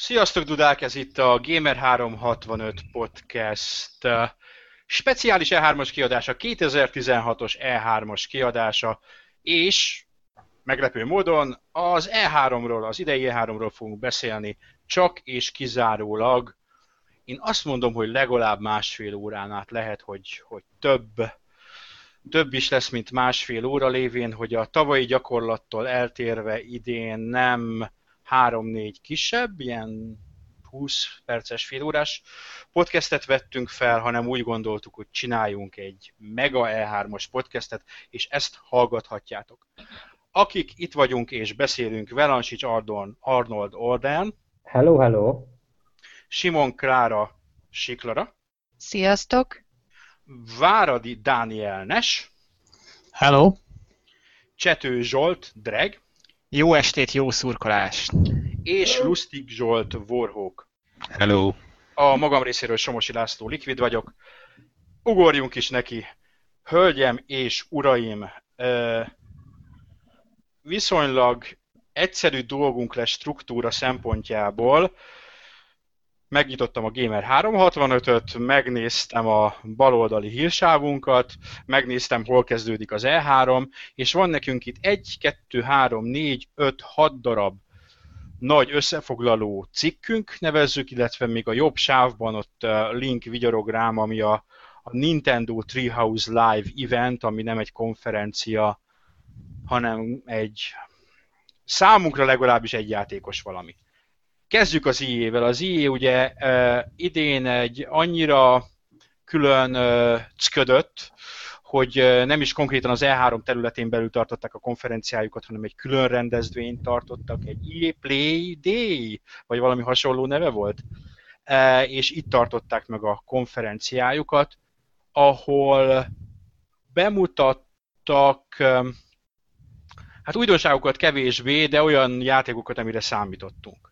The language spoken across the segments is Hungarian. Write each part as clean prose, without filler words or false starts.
Sziasztok, Dudák! Ez itt a Gamer365 Podcast speciális E3-as kiadása, 2016-os E3-as kiadása, és meglepő módon az E3-ról, az idei E3-ról fogunk beszélni, csak és kizárólag. Én azt mondom, hogy legalább másfél órán át lehet, hogy több is lesz, mint másfél óra, lévén, hogy a tavalyi gyakorlattól eltérve idén nem 3-4 kisebb, ilyen 20 perces, félórás podcastet vettünk fel, hanem úgy gondoltuk, hogy csináljunk egy mega E3-os podcastet, és ezt hallgathatjátok. Akik itt vagyunk és beszélünk, Velansics Arnold Orden. Hello, hello. Simon Klára Siklara. Sziasztok. Váradi Dániel Nes. Hello. Csető Zsolt Dreg. Jó estét, jó szurkolást. És Lustig Zsolt Warhawk. Hello. A magam részéről Somosi László Liquid vagyok. Ugorjunk is neki. Hölgyem és uraim, viszonylag egyszerű dolgunk lesz struktúra szempontjából. Megnyitottam a Gamer365-öt, megnéztem a baloldali hírsávunkat, megnéztem, hol kezdődik az E3, és van nekünk itt 1, 2, 3, 4, 5, 6 darab nagy összefoglaló cikkünk, nevezzük, illetve még a jobb sávban ott link vigyorográm, ami a Nintendo Treehouse Live Event, ami nem egy konferencia, hanem egy számunkra legalábbis egy játékos valami. Kezdjük az EA-vel. Az EA ugye idén egy annyira külön cködött, hogy nem is konkrétan az E3 területén belül tartották a konferenciájukat, hanem egy külön rendezvényt tartottak, egy EA Play Day, vagy valami hasonló neve volt, és itt tartották meg a konferenciájukat, ahol bemutattak hát újdonságokat kevésbé, de olyan játékokat, amire számítottunk.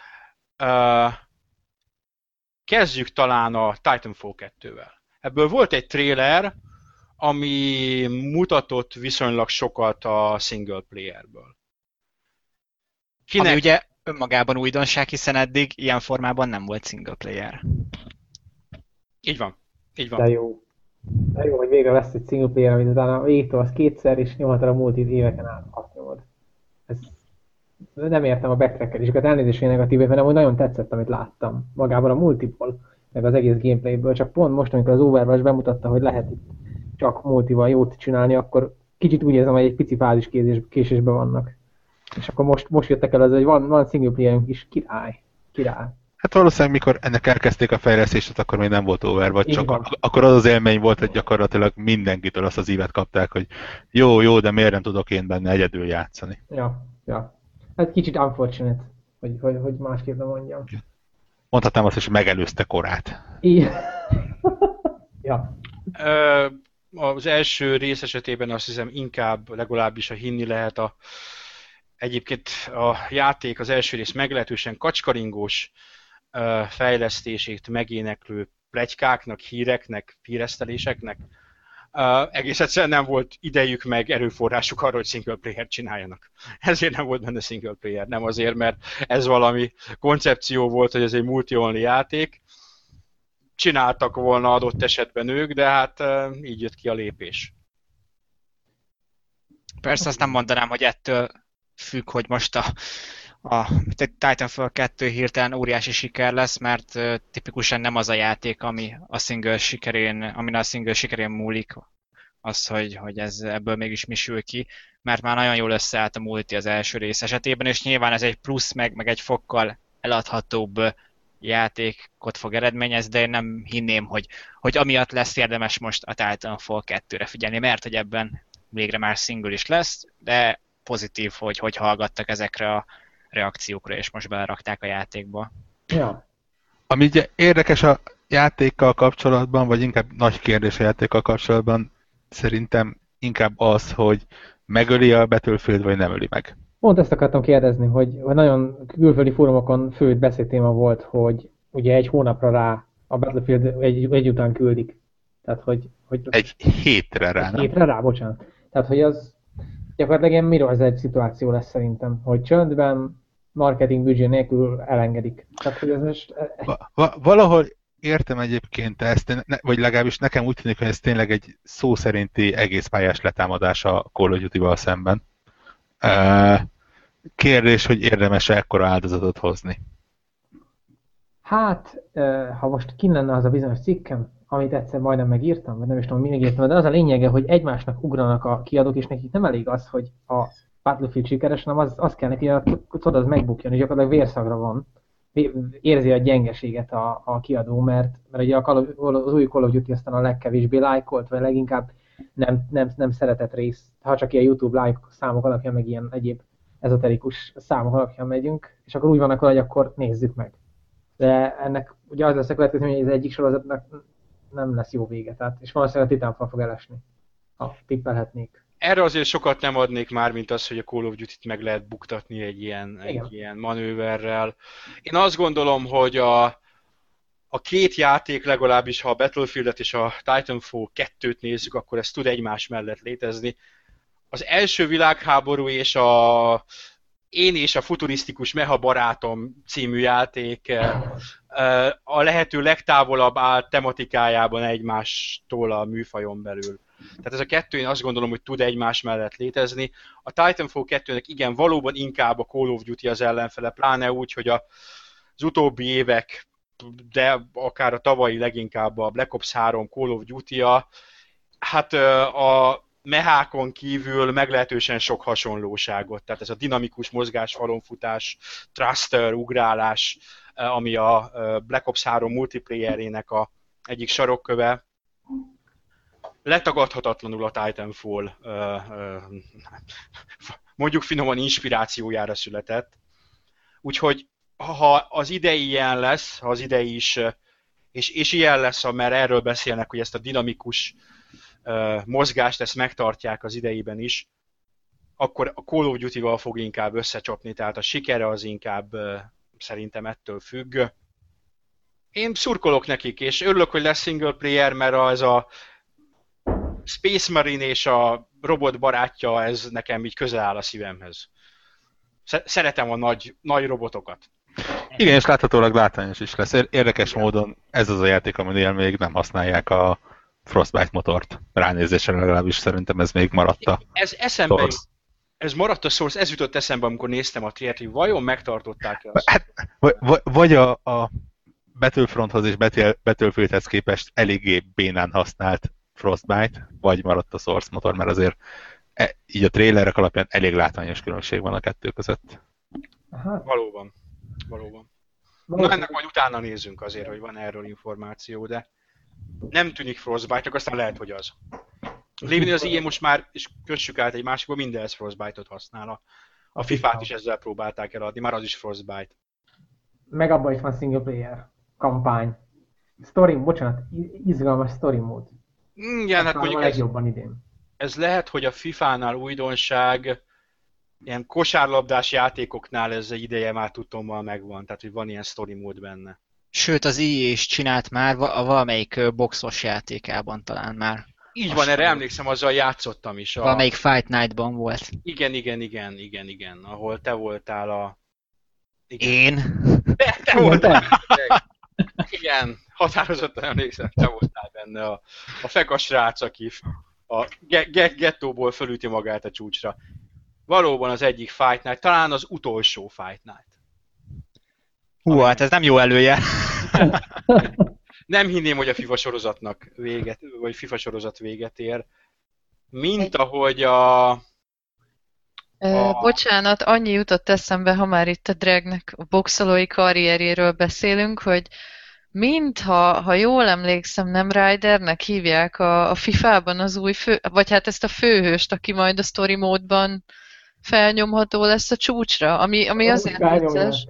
Kezdjük talán a Titanfall 2-vel. Ebből volt egy trailer, ami mutatott viszonylag sokat a single playerből. Ami ugye önmagában újdonság, hiszen eddig ilyen formában nem volt single player. Így van. Így van. De jó. De jó, hogy végre lesz egy single player, amit utána végtolsz kétszer, és nyomhatod a multit éveken át, azt nyomod. Ez... Nem értem a backtrackeléseket, elnézést negatívét, mert amúgy nagyon tetszett, amit láttam. Magában a multiból, meg az egész gameplayből. Csak pont most, amikor az Overwatch bemutatta, hogy lehet itt csak multival jót csinálni, akkor kicsit úgy érzem, hogy egy pici fázis késésben vannak. És akkor most jöttek el az, hogy van single playerünk is, király. Hát valószínűleg mikor ennek elkezdték a fejlesztést, akkor még nem volt Overwatch, csak akkor az élmény volt, hogy gyakorlatilag mindenkitől azt az ívet kapták, hogy jó, de miért nem tudok én benne egyedül játszani. Ja. Hát kicsit unfortunate, hogy másképp nem mondjam. Mondhatnám azt, hogy megelőzte korát. Ja. Az első rész esetében azt hiszem inkább legalábbis a hinni lehet egyébként a játék az első rész meglehetősen kacskaringós fejlesztését megéneklő pletykáknak, híreknek, híreszteléseknek. Egész egyszerűen nem volt idejük meg erőforrásuk arra, hogy single player csináljanak. Ezért nem volt benne single player, nem azért, mert ez valami koncepció volt, hogy ez egy multi-only játék. Csináltak volna adott esetben ők, de hát így jött ki a lépés. Persze azt nem mondanám, hogy ettől függ, hogy most a Titanfall 2 hirtelen óriási siker lesz, mert tipikusan nem az a játék, amin a single sikerén múlik az, hogy ebből mégis mi sül ki, mert már nagyon jól összeállt a multi az első rész esetében, és nyilván ez egy plusz, meg egy fokkal eladhatóbb játékot fog eredményezni, de én nem hinném, hogy amiatt lesz érdemes most a Titanfall 2-re figyelni, mert hogy ebben végre már single is lesz, de pozitív, hogy hallgattak ezekre a reakciókra, és most belerakták a játékba. Ja. Ami ugye érdekes a játékkal kapcsolatban, vagy inkább nagy kérdés a játékkal kapcsolatban, szerintem inkább az, hogy megöli a Battlefield, vagy nem öli meg. Pont ezt akartam kérdezni, hogy nagyon külföldi fórumokon fő beszédtéma volt, hogy ugye egy hónapra rá a Battlefield egy után küldik. Tehát, hogy egy hétre rá, nem? Hétre rá, bocsánat. Tehát, hogy az gyakorlatilag ilyen Mirror's Edge szituáció lesz szerintem, hogy csöndben marketing büdzsé nélkül elengedik. Tehát, hogy ez most... Valahol értem egyébként ezt, vagy legalábbis nekem úgy tűnik, hogy ez tényleg egy szó szerinti egész pályás letámadás a Call of Duty-val szemben. Kérdés, hogy érdemes-e ekkora áldozatot hozni? Hát, ha most kinn lenne az a bizonyos cikkem, amit egyszer majdnem megírtam, vagy nem is tudom, mindig írtam, de az a lényege, hogy egymásnak ugranak a kiadók, és nekik nem elég az, hogy a Battlefield sikeres, hanem az kell neki, hogy az megbukjon, és gyakorlatilag vérszagra van. Érzi a gyengeséget a kiadó, mert ugye az új Call of Duty aztán a legkevésbé lájkolt, vagy leginkább nem szeretett rész, ha csak ilyen YouTube like számok alapján, meg ilyen egyéb ezoterikus számok alapján megyünk, és akkor úgy vannak, hogy akkor nézzük meg. De ennek ugye az lesz a következő, hogy az egyik sorozatnak nem lesz jó vége, tehát, és valószínűleg a Titanfall fog elesni, ha tippelhetnék. Erre azért sokat nem adnék már, mint az, hogy a Call of Duty-t meg lehet buktatni egy ilyen manőverrel. Én azt gondolom, hogy a két játék legalábbis, ha a Battlefieldet és a Titanfall 2-t nézzük, akkor ez tud egymás mellett létezni. Az első világháború és Én és a futurisztikus Meha barátom című játék a lehető legtávolabb áll tematikájában egymástól a műfajon belül. Tehát ez a kettő, én azt gondolom, hogy tud egymás mellett létezni. A Titanfall 2-nek igen, valóban inkább a Call of Duty az ellenfele, pláne úgy, hogy az utóbbi évek, de akár a tavalyi leginkább a Black Ops 3 Call of Duty-a, hát a mehákon kívül meglehetősen sok hasonlóságot. Tehát ez a dinamikus mozgás, falonfutás, thruster, ugrálás, ami a Black Ops 3 multiplayerének a egyik sarokköve. Letagadhatatlanul a Titanfall mondjuk finoman inspirációjára született. Úgyhogy ha az idei ilyen lesz, ha az idei is, és ilyen lesz, mert erről beszélnek, hogy ezt a dinamikus mozgást, ezt megtartják az ideiben is, akkor a Call of Duty-val fog inkább összecsapni, tehát a sikere az inkább szerintem ettől függ. Én szurkolok nekik, és örülök, hogy lesz single player, mert ez a Space Marine és a robot barátja, ez nekem így közel áll a szívemhez. Szeretem a nagy robotokat. Igen, és láthatólag látványos is lesz. Érdekes módon ez az a játék, aminél még nem használják a Frostbite motort. Ránézésre legalábbis szerintem ez még maradt a Source. Ez maradt a Source, ez jutott eszembe, amikor néztem a trailer-t, hogy vajon megtartották-e azt? Hát, vagy a Battlefronthoz és Battlefieldhez képest eléggé bénán használt Frostbite, vagy maradt a Source motor, mert azért így a trailerek alapján elég látványos különbség van a kettő között. Aha. Valóban. Na ennek majd utána nézzünk azért, hogy van erről információ, de nem tűnik Frostbite-nak, aztán lehet, hogy az. Lévén az ilyen most már, és kössük át egy másikba, mindenhez Frostbite-ot használ. A FIFA-t is ezzel próbálták eladni, már az is Frostbite. Meg abban is van single player kampány. Izgalmas story mód. Igen, hát mondjuk a legjobban idén. Ez lehet, hogy a FIFA-nál újdonság, ilyen kosárlabdás játékoknál ez egy ideje már tudtommal megvan, tehát hogy van ilyen story mód benne. Sőt, az EA is csinált már valamelyik boxos játékában talán már. Így van, erre emlékszem, azzal játszottam is. Valamelyik Fight Night-ban volt. Igen, ahol te voltál a... Igen. Én? Te voltál! Igen, határozottan emlékszem, te voltál benne a fekas srác, aki a gettóból fölüti magát a csúcsra. Valóban az egyik Fight Night, talán az utolsó Fight Night. Hát ez nem jó előjel. Nem hinném, hogy a FIFA sorozatnak vagy FIFA sorozat véget ér. Mint ahogy Bocsánat, annyi jutott eszembe, ha már itt a Dragnek a boxolói karrierjéről beszélünk, hogy mintha jól emlékszem, nem Rydernek hívják a FIFA-ban az új vagy hát ezt a főhőst, aki majd a story módban felnyomható lesz a csúcsra, ami azért vicces.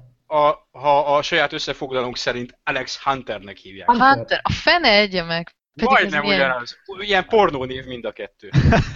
Ha a saját összefoglalónk szerint Alex Hunternek hívják. A Hunter, a fene egye meg. Pedig ez Majdnem milyen... ugyanaz. Ilyen pornónév mind a kettő.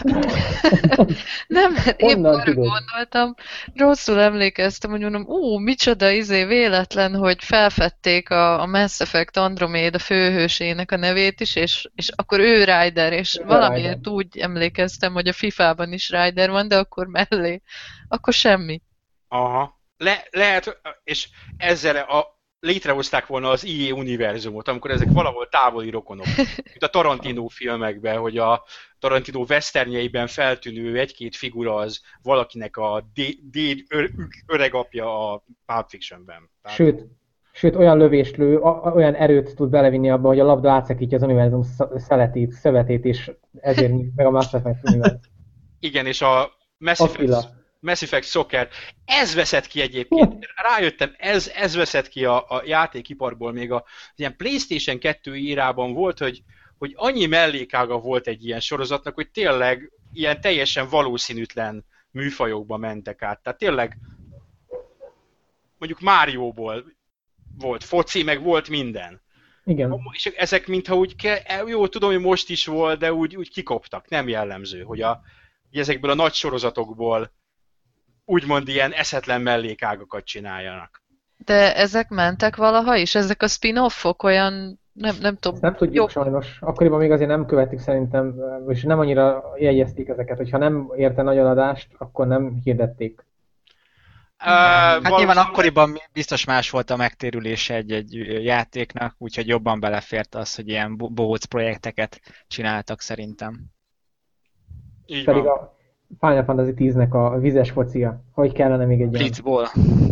Nem, mert épp Honnan arra tudod? gondoltam, rosszul emlékeztem, hogy mondom, micsoda véletlen, hogy felfedték a Mass Effect Andromeda főhősének a nevét is, és akkor ő Ryder, és Ő a valamiért Ryder. úgy emlékeztem, hogy a FIFA-ban is Ryder van, de akkor mellé, akkor semmi. Aha. Lehet, és ezzel létrehozták volna az EA univerzumot, amikor ezek valahol távoli rokonok. Mint a Tarantino filmekben, hogy a Tarantino westernjeiben feltűnő egy-két figura az valakinek a öregapja a Pulp Fictionben. Tehát, Sőt, olyan lövést lő, olyan erőt tud belevinni abba, hogy a labda átszakítja az univerzum szövetét, és ezért nyit meg a Mass Effect univerzum. igen, és a Mass Effect Soccer, ez veszett ki egyébként, rájöttem, ez veszett ki a játékiparból, még az ilyen PlayStation 2 írában volt, hogy annyi mellékága volt egy ilyen sorozatnak, hogy tényleg ilyen teljesen valószínűtlen műfajokba mentek át. Tehát tényleg mondjuk Márióból volt foci, meg volt minden. Igen. És ezek mintha úgy, jó, tudom, hogy most is volt, de úgy kikoptak, nem jellemző, hogy ezekből a nagy sorozatokból úgymond ilyen eszetlen mellékágakat csináljanak. De ezek mentek valaha is? Ezek a spin-offok olyan, nem tudom. Ezt nem tudjuk sajnos. Akkoriban még azért nem követik szerintem, és nem annyira jegyezték ezeket, hogyha nem érte nagy eladást, akkor nem hirdették. Hát nyilván akkoriban biztos más volt a megtérülése egy játéknak, úgyhogy jobban belefért az, hogy ilyen bohóc projekteket csináltak szerintem. Így Pedig van. a Final Fantasy 10-nek a vizes focia, hogy kellene még egy ilyen. Blitzból.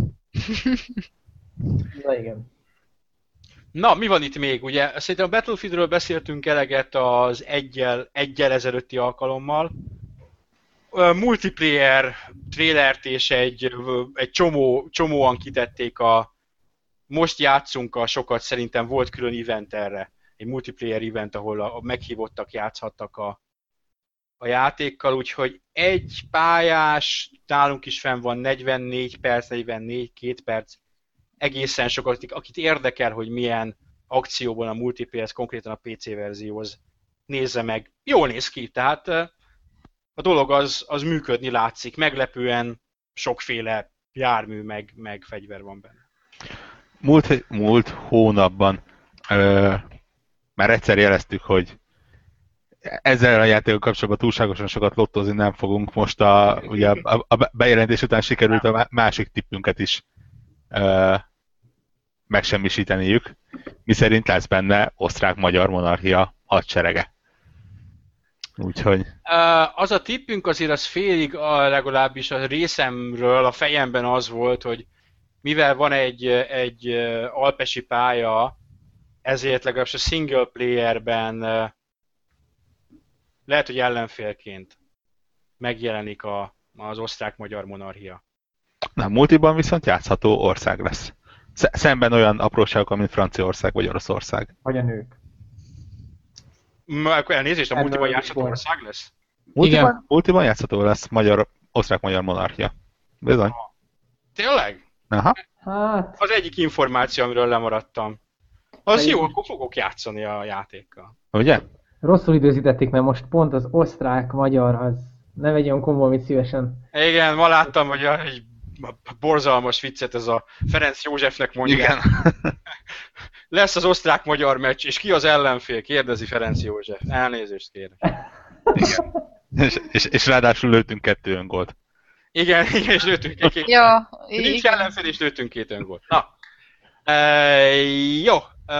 Na igen. Na, mi van itt még? Ugye szerintem a Battlefieldről beszéltünk eleget az egyel ezelőtti alkalommal. Multiplayer trailert és egy csomóan kitették most játszunk sokat, szerintem volt külön event erre. Egy multiplayer event, ahol a meghívottak játszhattak a játékkal, úgyhogy egy pályás, nálunk is fenn van 44 perc, 44, 2 perc, egészen sokat, akit érdekel, hogy milyen akcióban a multiplayer, konkrétan a PC verzióhoz nézze meg. Jól néz ki, tehát a dolog az működni látszik, meglepően sokféle jármű meg fegyver van benne. Múlt hónapban már egyszer jeleztük, hogy ezzel a játékkal kapcsolatban túlságosan sokat lottozni nem fogunk. Most ugye a bejelentés után sikerült a másik tippünket is megsemmisíteniük, miszerint lesz benne osztrák-magyar monarchia hadserege. Úgyhogy... Az a tippünk azért az félig, legalábbis a részemről, a fejemben az volt, hogy mivel van egy alpesi pálya, ezért legalábbis a single playerben lehet, hogy ellenfélként megjelenik az osztrák-magyar monarchia. Nem, multiban viszont játszható ország lesz. Szemben olyan apróságokkal, mint Franciaország vagy Oroszország. Vagy a nők. Akkor elnézést, a multiban játszható ország lesz? Multiban játszható lesz osztrák-magyar monarchia. Bizony. Tényleg? Aha. Hát... Az egyik információ, amiről lemaradtam. Az jó, akkor fogok játszani a játékkal. Ugye? Rosszul időzítették, mert most pont az osztrák-magyar az ne vegyen komoly szívesen. Igen, ma láttam, hogy egy borzalmas viccet ez a Ferenc Józsefnek mondja. Igen. Lesz az osztrák-magyar meccs, és ki az ellenfél? Kérdezi Ferenc József. Elnézést kérek. Igen. És ráadásul lőttünk 2 öngolt. Igen, és lőttünk két. Ja, nincs ellenfél, és lőttünk 2 öngolt. Na. Jó.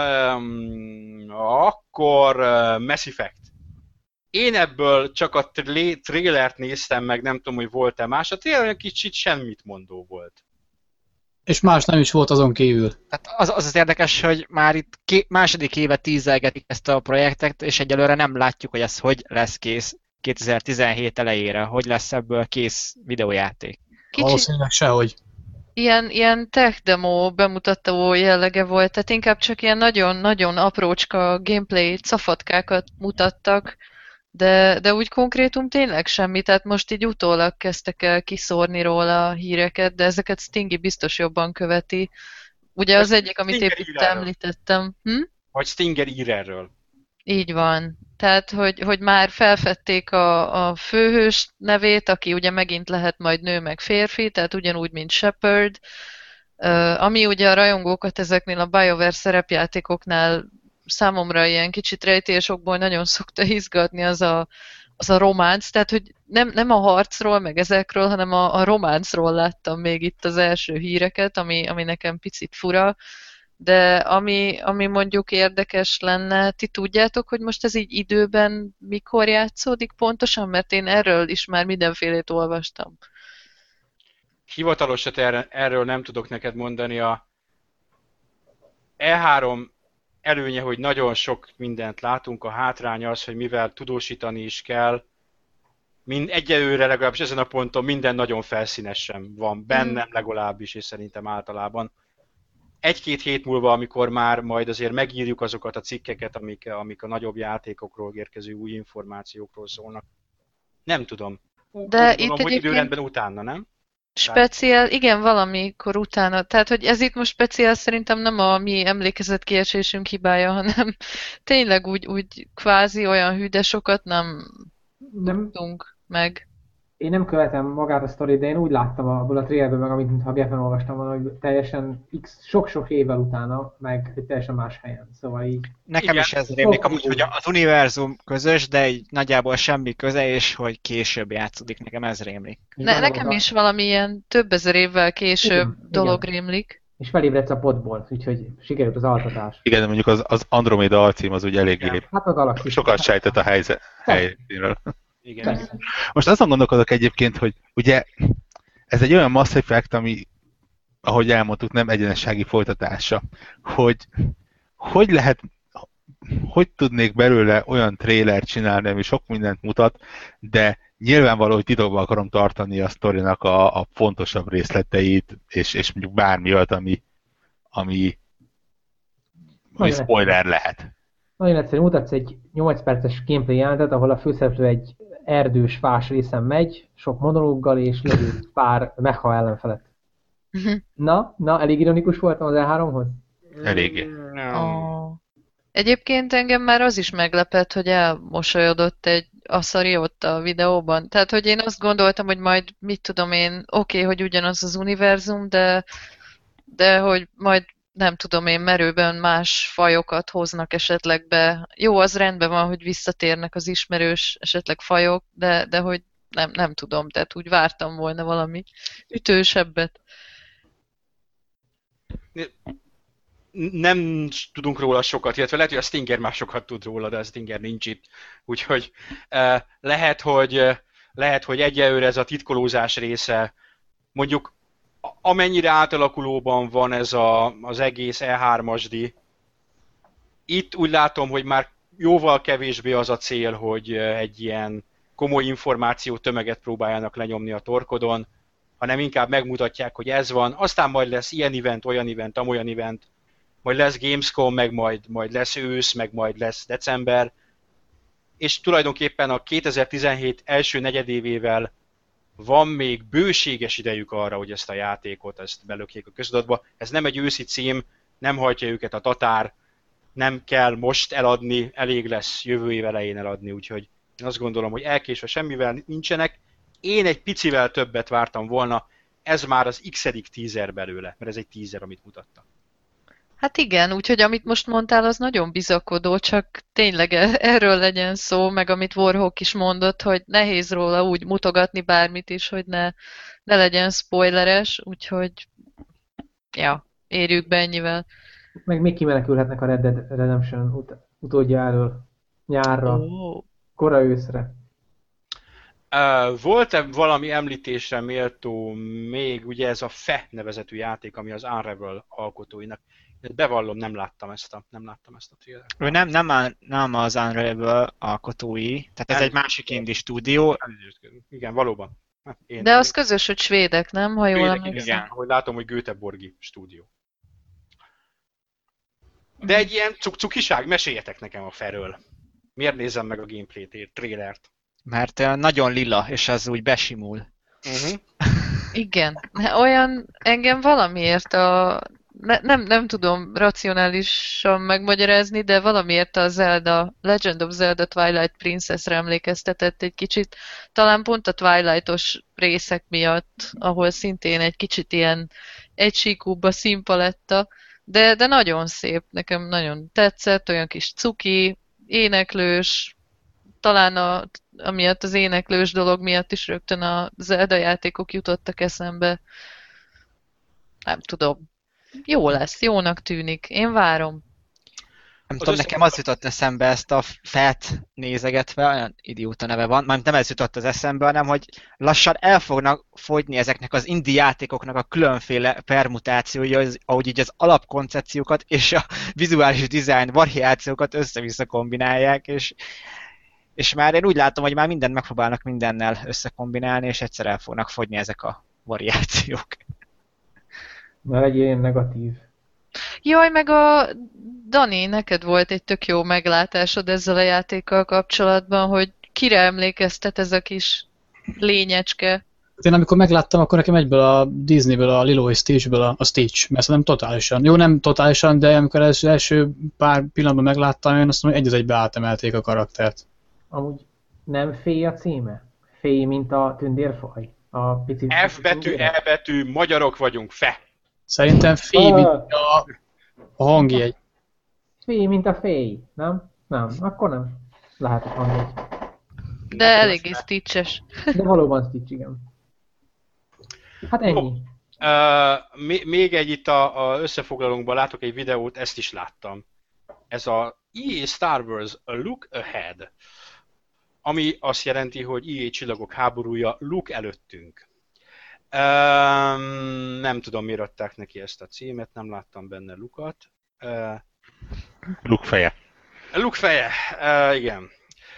Akkor Mass Effect. Én ebből csak a trailert néztem meg, nem tudom, hogy volt-e más. A trailer kicsit semmit mondó volt. És más nem is volt azon kívül. Tehát az érdekes, hogy már itt második éve tízelgetik ezt a projektet, és egyelőre nem látjuk, hogy ez hogy lesz kész 2017 elejére, hogy lesz ebből kész videójáték. Valószínűleg sehogy. Ilyen tech demo bemutató jellege volt, tehát inkább csak ilyen nagyon-nagyon aprócska gameplay cafatkákat mutattak, de úgy konkrétum tényleg semmi, tehát most így utólag kezdtek el kiszórni róla híreket, de ezeket Stingy biztos jobban követi. Ugye az egyik, amit épp itt említettem. Vagy Stinger ír erről. Így van. Tehát, hogy már felfedték a főhős nevét, aki ugye megint lehet majd nő meg férfi, tehát ugyanúgy, mint Shepard. Ami ugye a rajongókat ezeknél a BioWare szerepjátékoknál számomra ilyen kicsit rejtélyesokból nagyon szokta izgatni, az a románc, tehát hogy nem a harcról, meg ezekről, hanem a románcról láttam még itt az első híreket, ami nekem picit fura, de ami mondjuk érdekes lenne, ti tudjátok, hogy most ez így időben mikor játszódik pontosan, mert én erről is már mindenfélét olvastam. Hivatalosat erről nem tudok neked mondani. A E3 előnye, hogy nagyon sok mindent látunk, a hátránya az, hogy mivel tudósítani is kell, egyelőre legalábbis ezen a ponton minden nagyon felszínesen van, bennem legalábbis, és szerintem általában. Egy-két hét múlva, amikor már majd azért megírjuk azokat a cikkeket, amik a nagyobb játékokról érkező új információkról szólnak. Nem tudom. De Gondolom, itt hogy egyébként időrendben utána, nem? speciál, igen, valamikor utána. Tehát, hogy ez itt most speciál szerintem nem a mi emlékezetkiesésünk hibája, hanem tényleg úgy kvázi olyan hű, de sokat nem Nem, tudtunk meg. én nem követem magát a sztorit, de én úgy láttam abból a trailerből meg, amit mintha Geffen olvastam volna, hogy teljesen sok-sok évvel utána, meg egy teljesen más helyen. Szóval így. Nekem Igen. is ez rémlik, amúgy, hogy az univerzum közös, de így nagyjából semmi köze, és hogy később játszódik, nekem ez rémlik. Nekem is valami ilyen több ezer évvel később Igen, dolog igen. rémlik. És felébredsz a potból, úgyhogy sikerült az altatás. Igen, de mondjuk az Andromeda alcím az úgy eléggé Igen. Hát a galaxis. sokat sejtett a helyzetről. Igen. Persze. Most azon gondolkodok egyébként, hogy ugye ez egy olyan Mass Effect, ami, ahogy elmondtuk, nem egyenessági folytatása. Hogy lehet, hogy tudnék belőle olyan trélert csinálni, ami sok mindent mutat, de nyilvánvaló, hogy titokban akarom tartani a sztorinak a fontosabb részleteit, és mondjuk bármi olyat, ami spoiler lehet. Nagyon egyszerű, mutatsz egy 8 perces gameplay jelentet, ahol a főszereplő egy erdős, fás részen megy, sok monológgal, és lövő pár mecha ellenfelet. Na, elég ironikus voltam az E3-hoz? Eléggé. Egyébként engem már az is meglepett, hogy elmosolyodott egy Asari ott a videóban. Tehát, hogy én azt gondoltam, hogy majd, mit tudom én, oké, hogy ugyanaz az univerzum, de hogy majd, nem tudom én, merőben más fajokat hoznak esetleg be. Jó, az rendben van, hogy visszatérnek az ismerős esetleg fajok, de hogy nem tudom, tehát úgy vártam volna valami ütősebbet. Nem tudunk róla sokat, illetve lehet, hogy a Stinger már sokat tud róla, de a Stinger nincs itt. Úgyhogy lehet, hogy egyelőre ez a titkolózás része, mondjuk amennyire átalakulóban van ez az egész E3-asdi, itt úgy látom, hogy már jóval kevésbé az a cél, hogy egy ilyen komoly információ tömeget próbáljanak lenyomni a torkodon, hanem inkább megmutatják, hogy ez van, aztán majd lesz ilyen event, olyan event, amolyan event, majd lesz Gamescom, meg majd lesz ősz, meg majd lesz december, és tulajdonképpen a 2017 első negyedévével van még bőséges idejük arra, hogy ezt a játékot, ezt belökjék a közadatba. Ez nem egy őszi cím, nem hajtja őket a tatár, nem kell most eladni, elég lesz jövő év elején eladni, úgyhogy én azt gondolom, hogy elkésve semmivel nincsenek. Én egy picivel többet vártam volna, ez már az x-edik teaser belőle, mert ez egy teaser, amit mutattak. Hát igen, úgyhogy amit most mondtál, az nagyon bizakodó, csak tényleg erről legyen szó, meg amit Warhawk is mondott, hogy nehéz róla úgy mutogatni bármit is, hogy ne legyen spoileres, úgyhogy ja, érjük be ennyivel. Meg még kimenekülhetnek a Red Dead Redemption utódja elől nyárra, kora őszre. Volt-e valami említésre méltó még, ugye ez a FE nevezetű játék, ami az Unravel alkotóinak. Bevallom, nem láttam ezt a trailert. Ő nem az Unravel alkotói, tehát ez egy másik indie stúdió. Igen, valóban. De az közös, hogy svédek, nem? Ha jól emlékszem. Igen, ahogy látom, hogy Göteborgi stúdió. De egy ilyen cukiság, meséljetek nekem a felől. Miért nézem meg a gameplay trailert? Mert nagyon lila, és az úgy besimul. Igen. Olyan engem valamiért nem tudom racionálisan megmagyarázni, de valamiért a Zelda, Legend of Zelda Twilight Princess-re emlékeztetett egy kicsit. Talán pont a Twilight-os részek miatt, ahol szintén egy kicsit ilyen egysíkúbb a színpaletta, de nagyon szép, nekem nagyon tetszett, olyan kis cuki, éneklős, talán amiatt az éneklős dolog miatt is rögtön a Zelda játékok jutottak eszembe. Nem tudom. Jó lesz, jónak tűnik. Én várom. Nem tudom, nekem az jutott eszembe ezt a FET nézegetve, olyan idióta neve van, már nem ez jutott az eszembe, hanem hogy lassan el fognak fogyni ezeknek az indie játékoknak a különféle permutációi, ahogy így az alapkoncepciókat és a vizuális design variációkat össze-vissza kombinálják, és már én úgy látom, hogy már mindent megpróbálnak mindennel összekombinálni, és egyszer el fognak fogyni ezek a variációk. Ne legyél ilyen negatív. Jaj, meg a Dani, neked volt egy tök jó meglátásod ezzel a játékkal kapcsolatban, hogy kire emlékeztet ez a kis lényecske. Én amikor megláttam, akkor nekem egyből a Disneyből, a Lilo és Stitchből a Stitch, mert szerintem totálisan. Jó, nem totálisan, de amikor az első pár pillanatban megláttam, én azt mondom, hogy egy az egybe átemelték a karaktert. Amúgy nem Fé a címe? Fé, mint a tündérfaj? A pici... F betű, E betű, magyarok vagyunk, fe! Szerintem Fé, mint a hangjegy. Fé, mint a féj, nem? Nem, akkor nem. Lehet a hangjegy. De eléggé Stitches. De valóban Stitch, igen. Hát ennyi. Még egy itt a összefoglalónkban látok egy videót, ezt is láttam. Ez a EA Star Wars A Look Ahead, ami azt jelenti, hogy EA Csillagok háborúja Luke előttünk. Nem tudom, miért adták neki ezt a címet, nem láttam benne Lukat. Luke feje. Luke feje, igen.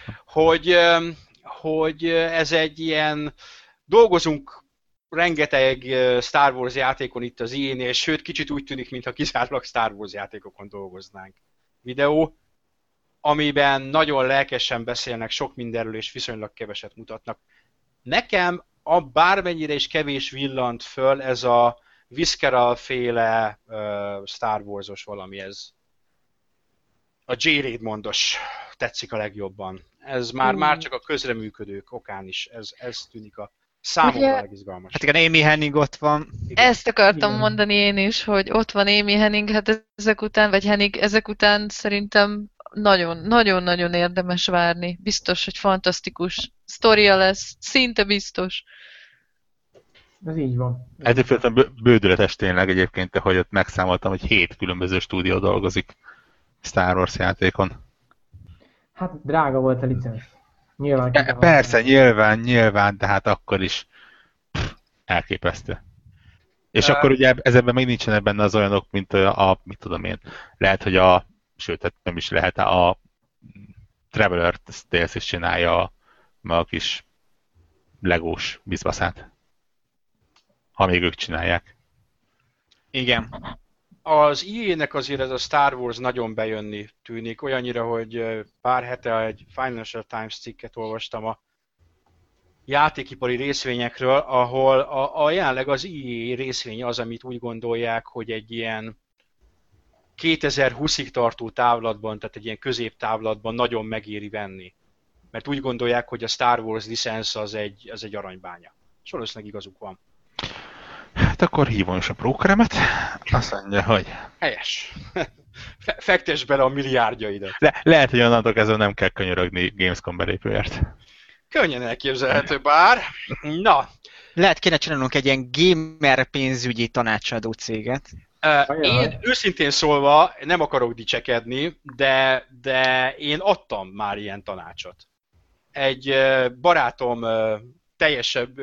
Hogy ez egy ilyen, dolgozunk rengeteg Star Wars játékon itt az EA-nél, sőt kicsit úgy tűnik, mintha kizárólag Star Wars játékokon dolgoznánk. Videó, amiben nagyon lelkesen beszélnek sok mindenről és viszonylag keveset mutatnak. Nekem bármennyire is kevés villant föl ez a Visceral-féle Star Wars-os valami ez. A J-Raid-mondos tetszik a legjobban. Ez már csak a közreműködők okán is. Ez tűnik a számomra legizgalmas. Hát igen, Amy Hennig ott van. Igen. Ezt akartam mondani én is, hogy ott van Amy Hennig, hát ezek után, vagy Hennig, ezek után szerintem nagyon-nagyon érdemes várni. Biztos, hogy fantasztikus sztoria lesz, szinte biztos. Ez így van. Egyébként bődületes tényleg egyébként, hogy ott megszámoltam, hogy 7 különböző stúdió dolgozik Star Wars játékon. Hát drága volt a licensz. Nyilván. Persze, nyilván, de hát akkor is elképesztő. És akkor ugye ezekben még nincsenek benne az olyanok, mint mit tudom én, lehet, hogy sőt, nem is lehet, a Traveler Tales is csinálja a kis legós bizbaszát. Ha még ők csinálják. Igen. Az EA-nek azért ez a Star Wars nagyon bejönni tűnik, olyannyira, hogy pár hete egy Financial Times cikket olvastam a játékipari részvényekről, ahol a jelenleg az EA részvény az, amit úgy gondolják, hogy egy ilyen 2020-ig tartó távlatban, tehát egy ilyen középtávlatban nagyon megéri venni. Mert úgy gondolják, hogy a Star Wars licensz az egy aranybánya. És valószínűleg igazuk van. Hát akkor hívom is a prókeremet. Azt mondja, hogy... Helyes. Fektess bele a milliárdjaidat. De lehet, hogy onnantól kezdve nem kell könyörögni Gamescom belépőért. Könnyen elképzelhető bár. Na. Lehet kéne csinálnunk egy ilyen gamer pénzügyi tanácsadó céget. Én őszintén szólva nem akarok dicsekedni, de én adtam már ilyen tanácsot. Egy barátom teljesebb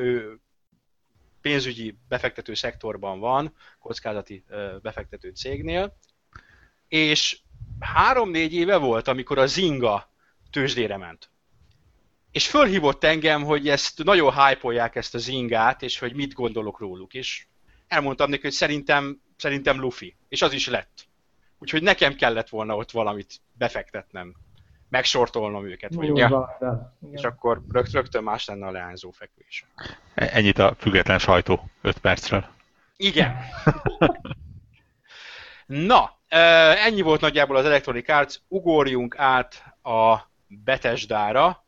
pénzügyi befektető szektorban van, kockázati befektető cégnél, és 3-4 éve volt, amikor a Zynga tőzsdére ment. És fölhívott engem, hogy ezt nagyon hype-olják ezt a Zyngát, és hogy mit gondolok róluk, és elmondtam neki, hogy szerintem lufi, és az is lett. Úgyhogy nekem kellett volna ott valamit befektetnem, megsortolnom őket, vagy és akkor rögtön más lenne a leányzó fekvés. Ennyit a független sajtó 5 percről. Igen. Na, ennyi volt nagyjából az Electronic Arts, ugorjunk át a Bethesdára,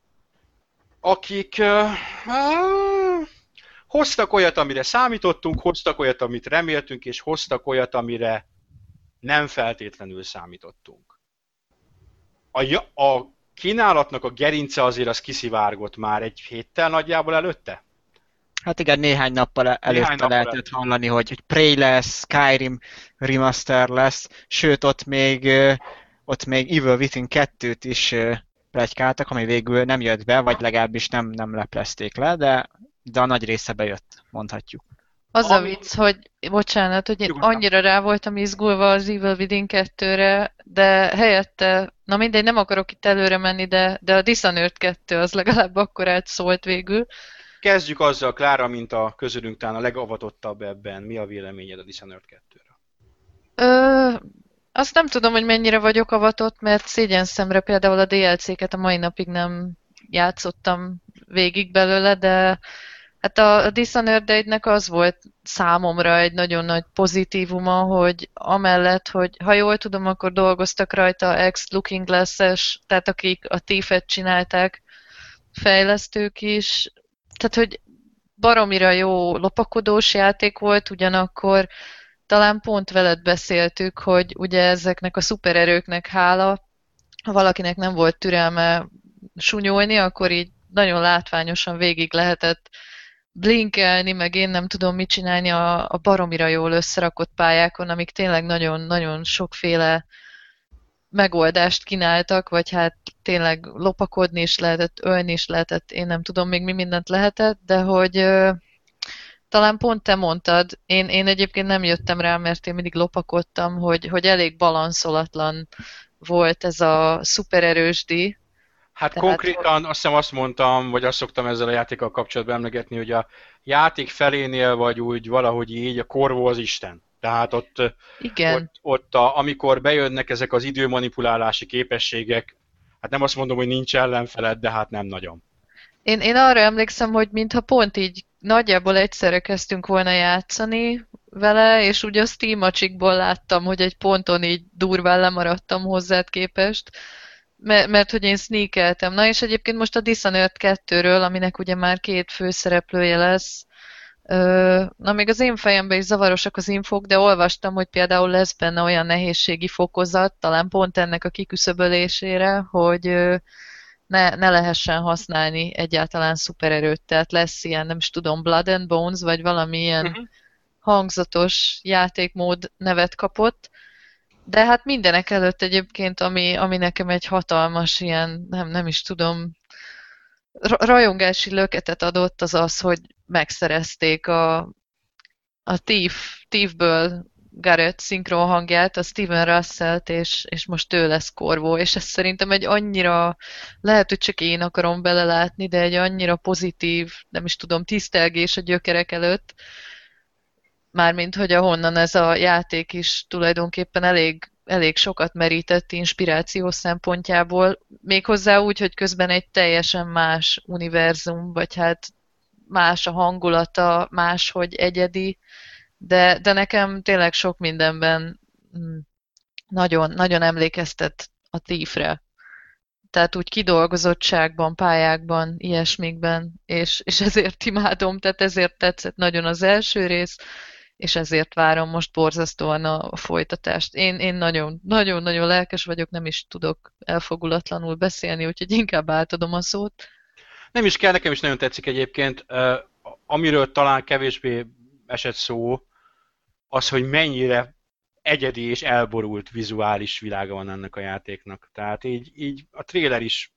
akik hoztak olyat, amire számítottunk, hoztak olyat, amit reméltünk, és hoztak olyat, amire nem feltétlenül számítottunk. A kínálatnak a gerince azért az kiszivárgott már egy héttel nagyjából előtte? Hát igen, néhány nappal előtte lehetett hallani, hogy Prey lesz, Skyrim remaster lesz, sőt ott még Evil Within 2-t is pletykáltak, ami végül nem jött be, vagy legalábbis nem leplezték le, de a nagy része bejött, mondhatjuk. Az a vicc, hogy, bocsánat, hogy én annyira rá voltam izgulva az Evil Within 2-re, de helyette, na mindegy, nem akarok itt előre menni, de a Dishonored 2 az legalább akkorát szólt végül. Kezdjük azzal, Klára, mint a közülünk talán a legavatottabb ebben. Mi a véleményed a Dishonored 2-ről? Azt nem tudom, hogy mennyire vagyok avatott, mert szégyenszemre például a DLC-ket a mai napig nem játszottam végig belőle, de hát a Dishonored 1-nek az volt számomra egy nagyon nagy pozitívuma, hogy amellett, hogy ha jól tudom, akkor dolgoztak rajta ex-Looking Glass-es, tehát akik a Thief-et csinálták, fejlesztők is, tehát hogy baromira jó lopakodós játék volt, ugyanakkor talán pont veled beszéltük, hogy ugye ezeknek a szupererőknek hála, ha valakinek nem volt türelme sunyolni, akkor így nagyon látványosan végig lehetett blinkelni, meg én nem tudom mit csinálni a baromira jól összerakott pályákon, amik tényleg nagyon-nagyon sokféle megoldást kínáltak, vagy hát tényleg lopakodni is lehetett, ölni is lehetett, én nem tudom még mi mindent lehetett, de hogy talán pont te mondtad, én egyébként nem jöttem rá, mert én mindig lopakodtam, hogy elég balanszolatlan volt ez a szupererősdi. Hát tehát, konkrétan azt hiszem azt mondtam, vagy azt szoktam ezzel a játékkal kapcsolatban emlegetni, hogy a játék felénél vagy úgy valahogy így a Corvo az Isten. Tehát ott amikor bejönnek ezek az időmanipulálási képességek, hát nem azt mondom, hogy nincs ellenfeled, de hát nem nagyon. Én arra emlékszem, hogy mintha pont így nagyjából egyszerre kezdtünk volna játszani vele, és ugye a Steam acsikból láttam, hogy egy ponton így durván lemaradtam hozzád képest, mert hogy én sneakeltem. Na és egyébként most a Dishonored 2-ről, aminek ugye már 2 főszereplője lesz, na még az én fejemben is zavarosak az infók, de olvastam, hogy például lesz benne olyan nehézségi fokozat, talán pont ennek a kiküszöbölésére, hogy ne lehessen használni egyáltalán szupererőt, tehát lesz ilyen, nem is tudom, Blood and Bones, vagy valami ilyen hangzatos játékmód nevet kapott, de hát mindenek előtt egyébként, ami nekem egy hatalmas ilyen, nem is tudom, rajongási löketet adott, az az, hogy megszerezték a Thiefből Garrett szinkron hangját, a Steven Russell-t, és most ő lesz Corvo, és ez szerintem egy annyira, lehet, hogy csak én akarom belelátni, de egy annyira pozitív, nem is tudom, tisztelgés a gyökerek előtt, mármint, hogy ahonnan ez a játék is tulajdonképpen elég sokat merített inspiráció szempontjából, méghozzá úgy, hogy közben egy teljesen más univerzum, vagy hát más a hangulata, máshogy egyedi, de nekem tényleg sok mindenben nagyon, nagyon emlékeztet a Thiefre. Tehát úgy kidolgozottságban, pályákban, ilyesmikben, és ezért imádom, tehát ezért tetszett nagyon az első rész, és ezért várom most borzasztóan a folytatást. Én nagyon-nagyon lelkes vagyok, nem is tudok elfogulatlanul beszélni, úgyhogy inkább átadom a szót. Nem is kell, nekem is nagyon tetszik egyébként. Amiről talán kevésbé esett szó, az, hogy mennyire egyedi és elborult vizuális világa van ennek a játéknak. Tehát így a trailer is...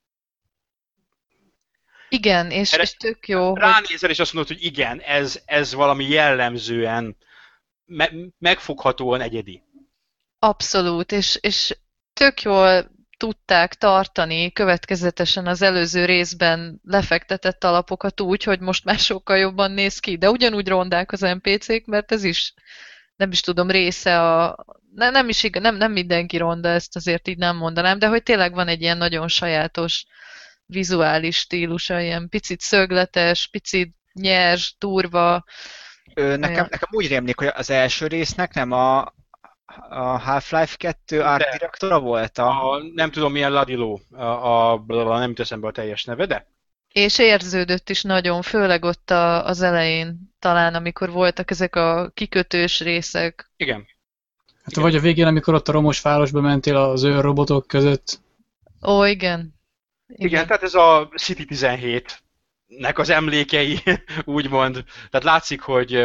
Igen, és tök jó. Ránézel, és azt mondod, hogy igen, ez valami jellemzően, megfoghatóan egyedi. Abszolút, és tök jól tudták tartani következetesen az előző részben lefektetett alapokat úgy, hogy most már sokkal jobban néz ki, de ugyanúgy rondák az NPC-k, mert ez is, nem is tudom, része nem mindenki ronda, ezt azért így nem mondanám, de hogy tényleg van egy ilyen nagyon sajátos vizuális stílusa, ilyen picit szögletes, picit nyers, durva. Nekem úgy rémlik, hogy az első résznek nem a Half-Life 2 art direktora volt? Nem tudom milyen Ladiló, nem jut eszembe a teljes neve, de És érződött is nagyon, főleg ott az elején, talán amikor voltak ezek a kikötős részek. igen. Hát vagy a végén, amikor ott a romos városba mentél az robotok között. Ó, igen. Igen, tehát ez a City 17-nek az emlékei, úgymond. Tehát látszik,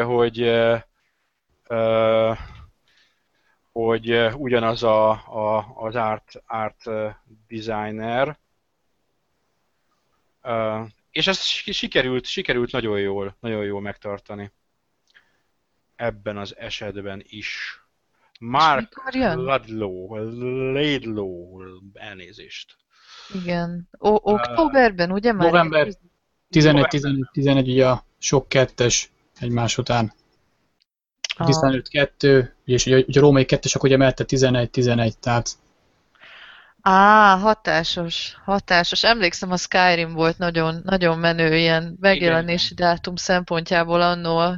hogy ugyanaz az art designer. És ezt sikerült nagyon jól megtartani. Ebben az esetben is. Mark Laidlaw, elnézést. Igen. Októberben, ugye már? November 11-11, ugye a sok kettes egymás után. 15-2, és ugye a római kettes, akkor ugye mellette 11-11, tehát... Hatásos. Emlékszem, a Skyrim volt nagyon, nagyon menő ilyen megjelenési dátum szempontjából annó a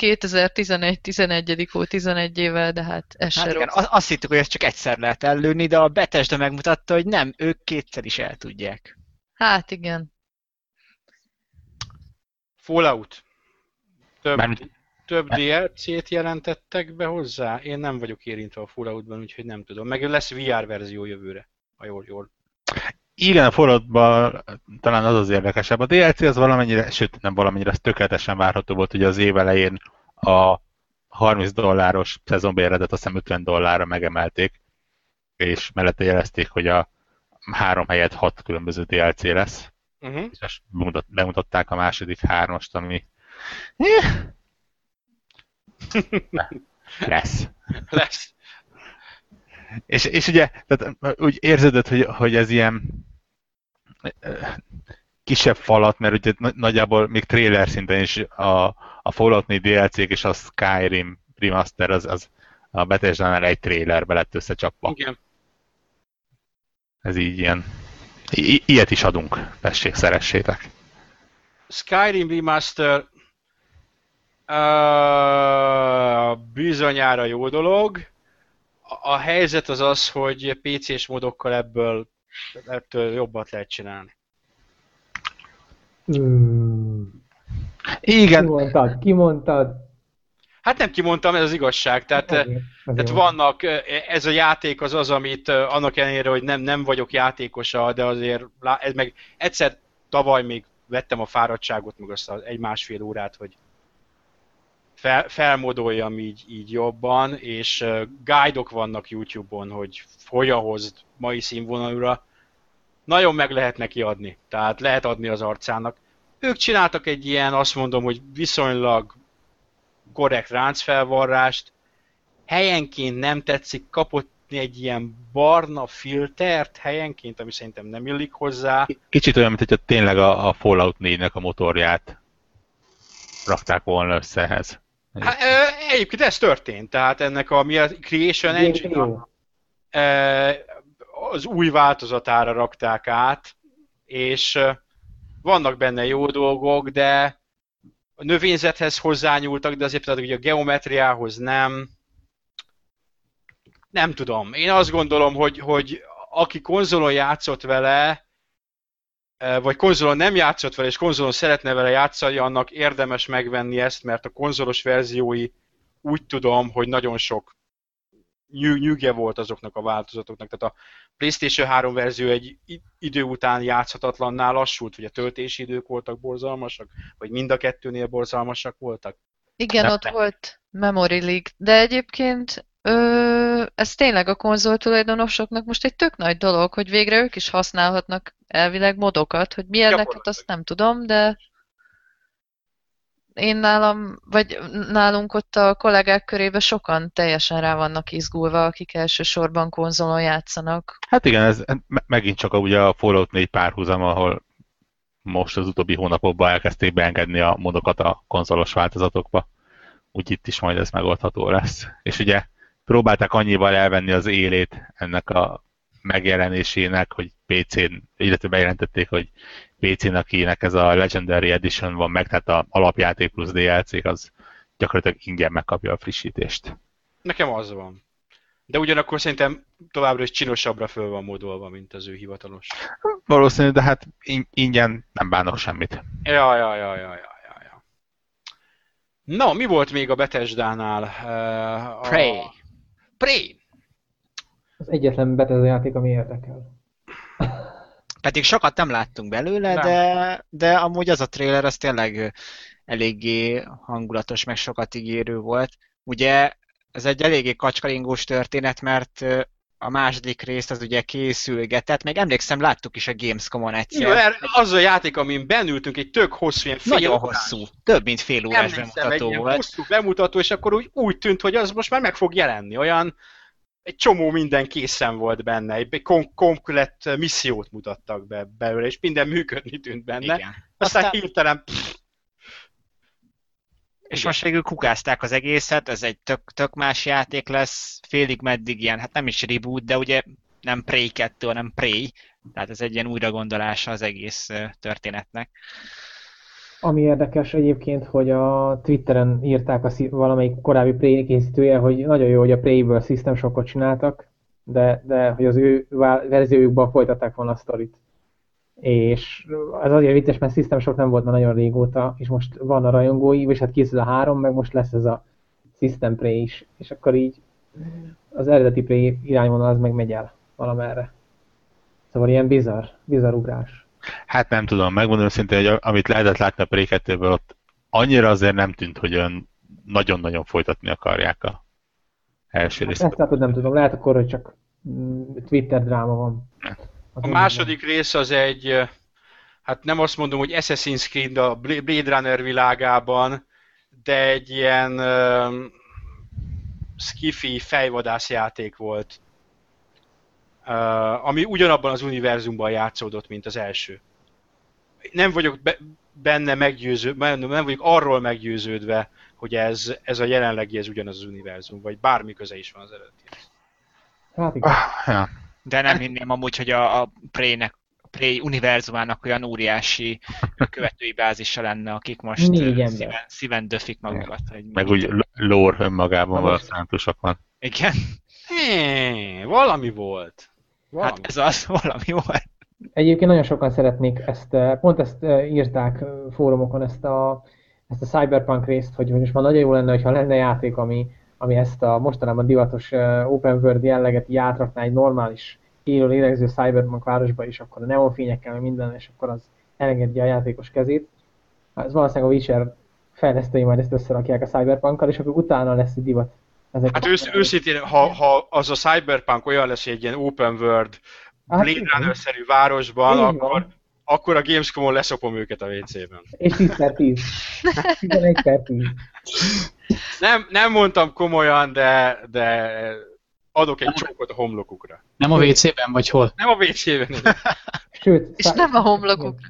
2011 volt 11 évvel, de hát ez se igen, rossz. azt hittük, hogy ezt csak egyszer lehet ellőni, de a Bethesda megmutatta, hogy nem, ők kétszer is el tudják. Hát igen. Fallout. Több DLC-t jelentettek be hozzá? Én nem vagyok érintve a Falloutban, úgyhogy nem tudom. Meg lesz VR verzió jövőre, ha jól. Igen, a Falloutban talán az érdekesebb. A DLC az valamennyire, sőt nem valamennyire, az tökéletesen várható volt, hogy az év elején a $30 szezonbérletet azt hiszem $50 megemelték, és mellette jelezték, hogy a 3 helyett 6 különböző DLC lesz. És bemutatták a második 3-ast, ami... Lesz. És ugye, tehát úgy érződött, hogy ez ilyen kisebb falat, mert ugye nagyjából még trailer szinten is a Fallout 4 DLC-k és a Skyrim Remaster az a Bethesda-nál egy trailerbe lett összecsapva. Igen. Ez így ilyen. Ilyet is adunk, tessék, szeressétek. Skyrim Remaster bizonyára jó dolog. A helyzet az az, hogy PC-s modokkal ebből jobbat lehet csinálni. Igen. Kimondtad. Hát nem kimondtam, ez az igazság. Tehát vannak, ez a játék az, amit annak ellenére, hogy nem vagyok játékosa, de azért ez meg egyszer tavaly még vettem a fáradtságot, meg azt az 1-1,5 órát, hogy felmodoljam így jobban, és guide-ok vannak YouTube-on, hogy hogyan hozd mai színvonalúra. Nagyon meg lehet neki adni, tehát lehet adni az arcának. Ők csináltak egy ilyen, azt mondom, hogy viszonylag korrekt ráncfelvarrást, helyenként nem tetszik, kapott egy ilyen barna filtert helyenként, ami szerintem nem illik hozzá. Kicsit olyan, mint hogyha tényleg a Fallout 4-nek a motorját rakták volna össze ehhez. Hát, egyébként ez történt, tehát ennek a Creation Engine az új változatára rakták át, és vannak benne jó dolgok, de a növényzethez hozzányúltak, de azért például a geometriához nem. Nem tudom. Én azt gondolom, hogy aki konzolon játszott vele, vagy konzolon nem játszott vele, és konzolon szeretne vele játszani, annak érdemes megvenni ezt, mert a konzolos verziói úgy tudom, hogy nagyon sok nyüge volt azoknak a változatoknak. Tehát a PlayStation 3 verzió egy idő után játszhatatlanná lassult, vagy a töltési idők voltak borzalmasak, vagy mind a kettőnél borzalmasak voltak. Igen, ott volt Memory Leak, de egyébként ez tényleg a konzol tulajdonosoknak most egy tök nagy dolog, hogy végre ők is használhatnak elvileg modokat, hogy milyeneket azt nem tudom, de nálunk ott a kollégák körében sokan teljesen rá vannak izgulva, akik elsősorban konzolon játszanak. Hát igen, ez megint csak ugye a Fallout 4 párhuzam, ahol most az utóbbi hónapokban elkezdték beengedni a modokat a konzolos változatokba. Úgy itt is majd ez megoldható lesz. És ugye próbálták annyival elvenni az élét ennek a megjelenésének, hogy PC-n, illetve bejelentették, hogy PC-n, akinek ez a Legendary Edition van meg, tehát a alapjáték plusz DLC-k, az gyakorlatilag ingyen megkapja a frissítést. Nekem az van. De ugyanakkor szerintem továbbra is csinosabbra föl van módolva, mint az ő hivatalos. Valószínű, de hát ingyen nem bánok semmit. Ja. Na, mi volt még a Bethesda-nál? Prey! Az egyetlen Bethesda játék, ami érdekel. Pedig sokat nem láttunk belőle, de amúgy az a trailer az tényleg eléggé hangulatos, meg sokat ígérő volt. Ugye ez egy eléggé kacskaringós történet, mert a második részt az ugye készülgetett, meg emlékszem, láttuk is a Gamescom-on egyszer. Az a játék, amin bennültünk, egy tök hosszú, ilyen nagyon hosszú, több mint fél órás bemutató egy volt. Hosszú bemutató, és akkor úgy tűnt, hogy az most már meg fog jelenni. Olyan egy csomó minden készen volt benne, egy komplett missziót mutattak be belőle, és minden működni tűnt benne. Igen. Aztán hirtelen... És most végül kukázták az egészet, ez egy tök más játék lesz, félig meddig ilyen, hát nem is reboot, de ugye nem Prey 2, hanem Prey, tehát ez egy ilyen újragondolása az egész történetnek. Ami érdekes egyébként, hogy a Twitteren írták valamelyik korábbi Prey készítője, hogy nagyon jó, hogy a Prey-ből System Shockot csináltak, de hogy az ő verziójukban folytatták volna a sztorit. És ez azért vicces, mert System Shock nem volt már nagyon régóta, és most van a rajongói, és hát készül a 3, meg most lesz ez a System Prey is, és akkor így az eredeti Prey irányvonal az meg megy el valamerre. Szóval ilyen bizarr ugrás. Hát nem tudom, megmondom őszintén, hogy amit lehetett látni a Prey 2-ből, ott annyira azért nem tűnt, hogy olyan nagyon-nagyon folytatni akarják a első részt. Ezt látod, nem tudom, lehet akkor, hogy csak Twitter dráma van. A második rész az egy, hát nem azt mondom, hogy Assassin's Creed a Blade Runner világában, de egy ilyen skifi fejvadász játék volt, ami ugyanabban az univerzumban játszódott, mint az első. Nem vagyok benne meggyőződve, nem vagyok arról meggyőződve, hogy ez a jelenlegi, ez ugyanaz az univerzum, vagy bármi köze is van az eredeti. Hát igen. Ja. De nem hinném amúgy, hogy a Prey univerzumának olyan óriási követői bázisa lenne, akik most szíven döfik magukat. Meg úgy lore önmagában valószínűleg túl sok van. Igen. Valami volt. Hát ez az, valami volt. Egyébként nagyon sokan szeretnék pont ezt írták fórumokon, ezt a Cyberpunk részt, hogy most már nagyon jó lenne, ha lenne játék, ami ezt a mostanában divatos open world jelleget így átrakná egy normális, élő lélegző Cyberpunk városba is, akkor a neonfényekkel, minden, és akkor az elengedje a játékos kezét. Ez valószínűleg a Witcher fejlesztői majd ezt összerakják a Cyberpunkkal, és akkor utána lesz egy divat. Hát őszintén, ha az a Cyberpunk olyan lesz, egy ilyen open world, Blade Runner-szerű városban, akkor a Gamescom-on leszopom őket a WC-ben. És 10/10. 11/10. Nem mondtam komolyan, de adok egy csókot a homlokukra. Nem a WC-ben, vagy hol? Nem a WC-ben. Sőt, és nem a homlokukra.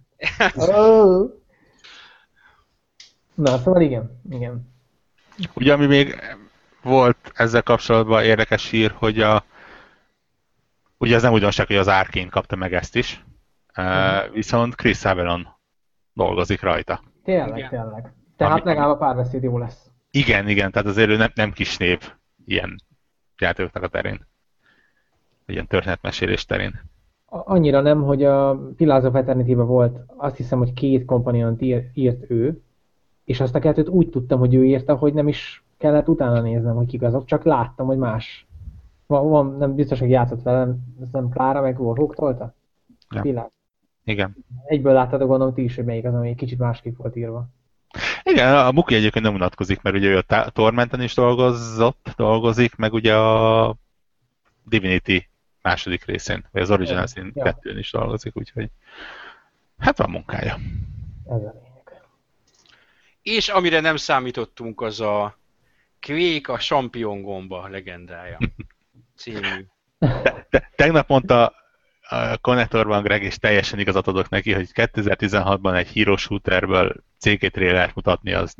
Na, szóval igen. Ugye, ami még volt ezzel kapcsolatban érdekes hír, hogy ugye ez nem újdonság, hogy az Arkane kapta meg ezt is, viszont Chris Avellone dolgozik rajta. Tényleg. Tehát legalább a párbeszéd jó lesz. Igen, tehát azért ő nem kis név ilyen játékoknak a terén. Ilyen történetmesélés terén. Annyira nem, hogy a Pillars of Eternity-ben volt, azt hiszem, hogy 2 kompanionot írt ő, és azt a 2-t úgy tudtam, hogy ő írta, hogy nem is kellett utána néznem, hogy kik azok, csak láttam, hogy más. Nem biztos, hogy játszott velem, ez nem Klára, meg Warhawk tolta? Ja. Igen. Egyből láttatok, gondolom ti is, hogy melyik az, ami kicsit másképp volt írva. Igen, a Muki egyébként nem unatkozik, mert ugye ő a Tormenten is dolgozik, meg ugye a Divinity második részén, vagy az Original Sin 2-n is dolgozik, úgyhogy hát van munkája. Ez a lényeg. És amire nem számítottunk, az a Quake a Champion gomba legendája című. Tegnap mondta a konnektorban Greg, és teljesen igazat adok neki, hogy 2016-ban egy hero shooterből CG trailert mutatni, az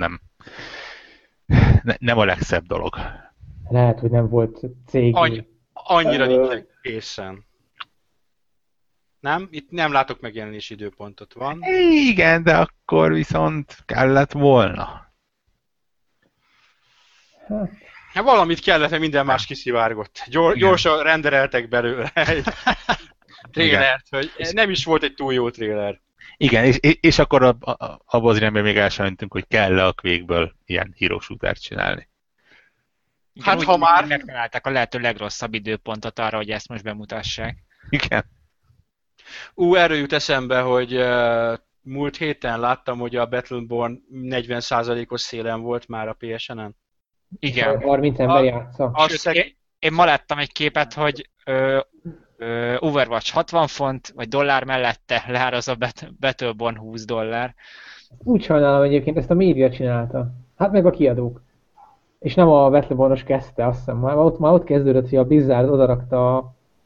nem a legszebb dolog. Lehet, hogy nem volt CG. Annyira nincsen készen. Nem? Itt nem látok megjelenési időpontot, van? Igen, de akkor viszont kellett volna. Hát valamit kellett, minden más kiszivárgott. Gyorsan rendereltek belőle egy trélert, hogy nem is volt egy túl jó tréler. Igen, és akkor abban az irányban még el sem mentünk, hogy kell-e a Quake-ből ilyen hero shootert csinálni. Igen, Hát, ha már- megtalálták a lehető legrosszabb időpontot arra, hogy ezt most bemutassák. Igen. Erről jut eszembe, hogy múlt héten láttam, hogy a Battleborn 40%-os szélen volt már a PSN-en. Igen. 30 ember játsza. Sőt, én ma láttam egy képet, hogy Overwatch 60 font, vagy dollár mellette leáraz a Battleborn $20. Úgy sajnálom egyébként, ezt a média csinálta. Hát meg a kiadók. És nem a Battlebornos kezdte, azt hiszem. Már ott kezdődött, hogy a Blizzard odarakta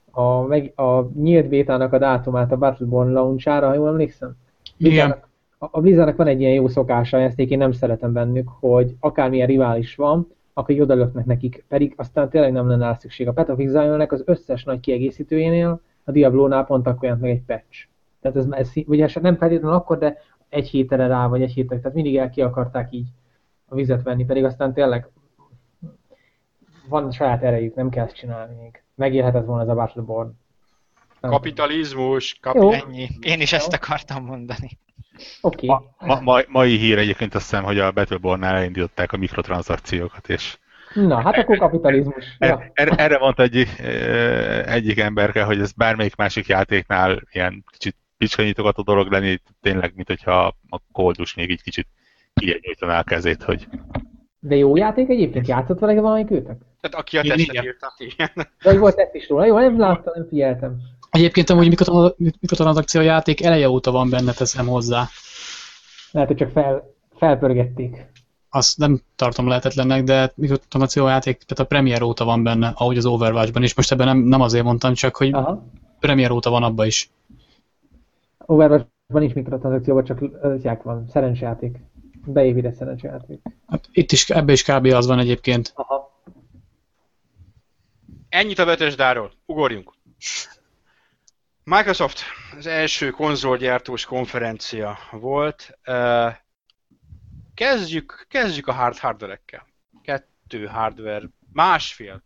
a nyílt bétának a dátumát a Battleborn launch-ára, ha jól emlékszem. Igen. A Blizzardnak van egy ilyen jó szokása, ezt én nem szeretem bennük, hogy akármilyen rivális van, akkor így odalöknek nekik, pedig aztán tényleg nem lenne rá szükség. A Path of Exile-nek az összes nagy kiegészítőjénél, a Diablo-nál pont akkor jelent meg egy patch. Tehát ez ugye nem feltétlenül akkor, de egy hétre rá, vagy egy hétre, tehát mindig ki akarták így a vizet venni, pedig aztán tényleg van saját erejük, nem kell ezt csinálni még. Megélhetett volna ez a Battleborn. Kapitalizmus, Jó. Ennyi. Én is ezt akartam mondani. Oké. Mai hír egyébként azt hiszem, hogy a Battlebornnál elindították a mikrotranszakciókat, és Na, hát akkor kapitalizmus. Ja. erre mondta egyik emberke, hogy ez bármelyik másik játéknál ilyen kicsit picskanyitogató dolog lenni, tényleg, mint hogyha a Koldus még így kicsit kinyújtaná a kezét, hogy... De jó játék egyébként? Játszott vele valamelyik őtek? Tehát aki a Igen, testet igen. írta, igen. De hogy volt tett is róla? Jó, nem láttam, nem figyeltem. Egyébként amúgy mikrotranszakció játék eleje óta van benne, teszem hozzá. Lehet, hogy csak felpörgették. Azt nem tartom lehetetlennek, de mikrotranszakció játék, tehát a Premier óta van benne, ahogy az Overwatchban is. Most ebben nem azért mondtam, csak hogy Aha. Premier óta van abban is. Overwatchban nincs mikrotranszakcióban, csak ötják van. Szerencsejáték. Beépített szerencsejáték. Hát itt is, ebbe is kb. Az van egyébként. Aha. Ennyit a Bethesdáról. Ugorjunk. Microsoft az első konzolgyártós konferencia volt. Kezdjük a hardware-ekkel. 2 hardware, másfél.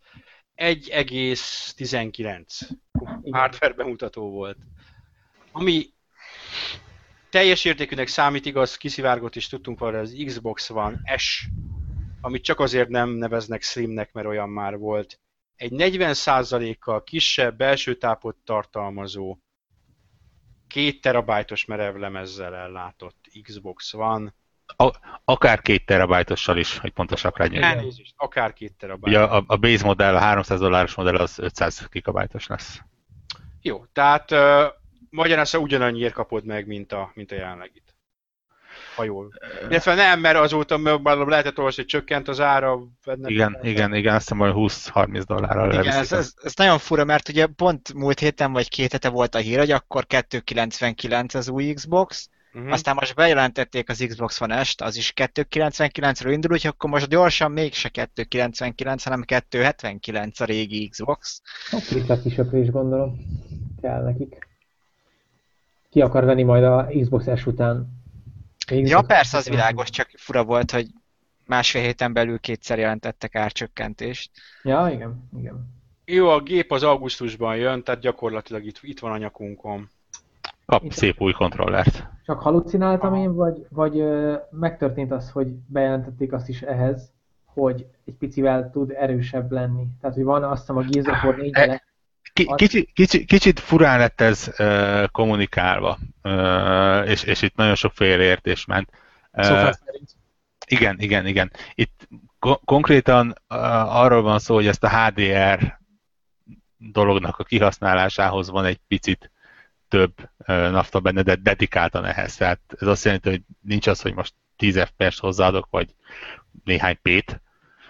1,19 hardware bemutató volt. Ami teljes értékűnek számít, igaz, kiszivárgott is tudtunk volna, az Xbox One S, amit csak azért nem neveznek Slimnek, mert olyan már volt. Egy 40%-kal kisebb belső tápot tartalmazó 2 terabájtos merevlemezzel ellátott Xbox One. Akár 2 terabájtossal is, hogy pontosak legyünk. Elnézést, akár 2 terabájt. Ugye a base modell, a $300 modell az 500 gigabájtos lesz. Jó, tehát magyarán ugyanannyiért kapod meg, mint a jelenlegit. Ha jól. Illetve nem, mert azóta lehetett olvasni, hogy csökkent az ára. Igen, azt hiszem, hogy $20-30 Igen, ez nagyon fura, mert ugye pont múlt héten vagy 2 hete volt a hír, hogy akkor 299 az új Xbox, aztán most bejelentették az Xbox One S-t, az is 299-ről indul, úgyhogy akkor most gyorsan mégse 299, hanem 279 a régi Xbox. Kicsit kisöprés gondolom. Kell nekik. Ki akar venni majd a Xbox S után? Ja, persze, az világos, csak fura volt, hogy másfél héten belül 2-szer jelentettek árcsökkentést. Ja, igen. Jó, a gép az augusztusban jön, tehát gyakorlatilag itt van a nyakunkon. Kap szép új kontrollert. Csak halucináltam én, vagy megtörtént az, hogy bejelentették azt is ehhez, hogy egy picivel tud erősebb lenni. Tehát, hogy van azt hiszem a Gears of War 4-ben. Kicsit furán lett ez kommunikálva, és itt nagyon sok félreértés ment. Szóval szerint. Igen. Itt konkrétan arról van szó, hogy ezt a HDR dolognak a kihasználásához van egy picit több nafta benne, de dedikáltan ehhez. Tehát ez azt jelenti, hogy nincs az, hogy most 10 FPS-t hozzáadok, vagy néhány P-t,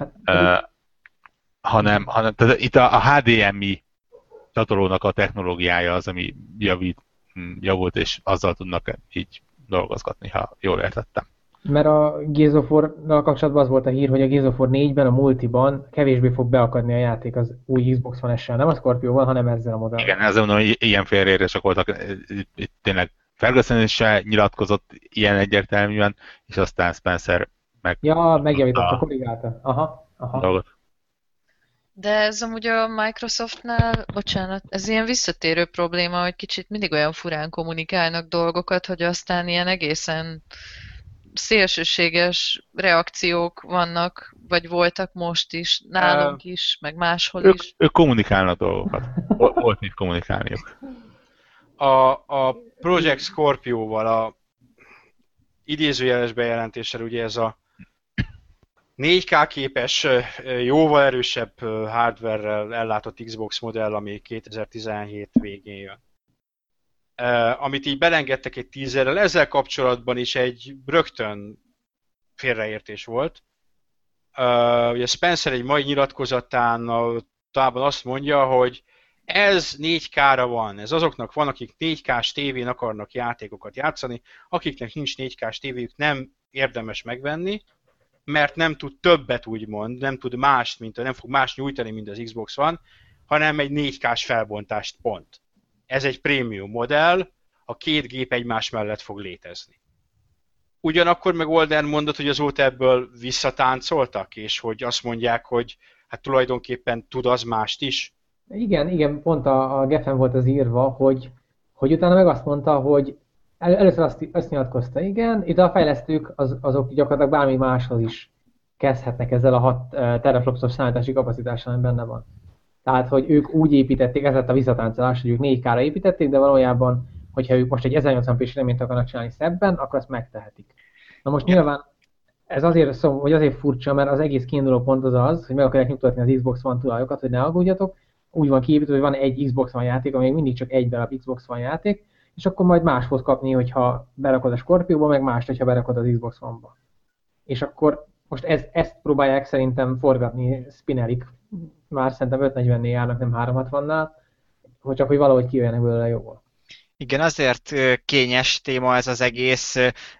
hanem tehát itt a HDMI csatolónak a technológiája az, ami javult, és azzal tudnak így dolgozgatni, ha jól értettem. Mert a Gears of War-nal kapcsolatban az volt a hír, hogy a Gears of War 4-ben, a multiban kevésbé fog beakadni a játék az új Xbox One S-sel. Nem a Scorpio-val, hanem ezzel a modellel. Igen, ezzel mondom, hogy ilyen félreérések voltak. Itt tényleg Ferguson is se nyilatkozott ilyen egyértelműen, és aztán Spencer Ja, megjavította, korrigálta. Aha. dolgot. De ez amúgy a Microsoftnál, bocsánat, ez ilyen visszatérő probléma, hogy kicsit mindig olyan furán kommunikálnak dolgokat, hogy aztán ilyen egészen szélsőséges reakciók vannak, vagy voltak most is, nálunk is, meg máshol is. Ők kommunikálnak dolgokat. Volt mit kommunikálniuk. A Project Scorpio-val, a idézőjeles bejelentéssel ugye ez a 4K képes, jóval erősebb hardware-rel ellátott Xbox modell, ami 2017 végén jön. Amit így belengedtek egy teaserrel, ezzel kapcsolatban is egy rögtön félreértés volt. Ugye Spencer egy mai nyilatkozatán talán azt mondja, hogy ez 4K-ra van, ez azoknak van, akik 4K-s tévén akarnak játékokat játszani, akiknek nincs 4K-s tévéjük, nem érdemes megvenni, mert nem tud többet úgymond, nem fog más nyújtani, mint az Xbox One, hanem egy 4K-s felbontást pont. Ez egy prémium modell, a két gép egymás mellett fog létezni. Ugyanakkor meg Olden mondott, hogy azóta ebből visszatáncoltak, és hogy azt mondják, hogy hát tulajdonképpen tud az mást is. Igen, pont a Geffen volt az írva, hogy utána meg azt mondta, hogy először azt nyilatkozta, igen, itt a fejlesztők azok gyakorlatilag bármi máshoz is kezdhetnek ezzel a 6 teraflopsos számítási kapacitással, ami benne van. Tehát, hogy ők úgy építették, ez lett a visszatáncolás, hogy ők 4K-ra építették, de valójában, hogyha ők most egy 1080p-s reményt akarnak csinálni szebben, akkor azt megtehetik. Na most nyilván ez azért furcsa, mert az egész kiinduló pont az, hogy meg akarják nyugtatni az Xbox One tulajokat, hogy ne aggódjatok. Úgy van kiépítve, hogy van egy Xbox One játék, ami még mindig csak egy darab Xbox One játék, és akkor majd más fogsz kapni, hogyha berakod a Scorpio-ba, meg mást, hogyha berakod az Xbox One-ba. És akkor most ezt próbálják szerintem forgatni, spinnelik. Már szerintem 540-nél járnak, nem 360-nál, hogy csak hogy valahogy kijöjjenek belőle jól. Igen, azért kényes téma ez az egész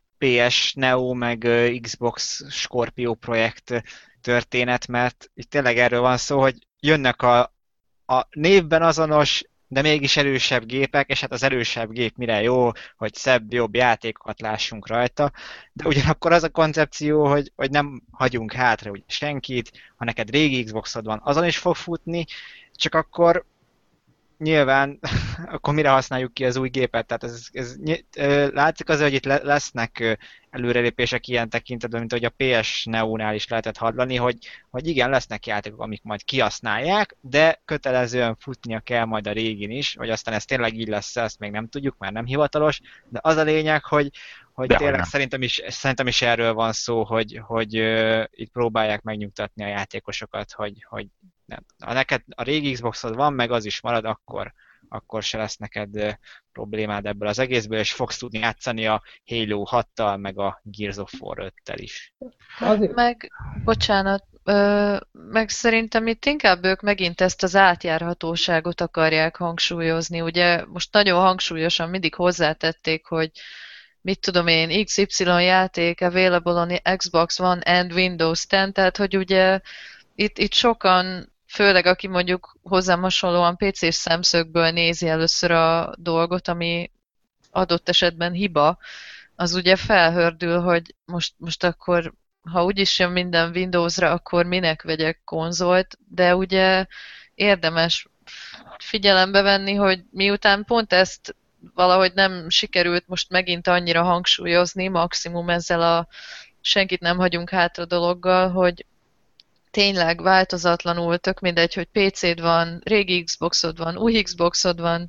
PS Neo meg Xbox Scorpio projekt történet, mert itt tényleg erről van szó, hogy jönnek a névben azonos, de mégis erősebb gépek, és hát az erősebb gép mire jó, hogy szebb, jobb játékokat lássunk rajta, de ugyanakkor az a koncepció, hogy nem hagyunk hátra úgy senkit, ha neked régi Xboxod van, azon is fog futni, csak akkor nyilván, akkor mire használjuk ki az új gépet? Tehát ez látszik azért, hogy itt lesznek előrelépések ilyen tekintetben, mint ahogy a PS Neo-nál is lehetett hallani, hogy igen, lesznek játékok, amik majd kihasználják, de kötelezően futnia kell majd a régin is, vagy aztán ez tényleg így lesz, ezt még nem tudjuk, már nem hivatalos, de az a lényeg, hogy tényleg szerintem is erről van szó, hogy itt próbálják megnyugtatni a játékosokat, hogy ha neked a régi Xboxod van, meg az is marad, akkor se lesz neked problémád ebből az egészből, és fogsz tudni játszani a Halo 6-tal, meg a Gears of War 5-tel is. Bocsánat, meg szerintem itt inkább ők megint ezt az átjárhatóságot akarják hangsúlyozni. Ugye most nagyon hangsúlyosan mindig hozzátették, hogy mit tudom én, XY játék available on Xbox One and Windows 10, tehát hogy ugye itt sokan, főleg aki mondjuk hozzám hasonlóan PC-s szemszögből nézi először a dolgot, ami adott esetben hiba, az ugye felhördül, hogy most akkor, ha úgyis jön minden Windowsra, akkor minek vegyek konzolt, de ugye érdemes figyelembe venni, hogy miután pont ezt valahogy nem sikerült most megint annyira hangsúlyozni, maximum ezzel a senkit nem hagyunk hátra dologgal, hogy tényleg változatlanul, tök mindegy, hogy PC-d van, régi Xboxod van, új Xboxod van,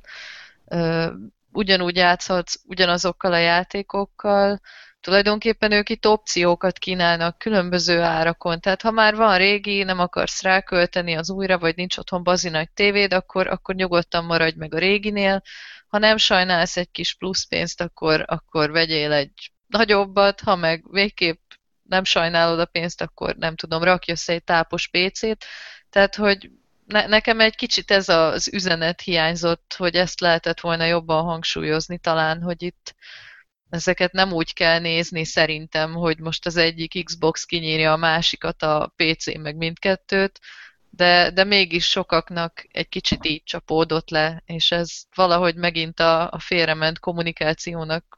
ugyanúgy játszhatsz ugyanazokkal a játékokkal, tulajdonképpen ők itt opciókat kínálnak különböző árakon, tehát ha már van régi, nem akarsz rákölteni az újra, vagy nincs otthon bazi nagy tévéd, akkor nyugodtan maradj meg a réginél, ha nem sajnálsz egy kis pluszpénzt, akkor vegyél egy nagyobbat, ha meg végképp nem sajnálod a pénzt, akkor nem tudom, rakj össze egy tápos PC-t. Tehát, hogy nekem egy kicsit ez az üzenet hiányzott, hogy ezt lehetett volna jobban hangsúlyozni talán, hogy itt ezeket nem úgy kell nézni szerintem, hogy most az egyik Xbox kinyírja a másikat, a PC meg mindkettőt, de mégis sokaknak egy kicsit így csapódott le, és ez valahogy megint a félrement kommunikációnak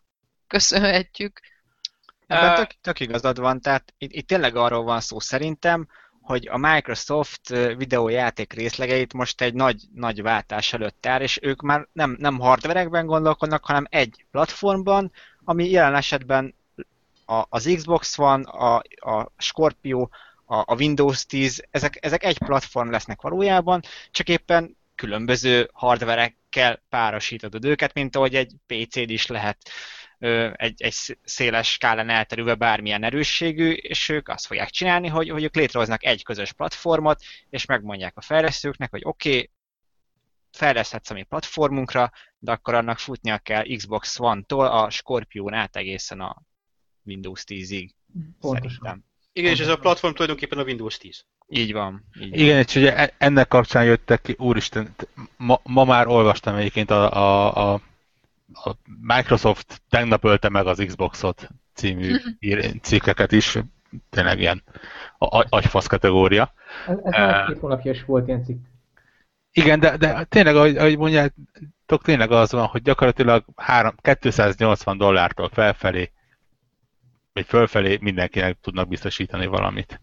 köszönhetjük. Ebben tök igazad van, tehát itt tényleg arról van szó szerintem, hogy a Microsoft videójáték részlegeit most egy nagy váltás előtt áll, és ők már nem hardverekben gondolkodnak, hanem egy platformban, ami jelen esetben az Xbox van, a Scorpio, a Windows 10, ezek egy platform lesznek valójában, csak éppen különböző hardverekkel párosítod őket, mint ahogy egy PC-d is lehet egy széles skálán elterülve bármilyen erősségű, és ők azt fogják csinálni, hogy ők létrehoznak egy közös platformot, és megmondják a fejlesztőknek, hogy oké, fejleszthetsz a mi platformunkra, de akkor annak futnia kell Xbox One-tól a Scorpion át egészen a Windows 10-ig. Szerintem. Igen, és ez a platform tulajdonképpen a Windows 10. Így van. Igen, és ugye ennek kapcsán jöttek ki, úristen, ma már olvastam egyébként a Microsoft tegnap ölte meg az Xboxot című cikkeket is, tényleg ilyen agyfasz kategória. Ez már 2 hónapja is volt ilyen cikk. Igen, de tényleg, ahogy mondjátok, tényleg az van, hogy gyakorlatilag $280 felfelé, vagy fölfelé mindenkinek tudnak biztosítani valamit.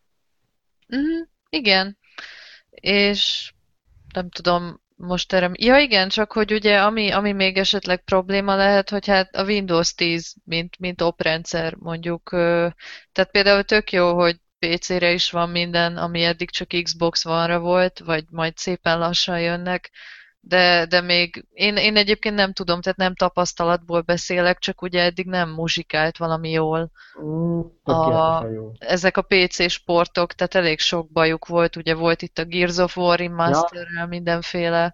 Igen. És nem tudom, most erre... Ja igen, csak hogy ugye ami még esetleg probléma lehet, hogy hát a Windows 10, mint oprendszer mondjuk, tehát például tök jó, hogy PC-re is van minden, ami eddig csak Xbox One-ra volt, vagy majd szépen lassan jönnek, de még én egyébként nem tudom, tehát nem tapasztalatból beszélek, csak ugye eddig nem muzsikált valami jól. Ezek a PC sportok, tehát elég sok bajuk volt, ugye volt itt a Gears of War remasterrel mindenféle,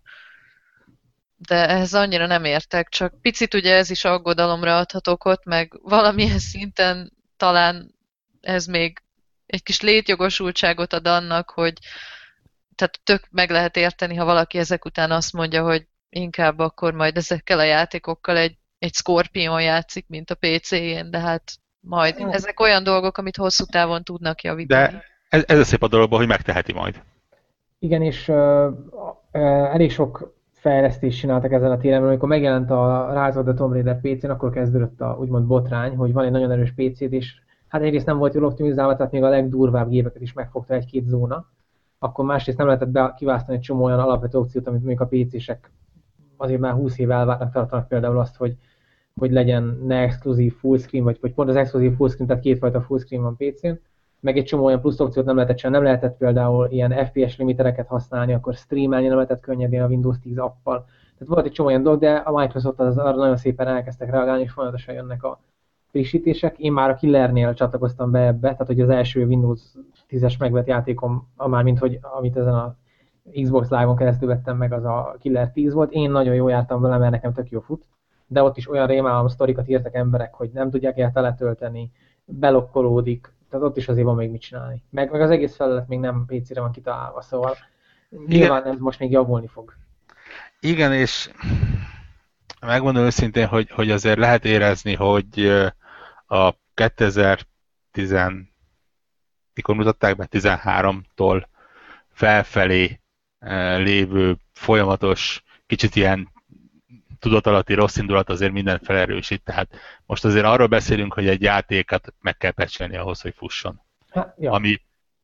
de ehhez annyira nem értek, csak picit ugye ez is aggodalomra adhat okot, meg valamilyen szinten talán ez még egy kis létjogosultságot ad annak, hogy tehát tök meg lehet érteni, ha valaki ezek után azt mondja, hogy inkább akkor majd ezekkel a játékokkal egy Scorpion játszik, mint a PC-én, de hát majd ezek olyan dolgok, amit hosszú távon tudnak javítani. De ez a szép a dologban, hogy megteheti majd. Igen, és elég sok fejlesztést csináltak ezen a téren, mert amikor megjelent a Rise of the Tomb Raider PC-n, akkor kezdődött a úgymond botrány, hogy van egy nagyon erős PC-d, és hát egyrészt nem volt jól optimizálva, tehát még a legdurvább gépeket is megfogta egy-két zóna. Akkor másrészt nem lehetett kiválasztani egy csomó olyan alapvető opciót, amit mondjuk a PC-sek azért már 20 éve elvárnak, tartanak például azt, hogy legyen ne exkluzív fullscreen, vagy pont az exkluzív fullscreen, tehát kétfajta fullscreen van PC-n, meg egy csomó olyan plusz opciót nem lehetett csinálni, nem lehetett például ilyen FPS limitereket használni, akkor streamelni nem lehetett könnyedén a Windows 10 appal. Tehát volt egy csomó olyan dolog, de a Microsoft az arra nagyon szépen elkezdtek reagálni, és folyamatosan jönnek a frissítések. Én már a Killernél csatlakoztam be ebbe, tehát hogy az első Windows 10-es megvett játékom, mármint hogy amit ezen a Xbox Live-on keresztül vettem meg, az a Killer 10 volt. Én nagyon jól jártam vele, mert nekem tök jó fut, de ott is olyan rémálom sztorikat írtak emberek, hogy nem tudják érte letölteni, belokkolódik, tehát ott is azért van még mit csinálni. Meg az egész felület még nem PC-re van kitalálva, szóval nyilván ez most még javulni fog. Igen, és megmondom őszintén, hogy azért lehet érezni, hogy a 2010, mikor mutatták be, 13-tól felfelé lévő folyamatos, kicsit ilyen tudatalatti rossz indulat azért mindent felerősít. Tehát most azért arról beszélünk, hogy egy játékat meg kell pecselni ahhoz, hogy fusson. Hát, ja. Ami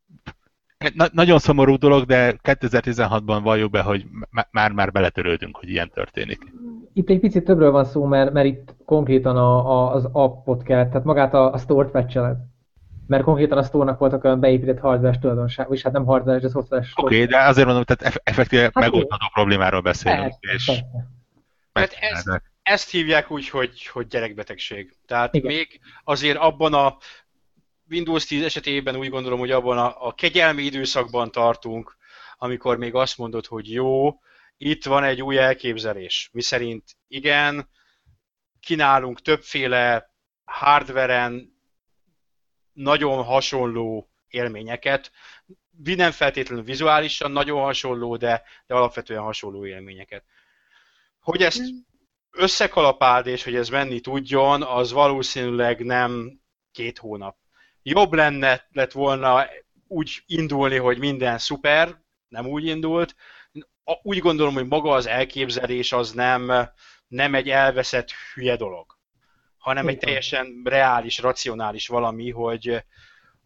nagyon szomorú dolog, de 2016-ban valljuk be, hogy már beletörődünk, hogy ilyen történik. Itt egy picit többről van szó, mert itt konkrétan az appot kell, tehát magát a store-t patcheled. Mert konkrétan a store-nak voltak olyan beépített hardware-es tulajdonság, és hát nem hardware-es, de szoftveres. Oké, de azért mondom, tehát effektíve megoldható problémáról beszélünk. Ezt hívják úgy, hogy gyerekbetegség. Tehát igen. Még azért abban a Windows 10 esetében úgy gondolom, hogy abban a kegyelmi időszakban tartunk, amikor még azt mondod, hogy jó, itt van egy új elképzelés. Miszerint igen, kínálunk többféle hardveren nagyon hasonló élményeket, nem feltétlenül vizuálisan nagyon hasonló, de alapvetően hasonló élményeket. Hogy ezt összekalapáld és hogy ez menni tudjon, az valószínűleg nem 2 hónap. Jobb lett volna úgy indulni, hogy minden szuper, nem úgy indult. Úgy gondolom, hogy maga az elképzelés az nem egy elveszett hülye dolog, hanem egy teljesen reális, racionális valami,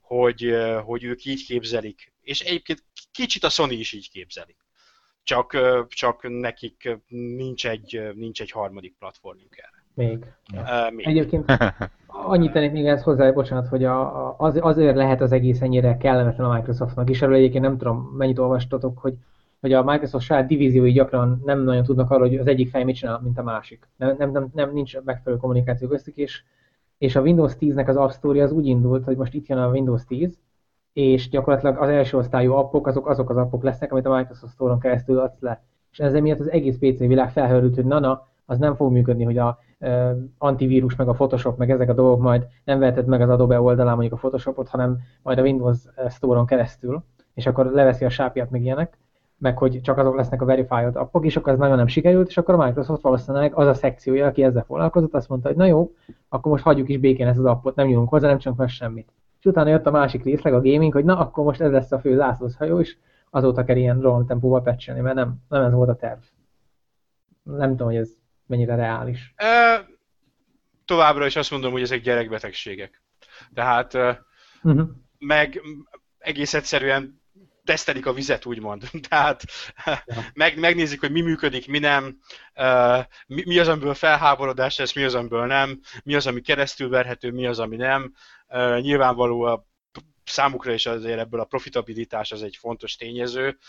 hogy ők így képzelik. És egyébként kicsit a Sony is így képzeli. Csak nekik nincs egy harmadik platformjuk erre. Még. Még. Egyébként annyit tennék még ezt hozzá, bocsánat, hogy azért lehet az egész ennyire kellemetlen a Microsoftnak is. Erről egyébként nem tudom, mennyit olvastatok, hogy a Microsoft saját divíziói gyakran nem nagyon tudnak arról, hogy az egyik fej mit csinál, mint a másik. Nincs megfelelő kommunikáció köztük, és a Windows 10-nek az App Store az úgy indult, hogy most itt jön a Windows 10, és gyakorlatilag az első osztályú appok, azok az appok lesznek, amit a Microsoft Store-on keresztül adsz le. És ezzel miatt az egész PC világ felhőrült, hogy az nem fog működni, hogy a antivírus, meg a Photoshop, meg ezek a dolgok majd nem veheted meg az Adobe oldalán mondjuk a Photoshopot, hanem majd a Windows Store-on keresztül, és akkor leveszi a sápját meg ilyenek, meg hogy csak azok lesznek a verified appok, és akkor ez nagyon nem sikerült, és akkor a Microsoft valószínűleg az a szekciója, aki ezzel foglalkozott, azt mondta, hogy na jó, akkor most hagyjuk is békén ezt az appot, nem nyúlunk hozzá, nem csinálunk meg semmit. És utána jött a másik részleg, a gaming, hogy na, akkor most ez lesz a fő zászlóshajó, és azóta kell ilyen rohamtempóval patchelni, mert nem ez volt a terv. Nem tudom, hogy ez mennyire reális. Továbbra is azt mondom, hogy ezek gyerekbetegségek. Tehát meg egész egyszerűen tesztelik a vizet, úgymond. Tehát megnézik, hogy mi működik, mi nem, mi az, amiből felháborodás lesz, mi az, amiből nem, mi az, ami keresztülverhető, mi az, ami nem. Nyilvánvaló a számukra is azért ebből a profitabilitás az egy fontos tényező.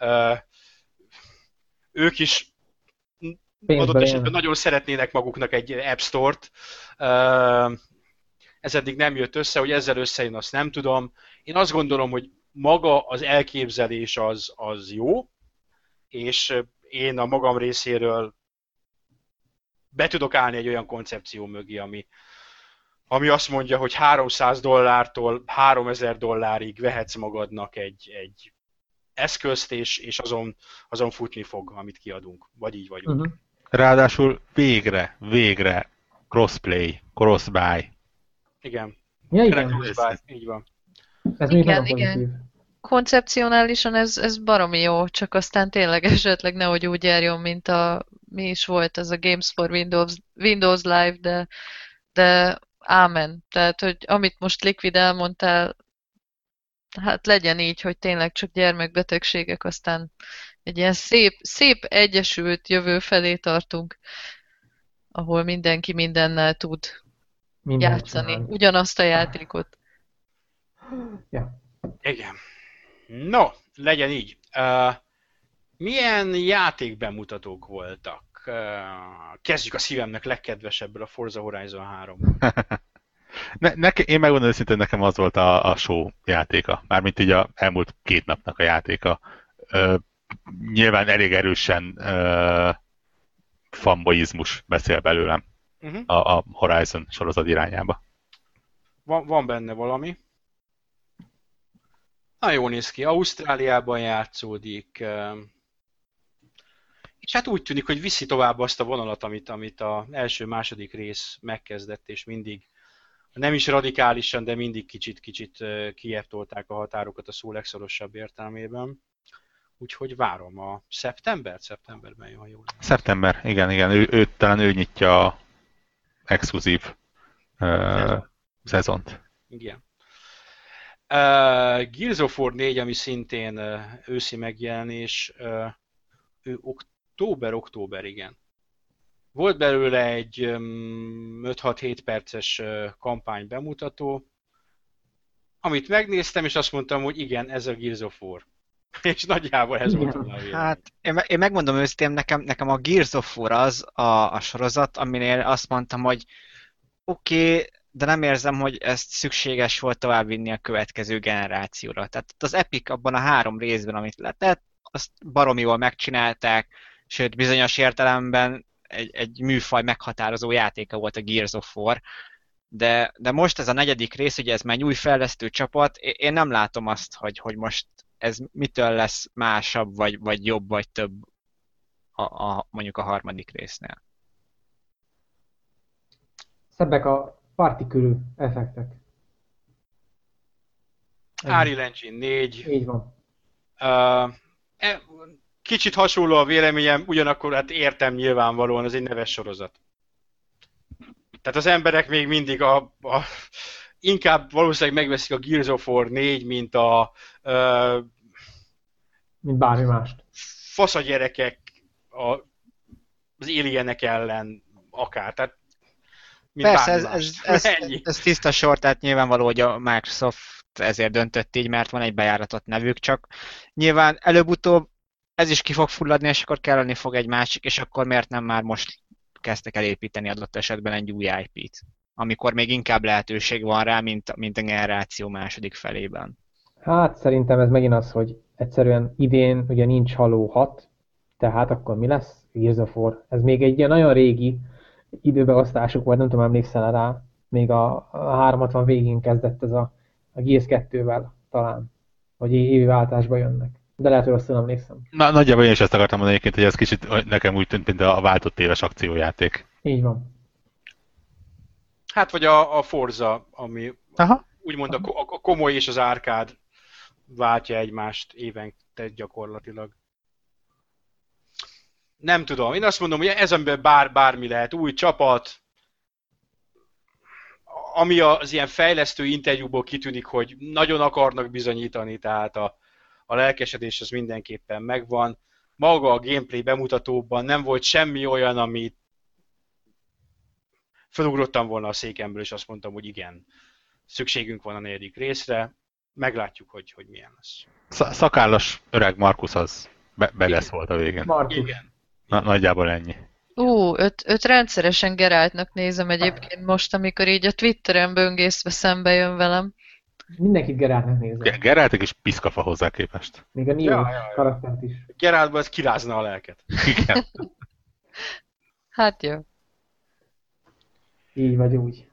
Ők is adott esetben nagyon szeretnének maguknak egy App Store-t. Ez eddig nem jött össze, hogy ezzel összejön, azt nem tudom. Én azt gondolom, hogy maga az elképzelés az jó, és én a magam részéről be tudok állni egy olyan koncepció mögé, ami azt mondja, hogy $300-tól $3000 vehetsz magadnak egy eszközt, és azon futni fog, amit kiadunk. Vagy így vagyunk. Ráadásul végre crossplay, crossbuy. Igen. Ja, igen. Crossbuy, így van. Ez igen. Koncepcionálisan ez baromi jó, csak aztán tényleg esetleg nehogy úgy járjon, mint mi is volt ez a Games for Windows Live, de ámen. Tehát, hogy amit most Liquid elmondtál, hát legyen így, hogy tényleg csak gyermekbetegségek, aztán egy ilyen szép egyesült jövő felé tartunk, ahol mindenki mindennel tud játszani. Ugyanazt a játékot. Ja. Igen. No, legyen így. Milyen játékbemutatók voltak? Kezdjük a szívemnek legkedvesebből, a Forza Horizon 3. Én megmondom őszintén, nekem az volt a show játéka. Mármint így a elmúlt 2 napnak a játéka. Nyilván elég erősen fanboizmus beszél belőlem a Horizon sorozat irányába. Van benne valami. Nagyon jól néz ki. Ausztráliában játszódik. És hát úgy tűnik, hogy viszi tovább azt a vonalat, amit az első-második rész megkezdett, és mindig, nem is radikálisan, de mindig kicsit kijebb tolták a határokat a szó legszorosabb értelmében. Úgyhogy várom a szeptemberben jön, ha jól. Szeptember, igen. Talán ő nyitja a exkluzív szezont. Igen. Gears of War 4, ami szintén őszi megjelenés, ő október, igen. Volt belőle egy 5-6-7 perces kampány bemutató, amit megnéztem, és azt mondtam, hogy igen, ez a Gears of War. És nagyjából ez volt a vélemény. Hát, én megmondom őszintén, nekem a Gears of War az a sorozat, aminél azt mondtam, hogy oké, de nem érzem, hogy ezt szükséges volt továbbvinni a következő generációra. Tehát az Epic abban a 3 részben, amit letett, azt baromi jól megcsinálták, sőt bizonyos értelemben egy műfaj meghatározó játéka volt a Gears of War. De most ez a 4. rész, ugye ez már egy új fejlesztő csapat, én nem látom azt, hogy most ez mitől lesz másabb, vagy jobb, vagy több mondjuk a 3. résznél. Szebbek a partikülű effektek. Unreal Engine 4. Így van. Kicsit hasonló a véleményem, ugyanakkor hát értem nyilvánvalóan, ez egy neves sorozat. Tehát az emberek még mindig inkább valószínűleg megveszik a Gears of War 4, mint mint bármi mást. faszagyerekek az alienek ellen akár. Tehát, mint Persze, bármi más. Ennyi. ez tiszta sor, tehát nyilvánvaló, hogy a Microsoft ezért döntött így, mert van egy bejáratott nevük, csak nyilván előbb-utóbb ez is ki fog fulladni, és akkor kelleni fog egy másik, és akkor miért nem már most kezdtek el építeni adott esetben egy új IP-t, amikor még inkább lehetőség van rá, mint a generáció második felében. Hát szerintem ez megint az, hogy egyszerűen idén ugye nincs Halo 6, tehát akkor mi lesz? Gears of War. Ez még egy ilyen nagyon régi időbeosztásuk volt, nem tudom, emlékszel rá. Még a 360 végén kezdett ez a Gears 2-vel talán, hogy évi váltásba jönnek. De lehet, hogy rosszul emlékszem. Nagyjából én is ezt akartam mondani egyébként, hogy ez kicsit nekem úgy tűnt, mint a váltott éves akciójáték. Így van. Hát vagy a Forza, ami Aha. úgymond a komoly és az árkád váltja egymást évente gyakorlatilag. Nem tudom, én azt mondom, hogy ez amiben bármi lehet, új csapat, ami az ilyen fejlesztő interjúból kitűnik, hogy nagyon akarnak bizonyítani, tehát a lelkesedés az mindenképpen megvan. Maga a gameplay bemutatóban nem volt semmi olyan, amit felugrottam volna a székemből, és azt mondtam, hogy igen, szükségünk van a 4. részre, meglátjuk, hogy milyen lesz. Szakállas öreg Markus az lesz volt a végén. Markus. Igen. Nagyjából ennyi. Őt rendszeresen Geraltnak nézem egyébként most, amikor így a Twitteren böngészve szembe jön velem. Mindenkit Geráltnak nézem. Geralt egy kis piszkafa hozzá képest. Még a Neo karaktert is. Geráltból ez kirázna a lelket. Igen. Hát jó. Így vagy úgy.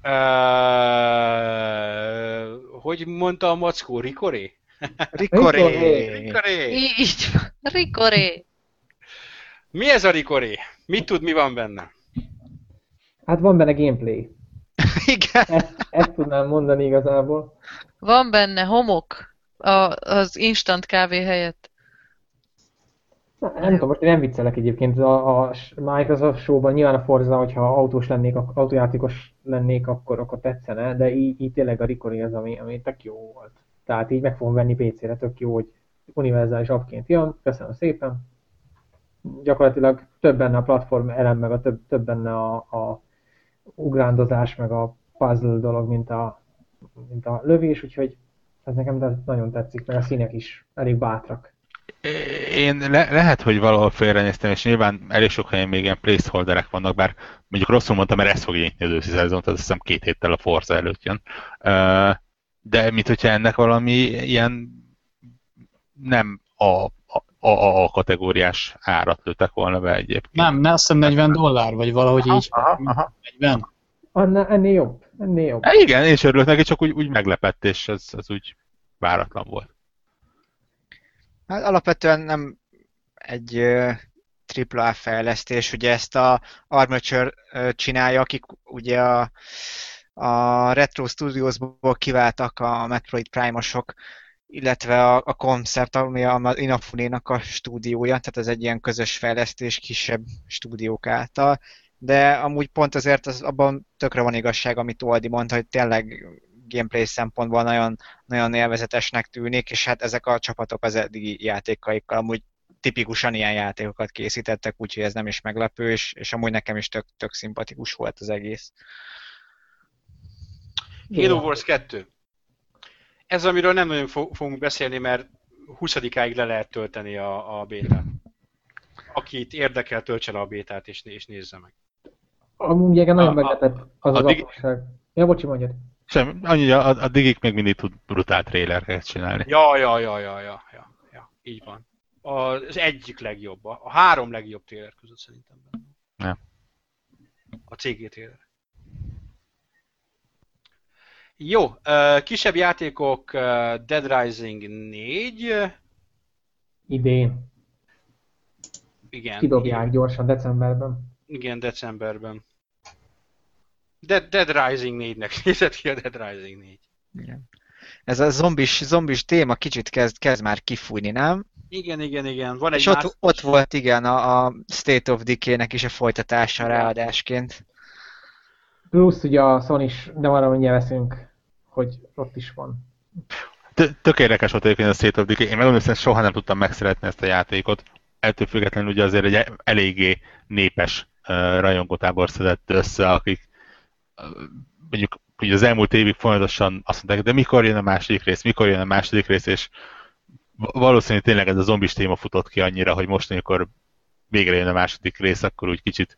Hogy mondta a mackó? Rikoré? Rikoré! Így van. Rikoré. Mi ez a Rikoré? Mit tud, mi van benne? Hát van benne gameplay. Igen. Ezt tudnám mondani igazából. Van benne homok az instant kávé helyett. Nem tudom, most én nem viccelek egyébként. A Microsoft Show-ban nyilván a Forza, hogyha autójátékos lennék, akkor tetszene, de így tényleg a Ricoh az, ami tök jó volt. Tehát így meg fogom venni PC-re, tök jó, hogy univerzális appként jön, köszönöm szépen. Gyakorlatilag több benne a platform elem, meg több benne a ugrándozás, meg a puzzle dolog, mint a lövés, úgyhogy ez nekem nagyon tetszik, meg a színek is elég bátrak. Én lehet, hogy valahol félrenéztem, és nyilván elég sok helyen még ilyen placeholderek vannak, bár mondjuk rosszul mondtam, mert ez fog nyitni az őszi szezon, tehát azt hiszem 2 héttel a Forza előtt jön. De mint hogyha ennek valami ilyen nem a kategóriás árat lőttek volna be egyébként. Nem, azt hiszem $40, vagy valahogy így. Aha. 40. Ennél jobb. Igen, én is örülök neki, csak úgy meglepett, és ez úgy váratlan volt. Hát alapvetően nem egy AAA fejlesztés, ugye ezt a Armature csinálja, akik ugye a Retro Studiosból kiváltak a Metroid Prime-osok, illetve a Concept, ami az Inafune-nak a stúdiója, tehát ez egy ilyen közös fejlesztés kisebb stúdiók által, de amúgy pont azért abban tökre van igazság, amit Oldi mondta, hogy tényleg gameplay szempontból nagyon, nagyon élvezetesnek tűnik, és hát ezek a csapatok az eddigi játékaikkal amúgy tipikusan ilyen játékokat készítettek, úgyhogy ez nem is meglepő, és amúgy nekem is tök szimpatikus volt az egész. Halo Wars 2. Ez, amiről nem nagyon fogunk beszélni, mert 20-áig le lehet tölteni a bétát. Akit érdekel, töltse le a bétát és nézze meg. Amúgy igen, nagyon meglepett az apróság. Ja, bocsi, mondjad. Sem, annyi, a Digik még mindig tud brutál trailereket csinálni. Ja. Így van. Az egyik legjobb, a 3 legjobb trailer között szerintem. Ja. A CG trailer. Jó, kisebb játékok, Dead Rising 4. Idén. Igen. Kidobják gyorsan decemberben. Igen, decemberben. Dead Rising 4-nek nézett ki a Dead Rising 4. Igen. Ez a zombis téma kicsit kezd már kifújni, nem? Igen. Van egy és ott volt igen a State of Decay-nek is a folytatása ráadásként. Plusz ugye a Sony is, de arra mindjárt veszünk, hogy ott is van. Tök érdekes volt egyébként a State of Decay. Én megmondom, hogy soha nem tudtam megszeretni ezt a játékot. Ettől függetlenül ugye azért egy eléggé népes rajongótábor szedett össze, akik mondjuk ugye az elmúlt évig folyamatosan azt mondták, de mikor jön a második rész, és valószínűleg tényleg ez a zombis téma futott ki annyira, hogy most, amikor végre jön a második rész, akkor úgy kicsit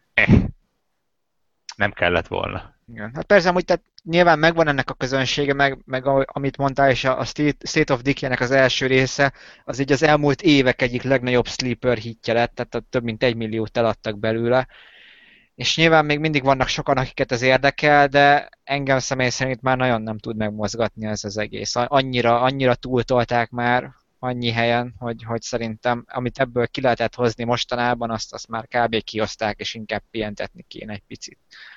nem kellett volna. Igen. Hát persze, amúgy tehát nyilván megvan ennek a közönsége, meg amit mondtál, és a State of Decay-nek az első része, az így az elmúlt évek egyik legnagyobb sleeper hitje lett, tehát több mint 1 milliót eladtak belőle. És nyilván még mindig vannak sokan, akiket ez érdekel, de engem személy szerint már nagyon nem tud megmozgatni ez az egész. Annyira túltolták már annyi helyen, hogy szerintem amit ebből ki lehetett hozni mostanában, azt már kb. Kioszták, és inkább pihentetni kéne egy picit.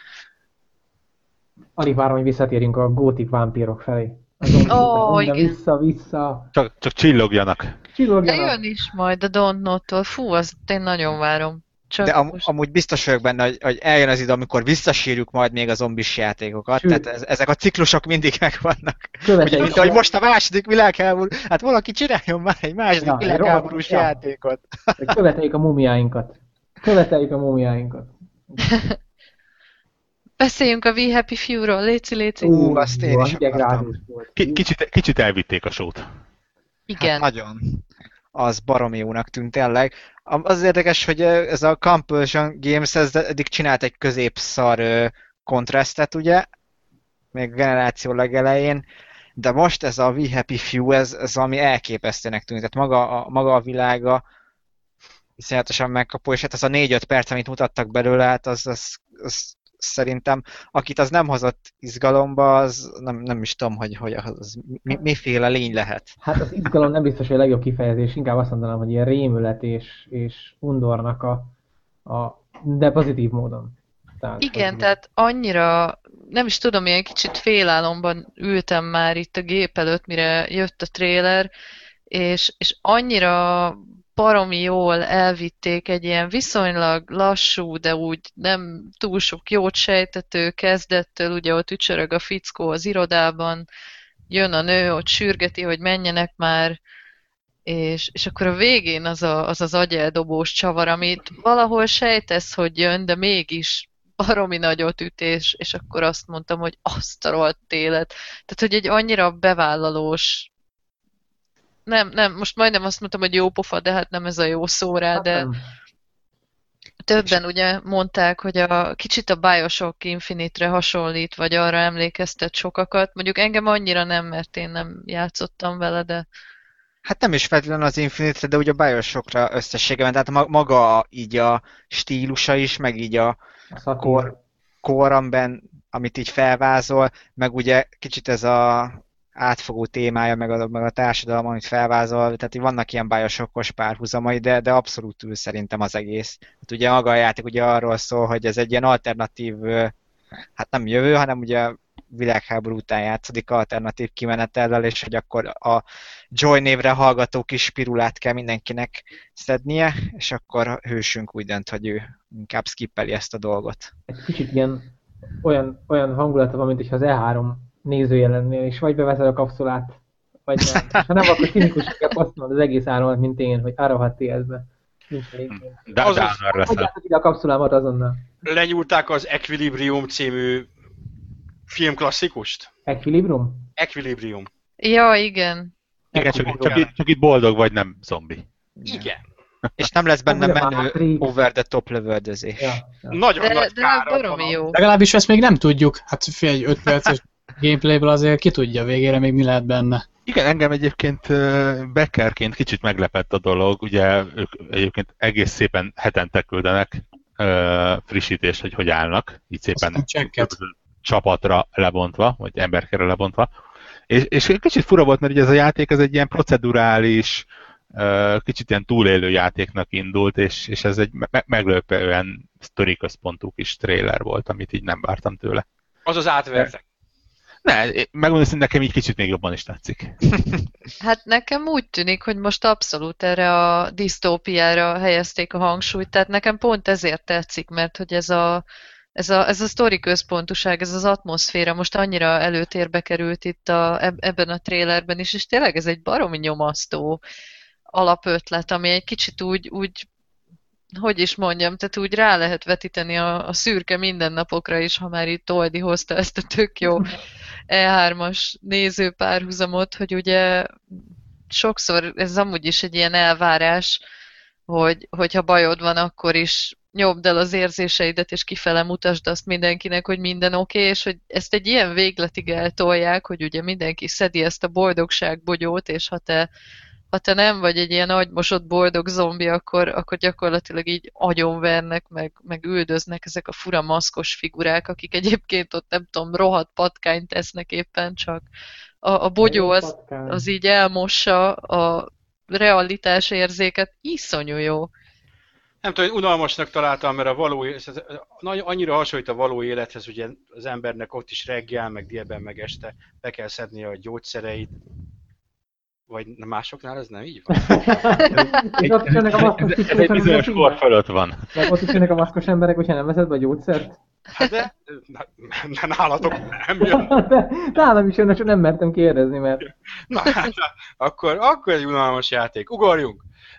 Alig várom, hogy visszatérjünk a gótik vámpírok felé. Igen. Vissza. Csak csillogjanak. De jön is majd a Don't Know-tól. Fú, azt én nagyon várom. Csak de most... amúgy biztos vagyok benne, hogy eljön az idő, amikor visszasírjuk majd még a zombis játékokat. Sőt. Tehát ezek a ciklusok mindig megvannak. Követeljük. Mint ahogy most a második világháború, hát valaki csináljon már egy második világháborús játékot. Követeljük a mumiáinkat. Beszéljünk a We Happy Few-ról, léci. Azt én is akartam. Kicsit elvitték a sót. Igen. Hát nagyon. Az baromi jónak tűnt tényleg. Az érdekes, hogy ez a Compulsion Games ez eddig csinált egy középszar kontrasztet, ugye? Még a generáció legelején. De most ez a We Happy Few, ez valami elképesztőnek tűnt. Tehát maga a világa iszonyatosan megkapó, és hát az a 4-5 perc, amit mutattak belőle, hát az szerintem, akit az nem hozott izgalomba, az nem is tudom, hogy az miféle lény lehet. Hát az izgalom nem biztos, hogy a legjobb kifejezés, inkább azt mondanám, hogy ilyen rémület és undornak de pozitív módon. Tehát annyira, nem is tudom, ilyen kicsit félálomban ültem már itt a gép előtt, mire jött a trailer, és annyira baromi jól elvitték egy ilyen viszonylag lassú, de úgy nem túl sok jót sejtető kezdettől, ugye ott ücsörög a fickó az irodában, jön a nő, ott sürgeti, hogy menjenek már, és akkor a végén az agyeldobós csavar, amit valahol sejtesz, hogy jön, de mégis baromi nagyot üt, és akkor azt mondtam, hogy azt a rohadt élet. Tehát, hogy egy annyira bevállalós nem, most majdnem azt mondtam, hogy jó pofa, de hát nem ez a jó szó rá, de többen ugye mondták, hogy kicsit a Bioshock Infinite-re hasonlít, vagy arra emlékeztet sokakat. Mondjuk engem annyira nem, mert én nem játszottam vele, de... Hát nem is feltétlenül az Infinite-re, de ugye a Bioshockra összességében, tehát maga így a stílusa is, meg így a korramben, amit így felvázol, meg ugye kicsit ez a átfogó témája, meg a társadalom, amit felvázol, tehát vannak ilyen Bioshockos párhuzamai, de abszolút ül szerintem az egész. Hát ugye maga a játék ugye arról szól, hogy ez egy ilyen alternatív, hát nem jövő, hanem ugye világháború után játszódik alternatív kimenetellel, és hogy akkor a Joy névre hallgató kis spirulát kell mindenkinek szednie, és akkor a hősünk úgy dönt, hogy ő inkább skippeli ezt a dolgot. Egy kicsit ilyen olyan hangulata van, mint hogyha az E3 nézőjelennél, és vagy bevezed a kapszulát, vagy nem. Ha nem, akkor cinikusnak kell használod az egész áramat, mint én, hogy árahat TS-be. De hagyjátok ide a kapszulámat azonnal. Lenyúlták az Equilibrium című filmklasszikust? Equilibrium? Ja, igen. Igen, csak itt boldog vagy, nem zombi. Igen. És nem lesz benne menő over the top lövöldözés. Ja. Nagyon nagy kára baromi jó. Legalábbis ezt még nem tudjuk. Hát fél egy 5 perces gameplayből azért ki tudja végére még mi lehet benne. Igen, engem egyébként backerként kicsit meglepett a dolog. Ugye ők egyébként egész szépen hetente küldenek frissítést, hogy állnak. Így szépen csapatra lebontva, vagy emberkére lebontva. És kicsit fura volt, mert ugye ez a játék ez egy ilyen procedurális, kicsit ilyen túlélő játéknak indult, és ez egy meglepően sztori központú kis trailer volt, amit így nem vártam tőle. Az átvertek. Ne, megmondom, hogy nekem így kicsit még jobban is tetszik. Hát nekem úgy tűnik, hogy most abszolút erre a disztópiára helyezték a hangsúlyt, tehát nekem pont ezért tetszik, mert hogy ez a ez a sztori központuság, ez az atmoszféra most annyira előtérbe került itt ebben a trélerben is, és tényleg ez egy baromi nyomasztó alapötlet, ami egy kicsit úgy hogy is mondjam, tehát úgy rá lehet vetíteni a szürke mindennapokra is, ha már itt Toldi hozta ezt a tök jó E3-as nézőpárhuzamot, hogy ugye sokszor ez amúgy is egy ilyen elvárás, hogyha bajod van, akkor is nyomd el az érzéseidet, és kifele mutasd azt mindenkinek, hogy minden oké, és hogy ezt egy ilyen végletig eltolják, hogy ugye mindenki szedi ezt a boldogságbogyót, és ha te nem vagy egy ilyen agymosott boldog zombi, akkor gyakorlatilag így agyonvernek, meg üldöznek ezek a fura maszkos figurák, akik egyébként ott nem tudom, rohadt patkányt tesznek éppen csak. A bogyó az így elmossa a realitás érzéket, iszonyú jó. Nem tudom, én unalmasnak találtam, mert annyira hasonlít a való élethez, ugye az embernek ott is reggel, meg délben, meg este be kell szednie a gyógyszereit. Vagy másoknál ez nem így van? És ott is jönnek a maszkos Ez egy bizonyos kor fölött van. Meg ott is jönnek a maszkos emberek, hogyha nem veszed be a gyógyszert. Hát de nálatok nem jön. Nálam is jön, csak nem mertem kérdezni, mert... Na hát, akkor egy unalmas játék. Ugorjunk!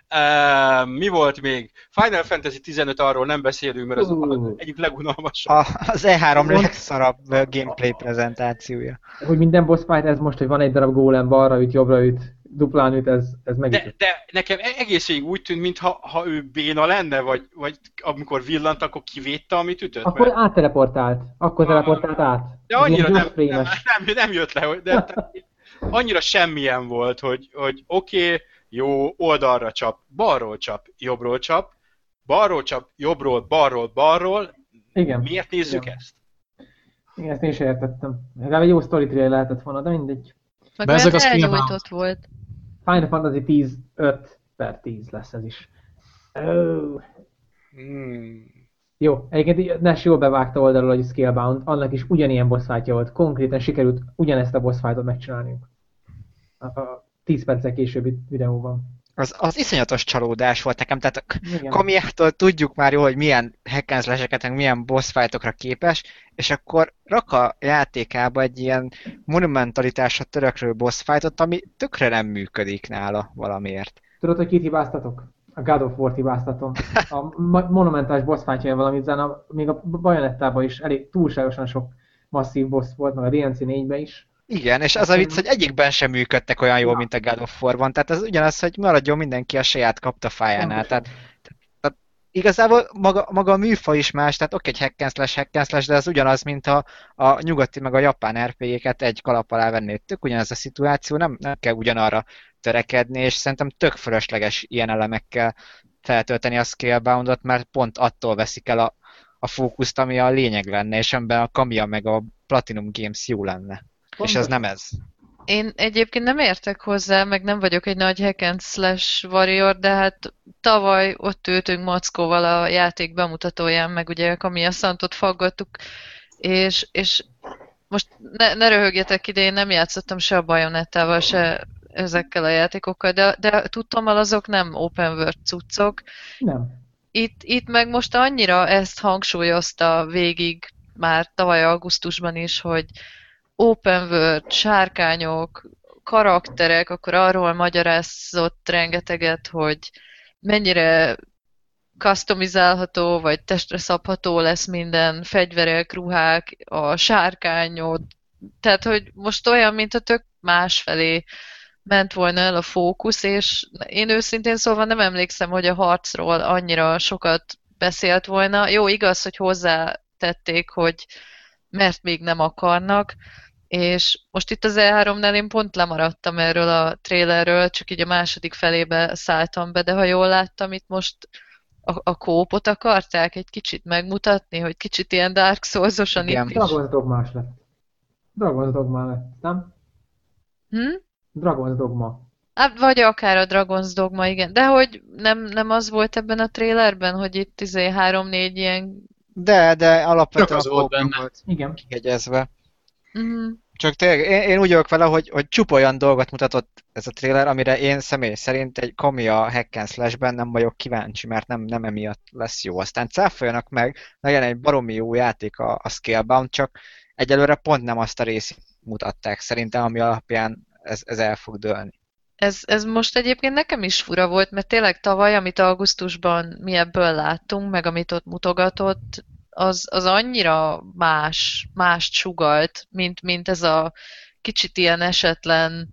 Mi volt még? Final Fantasy 15, arról nem beszélünk, mert az egyik legunalmasabb. Az E3 legszarabb gameplay prezentációja. Hogy minden boss fight, ez most, hogy van egy darab gólem, balra üt, jobbra üt, duplán üt, ez megüt. De nekem egész végig úgy tűnt, mintha ő béna lenne, vagy amikor villant, akkor kivédte, amit ütött. Akkor átteleportált. Akkor teleportált át. De annyira nem jött le, de annyira semmilyen volt, hogy oké, jó, oldalra csap, balról csap, jobbról csap, balról csap, jobbról, balról. Igen. Miért nézzük Igen. ezt? Igen, ezt én is értettem. Legalább egy jó story trail lehetett volna, de mindegy. Meg olyan elnyújtott volt. Final Fantasy 10 5/10 lesz ez is. Jó, egyébként Nash jól bevágta oldalról, hogy Scalebound, annak is ugyanilyen boss fightja volt. Konkrétan sikerült ugyanezt a boss fightot megcsinálniuk. A 10 perccel későbbi videóban. Az iszonyatos csalódás volt nekem, tehát Igen. Kamiától tudjuk már jól, hogy milyen hack and slash-eket, meg milyen boss fightokra képes, és akkor rak a játékába egy ilyen monumentalitásra törökrő boss fightot, ami tökre nem működik nála valamiért. Tudod, hogy kit hibáztatok? A God of War-t hibáztatom. A monumentális boss fightja valamit, még a Bayonettában is elég túlságosan sok masszív boss volt, meg a DMC 4-ben is. Igen, és az a vicc, hogy egyikben sem működtek olyan jól, mint a God of War-ban. Tehát ez ugyanaz, hogy maradjon mindenki a saját kaptafájánál. Tehát igazából maga a műfaj is más, tehát oké, egy hack and slash, de az ugyanaz, mint a nyugati meg a japán RPG-ket egy kalap alá vennéd. Tök ugyanaz a szituáció, nem kell ugyanarra törekedni, és szerintem tök fölösleges ilyen elemekkel feltölteni a Scaleboundot, mert pont attól veszik el a fókuszt, ami a lényeg lenne, és amiben a Kamiya meg a Platinum Games jó lenne. És ez nem ez. Én egyébként nem értek hozzá, meg nem vagyok egy nagy hack and slash warrior, de hát tavaly ott ültünk Mackóval a játék bemutatóján, meg ugye Kamiya Santot faggattuk, és most ne röhögjetek ide, én nem játszottam se a Bayonettával, se ezekkel a játékokkal, de tudtommal azok nem open world cuccok. Nem. Itt meg most annyira ezt hangsúlyozta végig, már tavaly augusztusban is, hogy open world, sárkányok, karakterek, akkor arról magyarázott rengeteget, hogy mennyire customizálható, vagy testre szabható lesz minden, fegyverek, ruhák, a sárkányod, tehát, hogy most olyan, mint a tök másfelé ment volna el a fókusz, és én őszintén szólva nem emlékszem, hogy a harcról annyira sokat beszélt volna. Jó, igaz, hogy hozzátették, hogy mert még nem akarnak, és most itt az E3-nál én pont lemaradtam erről a trailerről, csak így a második felébe szálltam be, de ha jól láttam, itt most a kópot akarták egy kicsit megmutatni, hogy kicsit ilyen Dark Souls-osan itt is. Dragon's Dogma lett. Dragon's Dogma lett, nem? Dragon's Dogma. Hát, vagy akár a Dragon's Dogma, igen. De hogy nem az volt ebben a trailerben, hogy itt 3-4 ilyen... De alapvetően az volt benne. volt Igen. kihegyezve. Csak tényleg, én úgy vagyok vele, hogy csupa olyan dolgot mutatott ez a trailer, amire én személy szerint egy Kamiya hack and slash-ben nem vagyok kíváncsi, mert nem emiatt lesz jó. Aztán cáfoljanak meg, legyen egy baromi jó játék a Scalebound, csak egyelőre pont nem azt a részét mutatták szerintem, ami alapján ez el fog dőlni. Ez most egyébként nekem is fura volt, mert tényleg tavaly, amit augusztusban mi ebből láttunk, meg amit ott mutogatott, az annyira mást sugalt, mint ez a kicsit ilyen esetlen,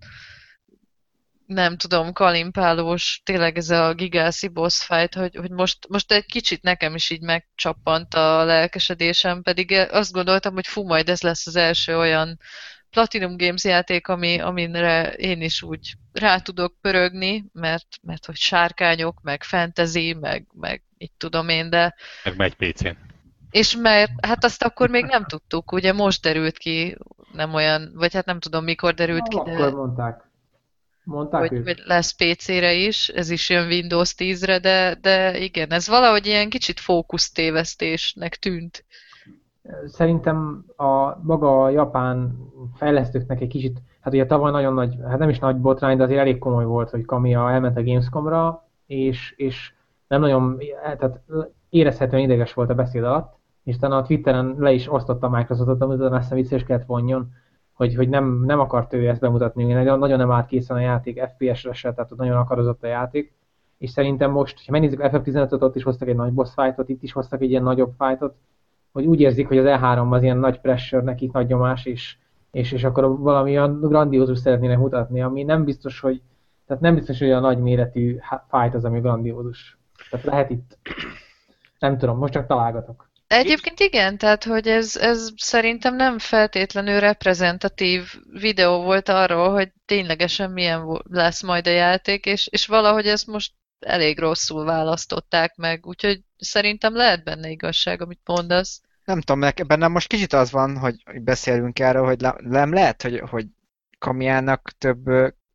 nem tudom, kalimpálós, tényleg ez a gigászi boss fight, hogy most egy kicsit nekem is így megcsappant a lelkesedésem, pedig azt gondoltam, hogy fú, majd ez lesz az első olyan Platinum Games játék, amire én is úgy rá tudok pörögni, mert hogy sárkányok, meg fantasy, meg így tudom én, de... Meg megy PC-n. És mert hát azt akkor még nem tudtuk, ugye most derült ki, nem olyan, vagy hát nem tudom mikor derült ki, Akkor mondták hogy lesz PC-re is, ez is jön Windows 10-re, de igen, ez valahogy ilyen kicsit fókusztévesztésnek tűnt. Szerintem maga a japán fejlesztőknek egy kicsit, hát ugye tavaly nagyon nagy, hát nem is nagy botrány, de azért elég komoly volt, hogy Kamiya elment a Gamescomra, és nem nagyon, tehát érezhetően ideges volt a beszéd alatt, és utána a Twitteren le is osztotta a Microsoftot, amit aztán vissza is kellett vonjon, hogy nem akart ő ezt bemutatni, nagyon nem állt készen a játék FPS-re se, tehát nagyon akarozott a játék, és szerintem most, ha megnézzük a FF15-öt, ott is hoztak egy nagy boss fightot, itt is hoztak egy ilyen nagyobb fightot, hogy úgy érzik, hogy az E3 az ilyen nagy pressure, nekik nagy nyomás, és akkor valami olyan grandiózus szeretnének mutatni, ami nem biztos, hogy a nagy méretű fight az, ami grandiózus. Tehát lehet itt, nem tudom, most csak találgatok. Egyébként igen, tehát hogy ez szerintem nem feltétlenül reprezentatív videó volt arról, hogy ténylegesen milyen lesz majd a játék, és valahogy ezt most elég rosszul választották meg, úgyhogy szerintem lehet benne igazság, amit mondasz. Nem tudom, bennem most kicsit az van, hogy beszélünk erről, hogy nem lehet, hogy Kamiyának több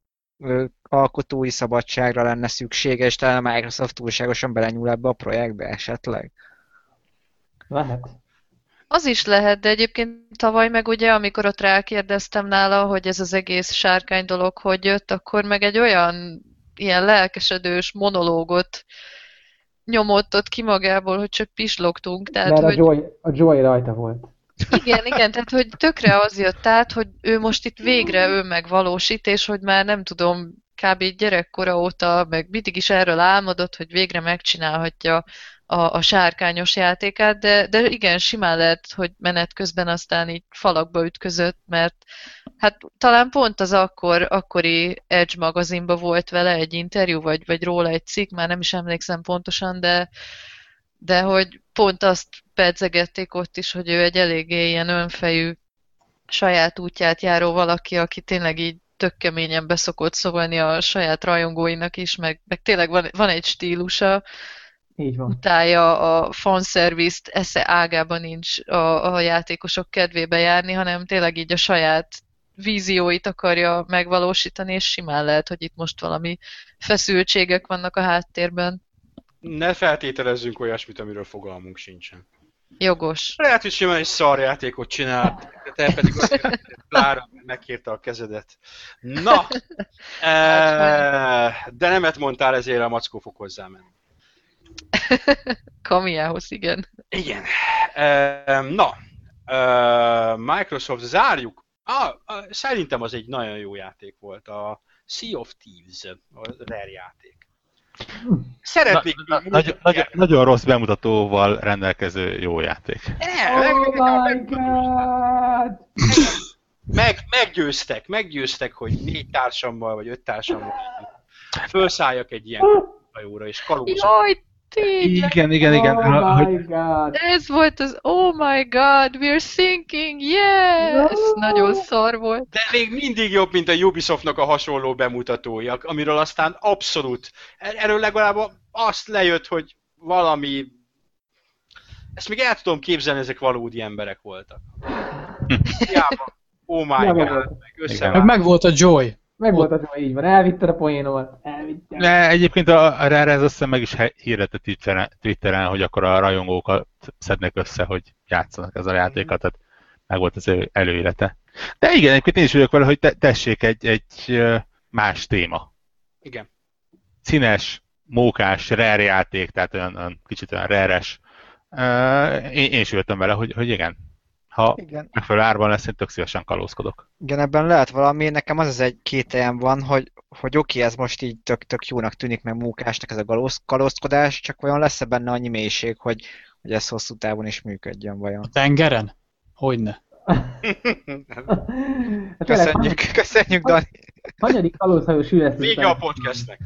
alkotói szabadságra lenne szüksége, és talán a Microsoft túlságosan belenyúl ebbe a projektbe esetleg. Lehet. Az is lehet, de egyébként tavaly meg ugye, amikor ott rákérdeztem nála, hogy ez az egész sárkány dolog hogy jött, akkor meg egy olyan ilyen lelkesedős monológot nyomott ott ki magából, hogy csak pislogtunk. Tehát, mert a Joy rajta volt. Igen, tehát hogy tökre az jött át, hogy ő most itt végre ő megvalósít, és hogy már nem tudom, kb. Gyerekkora óta, meg mindig is erről álmodott, hogy végre megcsinálhatja a sárkányos játékát, de igen, simán lehet, hogy menet közben aztán így falakba ütközött, mert hát talán pont az akkori Edge magazinban volt vele egy interjú, vagy róla egy cikk, már nem is emlékszem pontosan, de hogy pont azt pedzegették ott is, hogy ő egy eléggé ilyen önfejű, saját útját járó valaki, aki tényleg így tök keményen beszokott szólni a saját rajongóinak is, meg tényleg van egy stílusa, így van. Utálja a fanservice-t, esze ágában nincs a játékosok kedvébe járni, hanem tényleg így a saját vízióit akarja megvalósítani, és simán lehet, hogy itt most valami feszültségek vannak a háttérben. Ne feltételezzünk olyasmit, amiről fogalmunk sincsen. Jogos. Lehet, hogy simán egy szarjátékot csinált, te pedig azért Klára megkérte a kezedet. Na! De nemet mondtál, ezért a mackó fog hozzámenni. Kamiyához, igen. Igen. Na, Microsoft zárjuk. Szerintem az egy nagyon jó játék volt. A Sea of Thieves, a Rare játék. Szeretnék... Nagyon rossz bemutatóval rendelkező jó játék. Oh my god! Meggyőztek, hogy 4 társammal, vagy 5 társammal felszálljak egy ilyen hajóra, és kalózok. Jaj, tényleg! Igen. Oh my god! Ez volt az oh my god, we're sinking, yes! Nagyon szar volt. De még mindig jobb, mint a Ubisoftnak a hasonló bemutatója, amiről aztán abszolút, erről legalább azt lejött, hogy valami, ezt még el tudom képzelni, ezek valódi emberek voltak. Hiába, oh my god, meg volt a Joy. Meg volt az, hogy így van, elvitted a poénomat. De egyébként a Rare ez aztán meg is hirdette Twitteren, hogy akkor a rajongókat szednek össze, hogy játszanak ezzel a játékkal. Tehát meg volt az előélete. De igen, egyébként én is vagyok vele, hogy tessék egy más téma. Igen. Színes, mókás, rare játék, tehát olyan kicsit olyan rare-es. Én is jöttem vele, hogy igen. Ha Igen. megfelelő árban lesz, én tök szívesen kalózkodok. Igen, ebben lehet valami. Nekem az egy kételjem van, hogy oké, ez most így tök jónak tűnik, meg mókásnak ez a kalózkodás, csak vajon lesz-e benne annyi mélység, hogy ez hosszú távon is működjön vajon? A tengeren? Hogyne. Köszönjük, Dani! Hanyadik kalózhajó süllyesztés? Vége a podcastnek.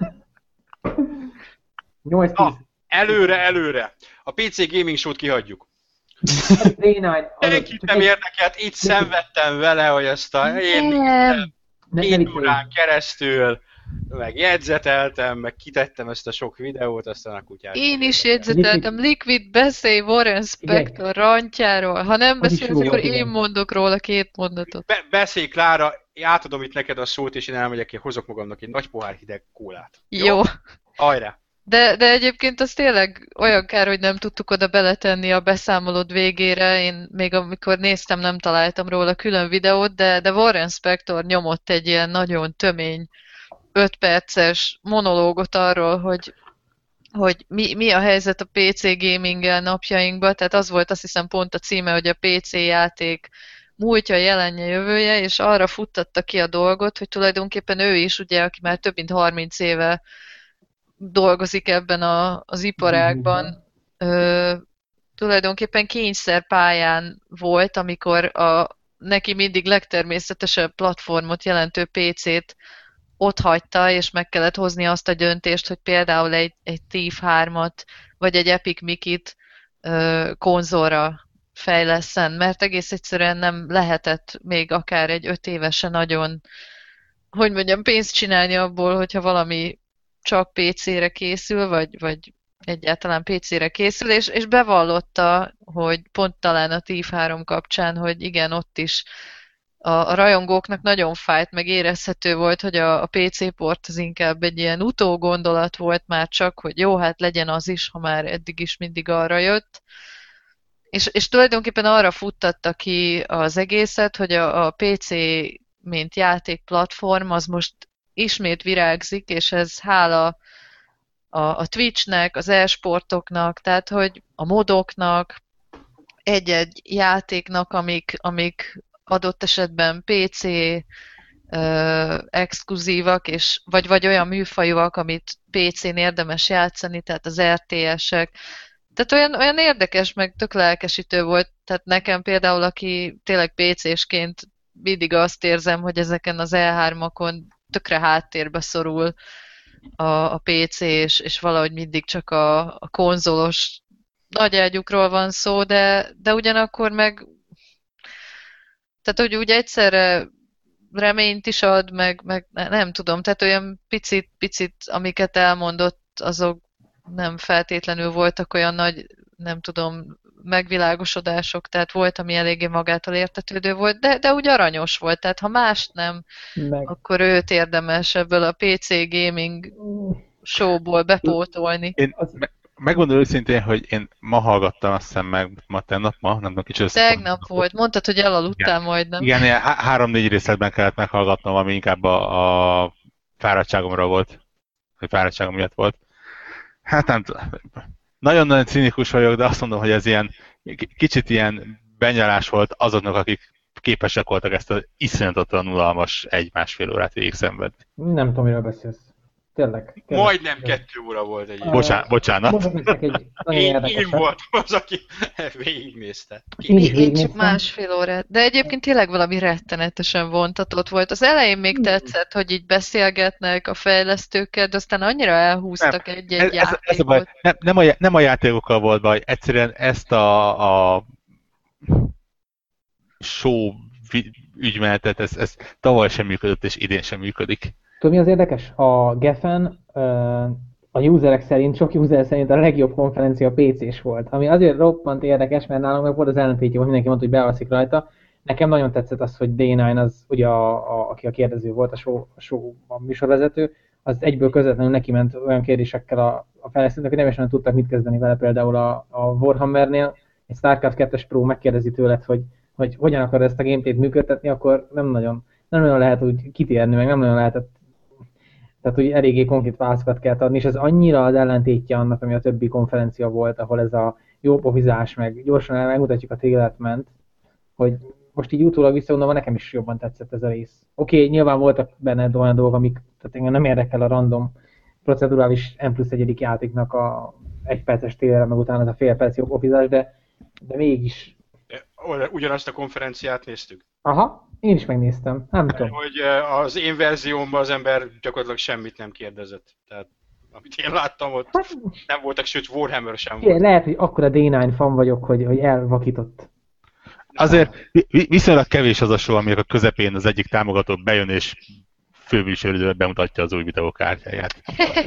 8-10. Előre. A PC Gaming Show-t kihagyjuk. D9. Senkit nem érdekelt, itt szenvedtem vele, hogy ezt a én Nem. 2 órán keresztül meg jegyzeteltem, meg kitettem ezt a sok videót, aztán a kutyát. Én is jegyzeteltem, Liquid beszélj Warren Spector rantjáról. Ha nem Az is beszélsz, jó, akkor igen. én mondok róla 2 mondatot. Beszélj, Klára, átadom itt neked a szót, és én elmegyek, én hozok magamnak egy nagy pohár hideg kólát. Jó. Hajrá! De egyébként az tényleg olyan kár, hogy nem tudtuk oda beletenni a beszámolód végére. Én még amikor néztem, nem találtam róla külön videót, de Warren Spector nyomott egy ilyen nagyon tömény 5 perces monológot arról, hogy mi a helyzet a PC gaminggel napjainkban. Tehát az volt, azt hiszem, pont a címe, hogy a PC játék múltja, jelenje, jövője, és arra futtatta ki a dolgot, hogy tulajdonképpen ő is, ugye, aki már több mint 30 éve dolgozik ebben az iparágban, tulajdonképpen kényszerpályán volt, amikor neki mindig legtermészetesebb platformot jelentő PC-t ott hagyta, és meg kellett hozni azt a döntést, hogy például egy Thief 3-at, vagy egy Epic Mickey-t konzolra fejlesszen, mert egész egyszerűen nem lehetett még akár egy 5 évesen nagyon, hogy mondjam, pénzt csinálni abból, hogyha valami csak PC-re készül, vagy egyáltalán PC-re készül, és bevallotta, hogy pont talán a Thief 3 kapcsán, hogy igen, ott is a rajongóknak nagyon fájt, meg érezhető volt, hogy a PC port az inkább egy ilyen utógondolat volt már csak, hogy jó, hát legyen az is, ha már eddig is mindig arra jött. És tulajdonképpen arra futtatta ki az egészet, hogy a PC mint játékplatform az most ismét virágzik, és ez hála a Twitchnek, az e-sportoknak, tehát hogy a modoknak, egy-egy játéknak, amik adott esetben PC exkluzívak, vagy olyan műfajúak, amit PC-n érdemes játszani, tehát az RTS-ek. Tehát olyan érdekes, meg tök lelkesítő volt. Tehát nekem például, aki tényleg PC-sként mindig azt érzem, hogy ezeken az E3-akon tökre háttérbe szorul a PC, és valahogy mindig csak a konzolos nagyágyukról van szó, de ugyanakkor meg tehát, hogy úgy egyszerre reményt is ad, meg nem tudom, tehát olyan picit, amiket elmondott, azok nem feltétlenül voltak olyan nagy, nem tudom, megvilágosodások, tehát volt, ami eléggé magától értetődő volt, de úgy aranyos volt, tehát ha mást nem, akkor őt érdemes ebből a PC gaming showból bepótolni. Én megmondom őszintén, hogy én ma hallgattam, azt hiszem tegnap, nem tudom, kicsit Tegnap volt, mondtad, hogy elaludtál majdnem. Igen, 3-4 részletben kellett meghallgatnom, ami inkább a fáradtságomra volt, hogy fáradtságom miatt volt. Hát nem tudom, nagyon-nagyon cinikus vagyok, de azt mondom, hogy ez ilyen, kicsit ilyen benyalás volt azoknak, akik képesek voltak ezt az iszonyatosan unalmas 1-1,5 órát végig szenvedni. Nem tudom, miről beszélsz. Tényleg. Majdnem 2 óra volt egy Bocsánat. Én voltam az, aki végignézte. Én csak 1,5 órát. De egyébként tényleg valami rettenetesen vontatott volt. Az elején még tetszett, hogy így beszélgetnek a fejlesztőkkel, de aztán annyira elhúztak egy-egy játékot. Nem a játékokkal volt baj, egyszerűen ezt a show ügymenetet, ez tavaly sem működött, és idén sem működik. Tudod, mi az érdekes? A Geffen a userek szerint, sok user szerint a legjobb konferencia PC-s volt. Ami azért roppant érdekes, mert nálunk meg volt az ellentétje, hogy mindenki mondta, hogy bealszik rajta. Nekem nagyon tetszett az, hogy D9 az, ugye aki a kérdező volt, a műsorvezető, az egyből közvetlenül neki ment olyan kérdésekkel a fejlesztőknek, hogy nem is tudtak mit kezdeni vele, például a Warhammernél. Egy StarCraft 2-es Pro megkérdezi tőled, hogy hogy hogyan akarod ezt a gameplayt működtetni, akkor nem nagyon lehet úgy kitérni, meg nem nagyon lehetett, tehát úgy eléggé konkrét válaszokat kell adni, és ez annyira az ellentétje annak, ami a többi konferencia volt, ahol ez a jó pofizás, meg gyorsan megmutatjuk a trailert ment, hogy most így utólag visszavonulva nekem is jobban tetszett ez a rész. Oké, nyilván voltak benne olyan dolgok, amik, tehát engem nem érdekel a random procedurális N+1 játéknak a egyperces trailer, meg utána az a fél perc jó pofizás, de mégis. Ugyanazt a konferenciát néztük. Aha, én is megnéztem, nem tudom. Hogy az én verziómban az ember gyakorlatilag semmit nem kérdezett. Tehát amit én láttam, ott nem voltak, sőt Warhammer sem volt. Lehet, hogy akkora D9 fan vagyok, hogy elvakított. Azért viszonylag kevés az a show, amikor a közepén az egyik támogató bejön és főműsoridőben bemutatja az új videókártyáját.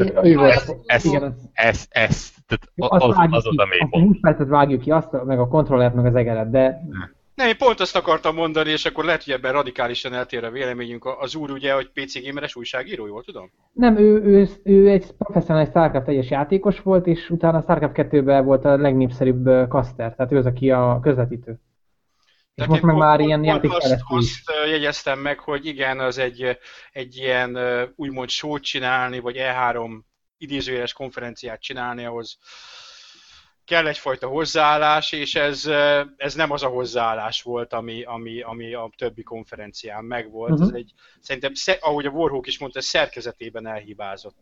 Az a mély pont. 20 percet vágjuk ki, azt, meg a kontrollert, meg az egeret, de... Nem, én pont azt akartam mondani, és akkor lehet, hogy ebben radikálisan eltér a véleményünk. Az úr ugye, hogy PC Gameres újságíró, jól tudom? Nem, ő egy professzionális StarCraft 1-es játékos volt, és utána a StarCraft 2-ben volt a legnépszerűbb caster, tehát ő az, aki a közvetítő. És most meg már ilyen játékfejlesztő is. Azt jegyeztem meg, hogy igen, az egy ilyen úgymond show-t csinálni, vagy E3 idézőjeles konferenciát csinálni, ahhoz kell egyfajta hozzáállás, és ez nem az a hozzáállás volt, ami a többi konferencián megvolt. Ez szerintem, ahogy a Warhawk is mondta, szerkezetében elhibázott.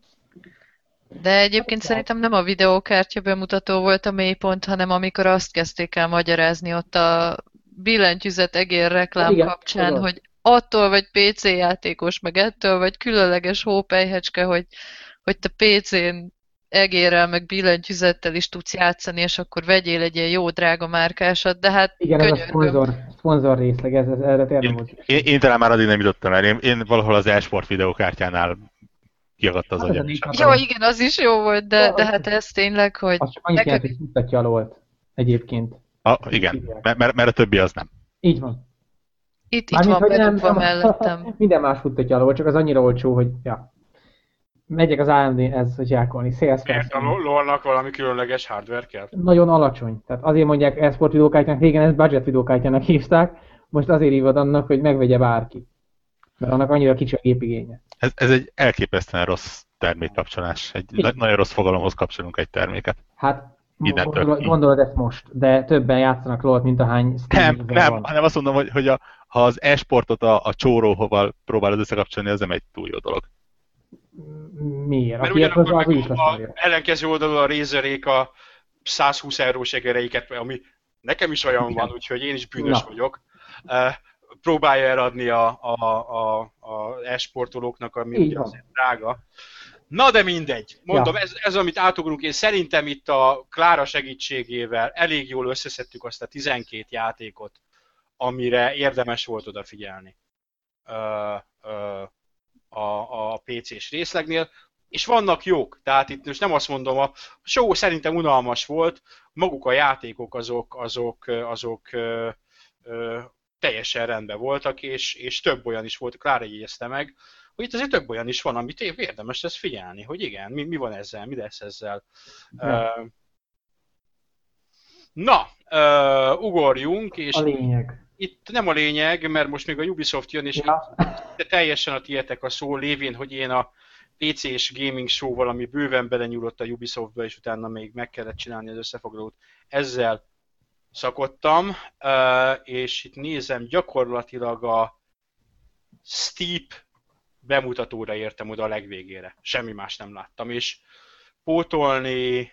De egyébként szerintem nem a videókártya bemutató volt a mélypont, hanem amikor azt kezdték el magyarázni ott a billentyűzet egér reklám kapcsán, hogy attól vagy PC játékos, meg ettől vagy különleges hópelyhecske, hogy te PC-n egérrel, meg billentyűzettel is tudsz játszani, és akkor vegyél egy ilyen jó drága márkásat, de hát igen, könyörgöm. ez a szponzor részleg, ez erre tényleg volt. Én talán már addig nem jutottam el, én valahol az e-sport videókártyánál kiagadt az agyam. Jó, igen, az is jó volt, de hát ez tényleg, hogy... Az csak annyit jelent, hogy futtatja volt egyébként. Igen, mert a többi az nem. Így van. Itt van bedugva mellettem. Minden más futtatja alól, csak az annyira olcsó, hogy ja. Megyek az AMD-hez, hogy jákolni. Miért a LoL-nak valami különleges hardware kell? Nagyon alacsony. Tehát azért mondják e-sport videókártyának, régen ezt budget videókártyának hívták, most azért hívod annak, hogy megvegye bárki. Mert annak annyira kicsi a gépigénye. Ez egy elképesztően rossz termékkapcsolás. Egy nagyon rossz fogalomhoz kapcsolunk egy terméket. Hát gondolod ezt most, de többen játszanak LoL-t, mint ahány nem, hanem azt mondom, hogy ha az e-sportot a csóróval próbálod összekapcsolni, az nem egy túl jó dolog. Miért? Mert ugyanakkor meg ellenkező oldalon a Razerék a 120 eurós egereiket, ami nekem is olyan van, úgyhogy én is bűnös vagyok. Próbálja eladni a e-sportolóknak, ami ugye azért drága. Na de mindegy. Mondom, ez amit átugrunk, én szerintem itt a Klára segítségével elég jól összeszedtük azt a 12 játékot, amire érdemes volt odafigyelni a PC-s részlegnél, és vannak jók, tehát itt most nem azt mondom, a show szerintem unalmas volt, maguk a játékok azok teljesen rendben voltak, és több olyan is volt, Klára jegyezte meg, hogy itt azért több olyan is van, amit érdemes lesz figyelni, hogy igen, mi van ezzel, mi lesz ezzel. Ugorjunk, és a lényeg. Itt nem a lényeg, mert most még a Ubisoft jön, és teljesen a tietek a szó, lévén, hogy én a PC-s gaming show-val, ami bőven belenyúlott a Ubisoftba, és utána még meg kellett csinálni az összefoglalót, ezzel szakadtam, és itt nézem, gyakorlatilag a Steep bemutatóra értem oda a legvégére. Semmi más nem láttam, és pótolni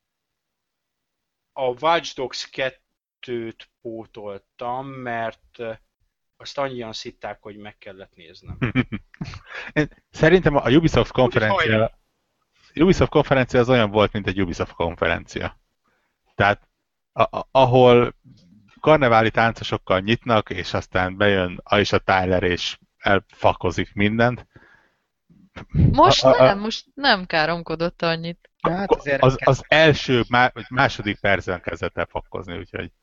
a Watch Dogs 2-t pótoltam, mert azt annyian szitták, hogy meg kellett néznem. Szerintem a Ubisoft konferencia az olyan volt, mint egy Ubisoft konferencia. Tehát ahol karneváli táncosokkal nyitnak, és aztán bejön Aisha Tyler, és elfakozik mindent. Most nem káromkodott annyit. Hát az első, vagy második percben kezdett el fakkozni, úgyhogy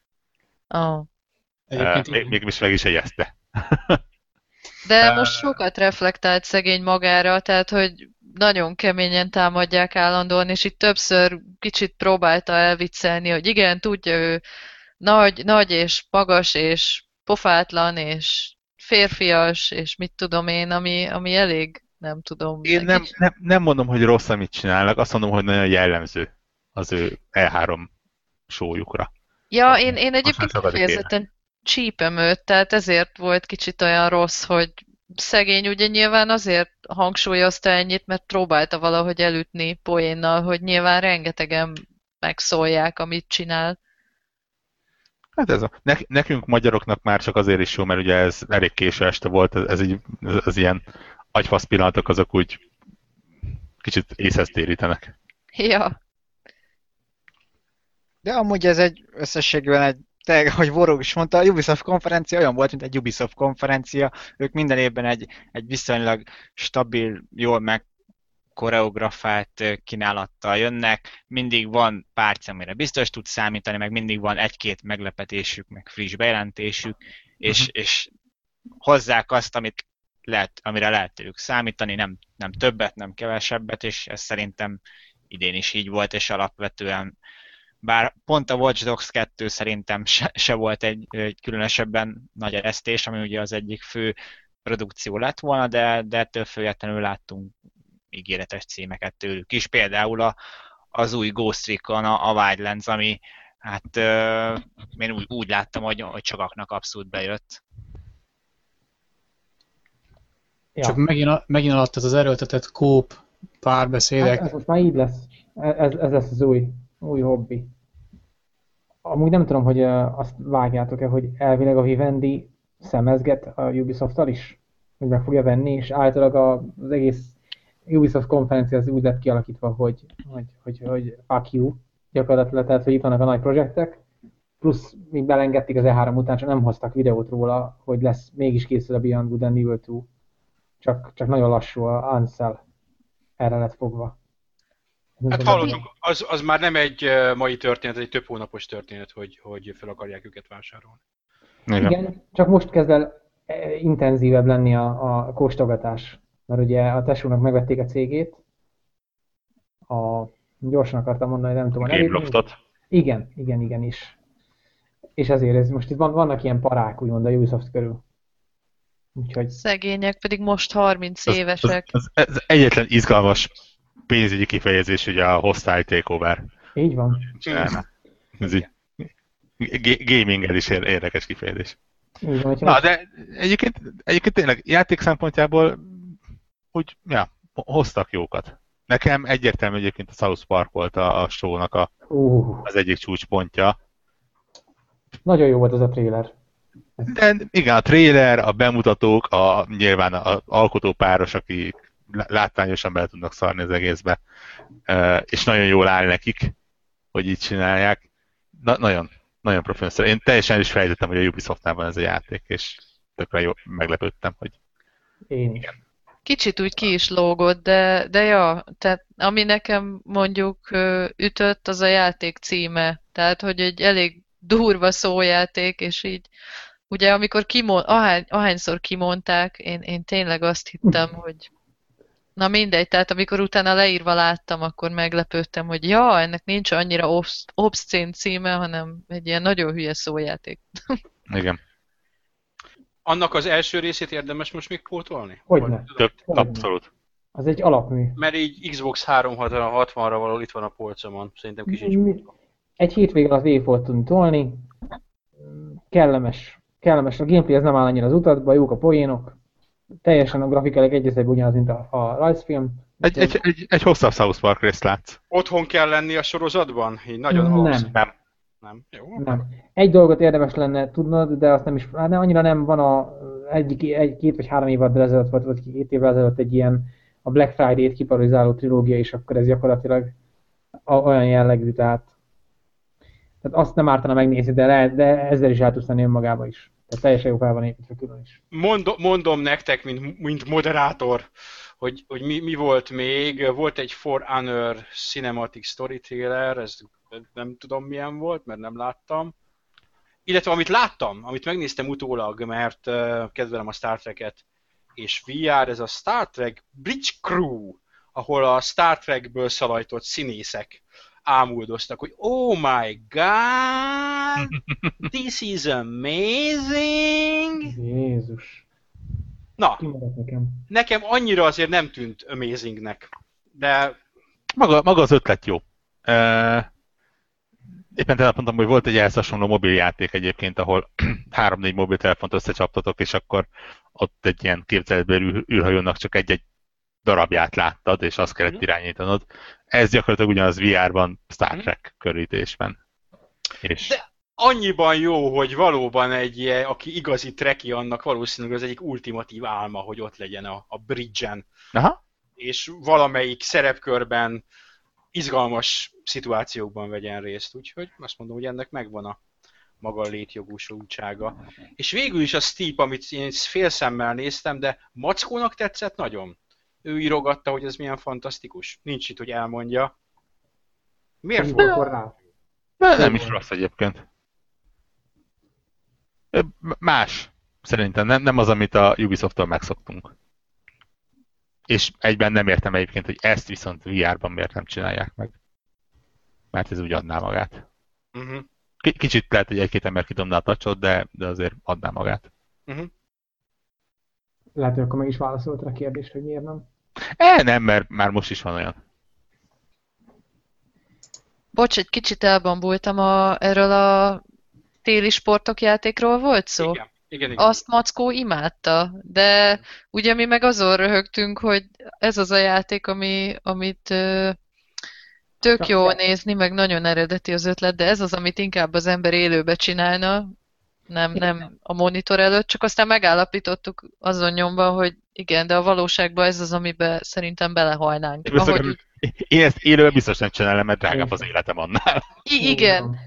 mégis meg is jegyezte. De most sokat reflektált szegény magára, tehát hogy nagyon keményen támadják állandóan, és itt többször kicsit próbálta elviccelni, hogy igen, tudja, ő nagy és magas, és pofátlan, és férfias, és mit tudom én, ami elég, nem tudom. Én nem mondom, hogy rossz, amit csinálnak, azt mondom, hogy nagyon jellemző az ő E3 show-jukra. Ja, én egyébként sokadik éve. kifejezetten csípem őt, tehát ezért volt kicsit olyan rossz, hogy szegény ugye nyilván azért hangsúlyozta ennyit, mert próbálta valahogy elütni poénnal, hogy nyilván rengetegen megszólják, amit csinál. Hát nekünk magyaroknak már csak azért is jó, mert ugye ez elég késő este volt, az ilyen agyfasz pillanatok azok úgy kicsit észhez térítenek. Ja. De amúgy ez egy összességben tényleg, ahogy Vorog is mondta, a Ubisoft konferencia olyan volt, mint egy Ubisoft konferencia. Ők minden évben egy viszonylag stabil, jól megkoreografált kínálattal jönnek. Mindig van párc, amire biztos tud számítani, meg mindig van egy-két meglepetésük, meg friss bejelentésük, és hozzák azt, amire lehet tőlük számítani, nem többet, nem kevesebbet, és ez szerintem idén is így volt, és alapvetően bár pont a Watch Dogs 2 szerintem se volt egy különösebben nagy eresztés, ami ugye az egyik fő produkció lett volna, de ettől függetlenül láttunk ígéretes címeket tőlük is. Például az új Ghost Recon, a Wildlands, ami hát én úgy láttam, hogy sokaknak abszolút bejött. Ja. Csak megint alatt ez az erőltetett kóp párbeszédek. Hát ez most már így lesz. Ez lesz az új hobbi. Amúgy nem tudom, hogy azt vágjátok-e, hogy elvileg a Vivendi szemezget a Ubisoft-tal is, hogy meg fogja venni, és általában az egész Ubisoft konferencia az úgy lett kialakítva, hogy fuck you, gyakorlatilag, tehát hogy itt vannak a nagy projektek, plusz még belengedték az E3 után, csak nem hoztak videót róla, hogy mégis készül a Beyond Good and Evil 2. Csak nagyon lassú a Ansel. Erre lett fogva. Hát hallottuk, az már nem egy mai történet, egy több hónapos történet, hogy fel akarják őket vásárolni. Igen, csak most kezd el intenzívebb lenni a kóstogatás. Mert ugye a Tesónak megvették a cégét, gyorsan akartam mondani, nem tudom. Gameloftot. Igen is. És ezért most itt vannak ilyen parák, úgymond a Ubisoft körül. Úgyhogy... Szegények pedig most 30 évesek. Ez egyetlen izgalmas pénzügyi kifejezés, ugye a hostile takeover. Így van. Ez így gaming is érdekes kifejezés. Így van, na, de egyébként tényleg játék szempontjából úgy, hoztak jókat. Nekem egyértelmű egyébként a South Park volt a show-nak az egyik csúcspontja. Nagyon jó volt az a trailer. De igen, a trailer, a bemutatók, nyilván az alkotópáros, aki látványosan bele tudnak szarni az egészbe, és nagyon jól áll nekik, hogy így csinálják. Nagyon, nagyon professzor. Én teljesen is felejtettem, hogy a Ubisoftnál van ez a játék, és tökre jól meglepődtem, hogy én is. Kicsit úgy ki is lógott, de ja, tehát ami nekem mondjuk ütött, az a játék címe. Tehát, hogy egy elég durva szójáték, és így ugye amikor ahányszor kimondták, én tényleg azt hittem, hogy na mindegy, tehát amikor utána leírva láttam, akkor meglepődtem, hogy ja, ennek nincs annyira obszcén címe, hanem egy ilyen nagyon hülye szójáték. Igen. Annak az első részét érdemes most még pótolni? Hogyne. Abszolút. Az egy alapmű. Mert így Xbox 360-ra való itt van a polcomon. Szerintem kicsit. Egy hétvége alatt végig volt tudni tolni. Kellemes. A gameplay ez nem áll annyira az utatba, jók a poénok. Teljesen a grafikailag egyezőbb ugyanaz, mint a rajzfilm. Egy hosszabb South Park részt látsz. Otthon kell lenni a sorozatban? Így nagyon Nem. Jó. Nem. Egy dolgot érdemes lenne tudnod, de azt nem is, annyira nem van egy-két vagy 3 évvel ezelőtt, vagy 2 évvel ezelőtt egy ilyen a Black Friday-t kiparodizáló trilógia, és akkor ez gyakorlatilag olyan jellegű, tehát azt nem ártana megnézni, de ezzel is el tudsz tenni önmagába is. Tehát teljesen jó fel van építve külön is. Mondom nektek, mint moderátor, hogy mi volt még. Volt egy For Honor Cinematic Story trailer, ez nem tudom milyen volt, mert nem láttam. Illetve amit láttam, amit megnéztem utólag, mert kedvelem a Star Trek-et, és VR, ez a Star Trek Bridge Crew, ahol a Star Trekből szalajtott színészek ámuldoztak, hogy oh my god, this is amazing. Jézus. Na, Kimaradt nekem. nekem annyira azért nem tűnt amazingnek, de Maga az ötlet jó. Éppen tegnap mondtam, hogy volt egy ehhez hasonló mobiljáték egyébként, ahol 3-4 mobiltelefont összecsaptatok, és akkor ott egy ilyen képzeletbeli űrhajónak csak egy-egy darabját láttad, és azt kellett irányítanod. Ez gyakorlatilag ugyanaz VR-ban, Star Trek körítésben. És... De annyiban jó, hogy valóban aki igazi treki, annak valószínűleg az egyik ultimatív álma, hogy ott legyen a bridge-en. Aha. És valamelyik szerepkörben izgalmas szituációkban vegyen részt. Úgyhogy azt mondom, hogy ennek megvan a maga létjogosultsága. És végül is a Steep, amit én félszemmel néztem, de Mackónak tetszett nagyon. Ő írogatta, hogy ez milyen fantasztikus. Nincs itt, hogy elmondja. Miért volt? Akkor rá. Nem is rossz egyébként. Más. Szerintem nem az, amit a Ubisoft-tól megszoktunk. És egyben nem értem egyébként, hogy ezt viszont VR-ban miért nem csinálják meg. Mert ez úgy adná magát. Uh-huh. Kicsit lehet, hogy egy-két ember kidomná a touchot, de azért adná magát. Uh-huh. Lehet, hogy akkor meg is válaszolt rá a kérdést, hogy miért nem. Nem, mert már most is van olyan. Bocs, egy kicsit elbambultam, erről a téli sportok játékról volt szó? Igen. Azt Mackó imádta, de ugye mi meg azon röhögtünk, hogy ez az a játék, amit tök jó nézni, meg nagyon eredeti az ötlet, de ez az, amit inkább az ember élőbe csinálna, nem a monitor előtt, csak aztán megállapítottuk azon nyomban, hogy igen, de a valóságban ez az, amiben szerintem belehalnánk. Én ezt élőben biztos nem csinálom, mert drágább az életem annál. Igen.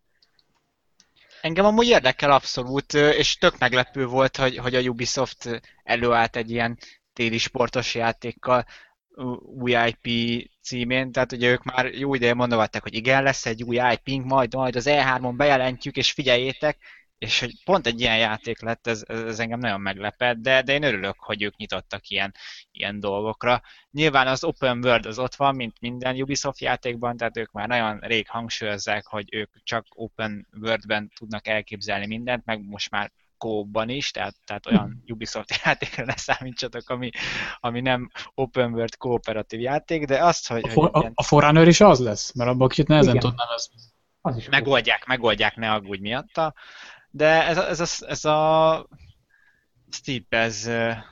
Engem amúgy érdekel abszolút, és tök meglepő volt, hogy a Ubisoft előállt egy ilyen téli sportos játékkal új IP címén, tehát ugye ők már jó ideje mondogatták, hogy igen, lesz egy új IP-nk, majd az E3-on bejelentjük, és figyeljétek, és hogy pont egy ilyen játék lett, ez engem nagyon meglepett, de én örülök, hogy ők nyitottak ilyen dolgokra. Nyilván az Open World az ott van, mint minden Ubisoft játékban, tehát ők már nagyon rég hangsúlyozzák, hogy ők csak Open World-ben tudnak elképzelni mindent, meg most már co-ban is, tehát olyan Ubisoft játékra ne számítsatok, ami nem Open World kooperatív játék, de azt, hogy... A Forerunner is az lesz, mert abban kicsit nehezen tud nevezni. Az is megoldják, ne aggódj miatta. De ez a Steep, ez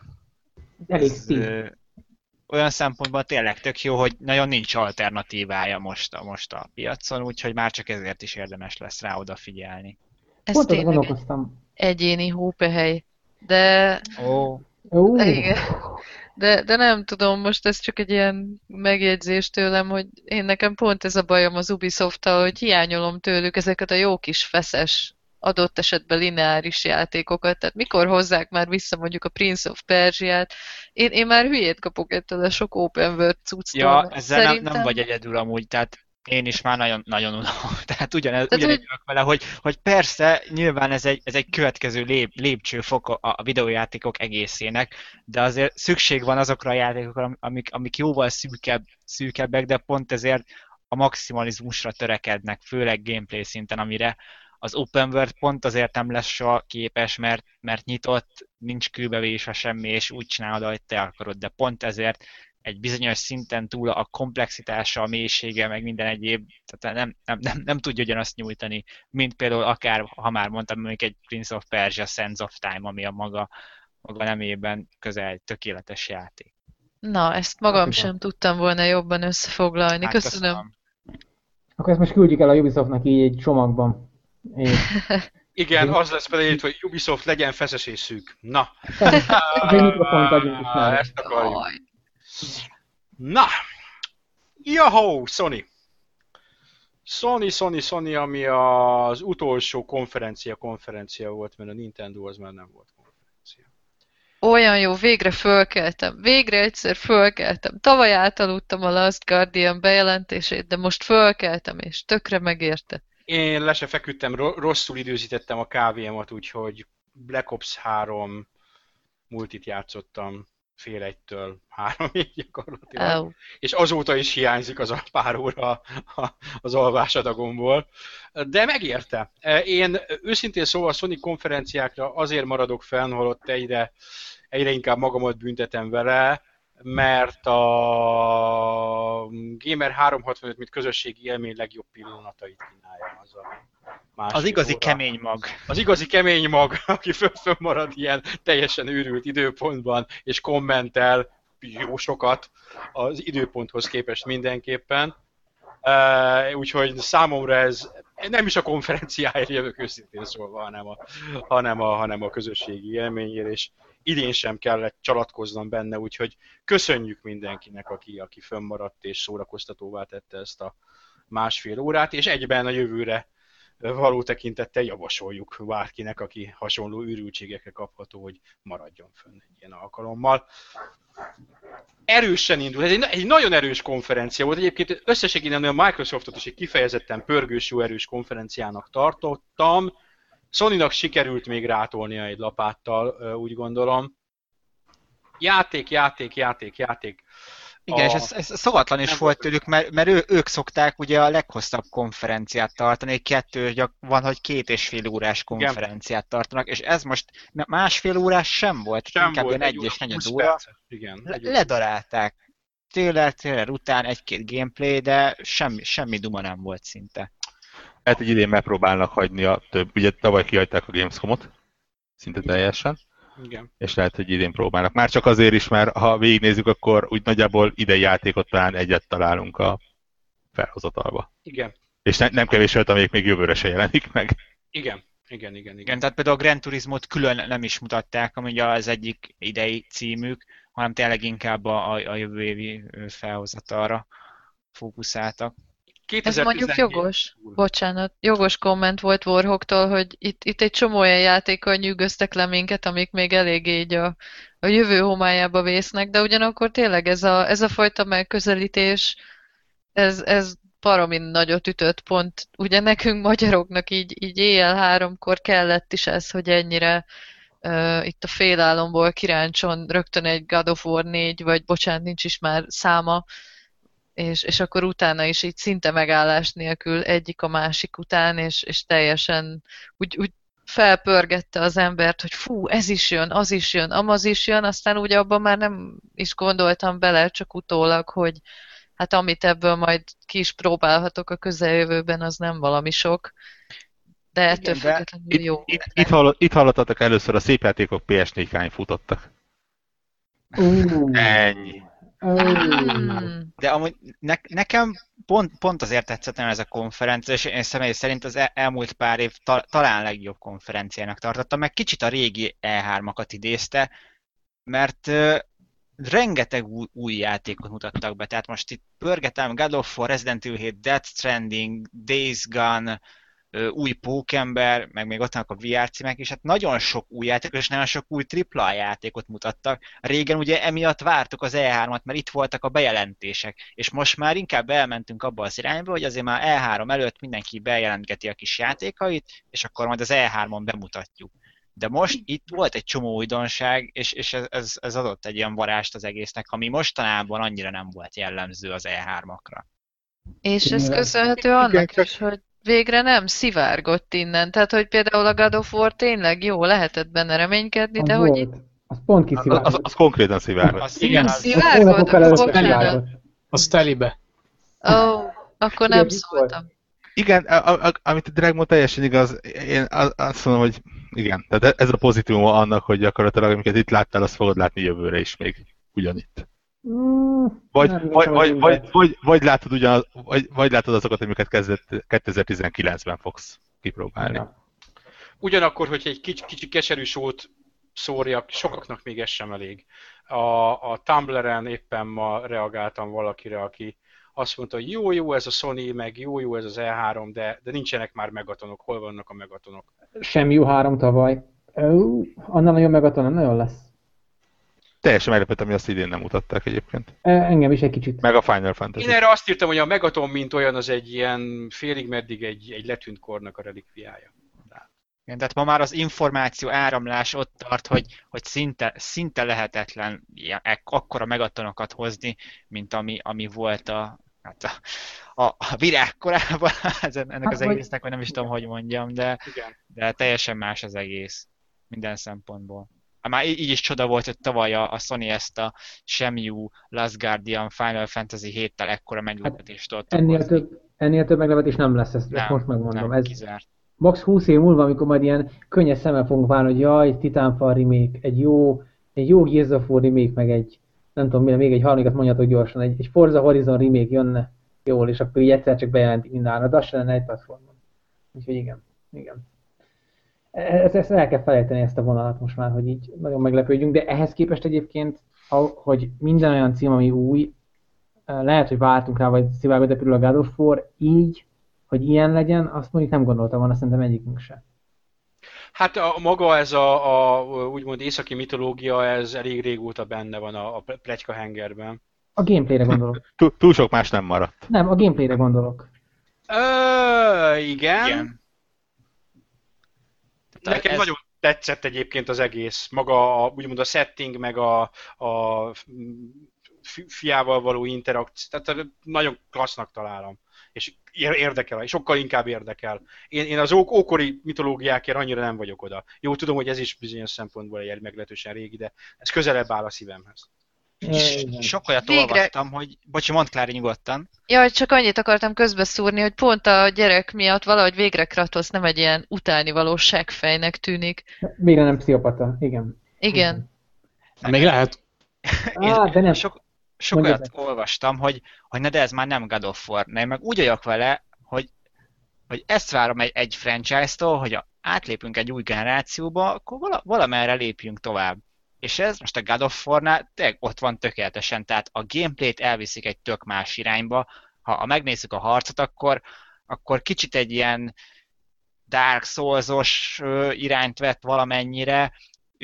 olyan szempontból tényleg tök jó, hogy nagyon nincs alternatívája most a piacon, úgyhogy már csak ezért is érdemes lesz rá odafigyelni. Ez tényleg egyéni hópehely, de... Igen. De nem tudom, most ez csak egy ilyen megjegyzés tőlem, hogy nekem pont ez a bajom az Ubisoft-tal, hogy hiányolom tőlük ezeket a jó kis feszes, adott esetben lineáris játékokat, tehát mikor hozzák már vissza mondjuk a Prince of Persia-t, én már hülyét kapok ettől a sok open world cucctól. Ja, ezzel szerintem... nem vagy egyedül amúgy, tehát én is már nagyon, nagyon unalom. Tehát ugyanígy vagyok vele, hogy persze, nyilván ez egy következő lépcsőfok a videójátékok egészének, de azért szükség van azokra a játékokra, amik jóval szűkebbek, de pont ezért a maximalizmusra törekednek, főleg gameplay szinten, amire az Open World pont azért nem lesz soha képes, mert nyitott, nincs kőbevésve semmi, és úgy csinálod, ahogy te akarod, de pont ezért egy bizonyos szinten túl a komplexitása, a mélysége, meg minden egyéb, tehát nem tudja ugyanazt nyújtani, mint például akár, ha már mondtam, mondjuk egy Prince of Persia Sands of Time, ami a maga nemében közel egy tökéletes játék. Na, ezt magam sem tudtam volna jobban összefoglalni. Hát köszönöm. Akkor ezt most küldjük el a Ubisoftnak így egy csomagban. Igen, az lesz beleírtva, hogy Ubisoft legyen feszes és szűk. Na. Ezt akarjuk. Na. Jahó, Sony. Sony, ami az utolsó konferencia volt, mert a Nintendo az már nem volt konferencia. Olyan jó, végre fölkeltem. Végre egyszer fölkeltem. Tavaly átaludtam a Last Guardian bejelentését, de most fölkeltem, és tökre megérte. Én le se feküdtem, rosszul időzítettem a kávémat, úgyhogy Black Ops 3 multit játszottam. fél egytől 3-ig gyakorlatilag. Au. És azóta is hiányzik az a pár óra az alvásadagomból. De megérte. Én őszintén szóval a Sony konferenciákra azért maradok fenn, holott egyre inkább magamat büntetem vele, mert a Gamer 365, mint közösségi élmény legjobb pillanatait kínálja az a másfél Az igazi óra. kemény mag. Az igazi kemény mag, aki fönnmarad ilyen teljesen őrült időpontban, és kommentel jó sokat az időponthoz képest mindenképpen. Úgyhogy számomra ez nem is a konferenciáért jövök őszintén szólva, hanem a közösségi élményért, és idén sem kellett csalatkoznom benne, úgyhogy köszönjük mindenkinek, aki fönnmaradt és szórakoztatóvá tette ezt a másfél órát, és egyben a jövőre való tekintettel javasoljuk bárkinek, aki hasonló őrültségekre kapható, hogy maradjon fönn egy ilyen alkalommal. Erősen indul, ez egy nagyon erős konferencia volt, egyébként összességében a Microsoftot is egy kifejezetten pörgős, jó erős konferenciának tartottam. Sony-nak sikerült még rátolnia egy lapáttal, úgy gondolom. Játék. Igen, és ez szokatlan is volt tőlük, mert ők szokták ugye a leghosszabb konferenciát tartani, van, hogy 2,5 órás konferenciát tartanak, és ez most másfél órás sem volt, inkább ilyen 1,4 óra. Igen, ledarálták. Trailer után egy-két gameplay, de semmi duma nem volt szinte. Hát, hogy idén megpróbálnak hagyni a több, ugye tavaly kihagyták a Gamescomot, szinte teljesen. Igen. És lehet, hogy idén próbálnak. Már csak azért is, mert ha végignézzük, akkor úgy nagyjából idei játékot talán egyet találunk a felhozatalba. Igen. És nem kevés olyat, amelyik még jövőre se jelenik meg. Igen, tehát például a Gran Turismot külön nem is mutatták, ami ugye az egyik idei címük, hanem tényleg inkább a jövő évi felhozatalra fókuszáltak. Ez mondjuk jogos, bocsánat, jogos komment volt Warhawktól, hogy itt egy csomó olyan játékkal nyűgöztek le minket, amik még eléggé így a jövő homályába vésznek, de ugyanakkor tényleg ez a fajta megközelítés, ez baromi nagyot ütött pont. Ugye nekünk magyaroknak így éjjel 3-kor kellett is ez, hogy ennyire itt a félálomból kiráncson rögtön egy God of War 4, vagy bocsánat, nincs is már száma, és akkor utána is így szinte megállás nélkül egyik a másik után, és teljesen úgy felpörgette az embert, hogy fú, ez is jön, az is jön, amaz is jön, aztán ugye abban már nem is gondoltam bele, csak utólag, hogy hát amit ebből majd ki is próbálhatok a közeljövőben, az nem valami sok, de ettől függetlenül jó. Itt hallottatok először, a szép játékok PS4-kány futottak. Ennyi. De amúgy nekem pont azért tetszett ez a konferencia, és én személy szerint az elmúlt pár év talán legjobb konferenciának tartottam, meg kicsit a régi E3-akat idézte, mert rengeteg új játékot mutattak be, tehát most itt pörgetem God of War, Resident Evil 7, Death Stranding, Days Gone, új Pókember, meg még ott vannak a VR címek is, hát nagyon sok új játékot, és nagyon sok új AAA játékot mutattak. Régen ugye emiatt vártuk az E3-at, mert itt voltak a bejelentések, és most már inkább elmentünk abba az irányba, hogy azért már E3 előtt mindenki bejelentgeti a kis játékait, és akkor majd az E3-on bemutatjuk. De most itt volt egy csomó újdonság, és ez adott egy ilyen varást az egésznek, ami mostanában annyira nem volt jellemző az E3-akra. És ez köszönhető annak is, hogy végre nem szivárgott innen. Tehát, hogy például a God of War tényleg jó, lehetett benne reménykedni, az de volt. hogy itt... Az pont kiszivárgott. Az konkrétan szivárgott. Igen, Szivárgott? Az telibe. Ó, akkor nem szóltam. Igen, amit a Dragmon teljesen igaz, én azt mondom, hogy igen, tehát ez a pozitívum annak, hogy gyakorlatilag amiket itt láttál, azt fogod látni jövőre is még ugyanitt. Vagy látod azokat, amiket 2019-ben fogsz kipróbálni. Ja. Ugyanakkor, hogyha egy kicsi keserű sót szórjak, sokaknak még ez sem elég. A Tumblr-en éppen ma reagáltam valakire, aki azt mondta, hogy jó ez a Sony, meg jó ez az E3, de nincsenek már megatonok. Hol vannak a megatonok? Sem jó 3 tavaly. Annál nagyon megaton nem nagyon lesz. Teljesen meglepett, ami azt idén nem mutatták egyébként. Engem is egy kicsit. Meg a Final Fantasy. Én erre azt írtam, hogy a Megaton, mint olyan, az egy ilyen félig meddig egy letűnt kornak a relikviája. Igen, tehát ma már az információ áramlás ott tart, hogy szinte lehetetlen akkora megatonokat hozni, mint ami volt a virág korában, ennek az egésznek, vagy nem is tudom, hogy mondjam, de teljesen más az egész minden szempontból. Már így is csoda volt, hogy tavaly a Sony ezt a Shenmue Last Guardian Final Fantasy 7-tel ekkora meglepetést tudott okozni. Ennél több meglepetés nem lesz, ezt most megmondom. Nem, ez kizárt. max 20 év múlva, amikor majd ilyen könnyes szemmel fogunk várni, hogy jaj, Titanfall remake, egy jó Gears of War remake, meg egy, nem tudom, még egy harmadikat mondjatok gyorsan, egy Forza Horizon remake jönne jól, és akkor így egyszer csak bejelentik mindenre, de az se lenne egy platformon. Úgyhogy igen. Ezt el kell felejteni, ezt a vonalat most már, hogy így nagyon meglepődjünk, de ehhez képest egyébként, hogy minden olyan cím, ami új, lehet, hogy váltunk rá, vagy szivárgott, de például a God of War így, hogy ilyen legyen, azt mondjuk nem gondoltam volna, szerintem egyikünk se. Hát maga ez a úgymond északi mitológia, ez elég régóta benne van a pletyka hengerben. A gameplayre gondolok. Túl sok más nem maradt. Nem, a gameplayre gondolok. Igen. Nekem nagyon tetszett egyébként az egész. Maga úgymond a setting, meg a fiával való interakció. Tehát nagyon klassznak találom. És érdekel, és sokkal inkább érdekel. Én az ókori mitológiákért annyira nem vagyok oda. Jó, tudom, hogy ez is bizonyos szempontból egy meglehetősen régi, de ez közelebb áll a szívemhez. Sok olyat olvastam, hogy... Bocsi, mondd, Klári, nyugodtan. Jaj, csak annyit akartam közbeszúrni, hogy pont a gyerek miatt valahogy végre Kratos nem egy ilyen utánivaló seggfejnek tűnik. Végre nem pszichopata, igen. Igen. Még lehet. De nem. Sok olyat olvastam, hogy de ez már nem God of War. Én meg úgy vagyok vele, hogy ezt várom egy franchise-tól, hogy átlépünk egy új generációba, akkor valamerre lépjünk tovább. És ez most a God of War-nál ott van tökéletesen, tehát a gameplayt elviszik egy tök más irányba. Ha megnézzük a harcot, akkor kicsit egy ilyen Dark Souls-os irányt vett valamennyire,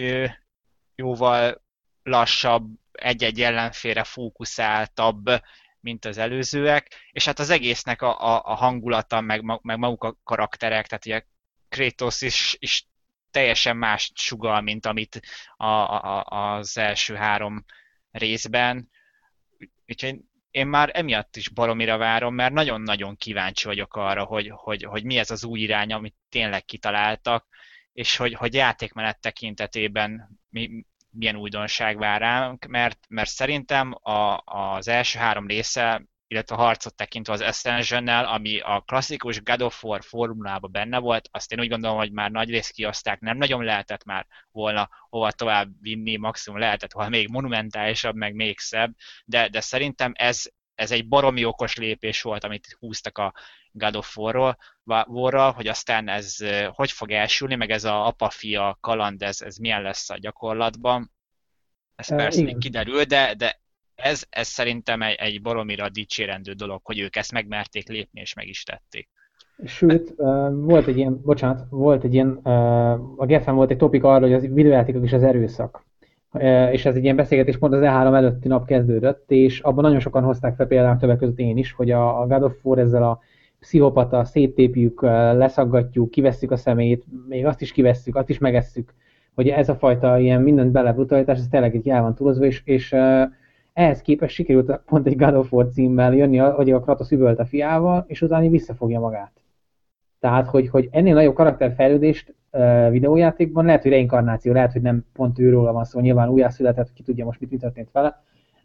jóval lassabb, egy-egy ellenfélre fókuszáltabb, mint az előzőek, és hát az egésznek a hangulata, meg maguk a karakterek, tehát ugye Kratos is teljesen más sugall, mint amit az első 3 részben. Úgyhogy én már emiatt is baromira várom, mert nagyon-nagyon kíváncsi vagyok arra, hogy mi ez az új irány, amit tényleg kitaláltak, és hogy játékmenet tekintetében milyen újdonság vár ránk, mert szerintem az első 3 része, illetve a harcot tekintve az Ascension-nel, ami a klasszikus God of War formulában benne volt, azt én úgy gondolom, hogy már nagyrészt kioszták, nem nagyon lehetett már volna hova tovább vinni, maximum lehetett volna még monumentálisabb, meg még szebb, de szerintem ez egy baromi okos lépés volt, amit húztak a God of War-ral, hogy aztán ez hogy fog elsülni, meg ez a apa-fia kaland, ez milyen lesz a gyakorlatban. Ez persze még kiderül, de ez szerintem egy baromira dicsérendő dolog, hogy ők ezt megmerték lépni, és meg is tették. Sőt, volt egy ilyen, a GEF-en volt egy topik arra, hogy az videójátékok is az erőszak. És ez egy ilyen beszélgetés pont az E3 előtti nap kezdődött, és abban nagyon sokan hozták fel, például többek között én is, hogy a God of War ezzel a pszichopata, széttépjük, leszaggatjuk, kivesszük a szemét, még azt is kivesszük, azt is megesszük, hogy ez a fajta ilyen mindent bele brutalitás, ez tényleg így el van túlozva, és ehhez képest sikerült pont egy God of War címmel jönni, hogy a Kratos üvölt a fiával, és utána visszafogja magát. Tehát, hogy ennél nagyobb karakterfejlődést videójátékban, lehet, hogy reinkarnáció, lehet, hogy nem pont őróla van szó, nyilván újjászületett, ki tudja most mi történt vele,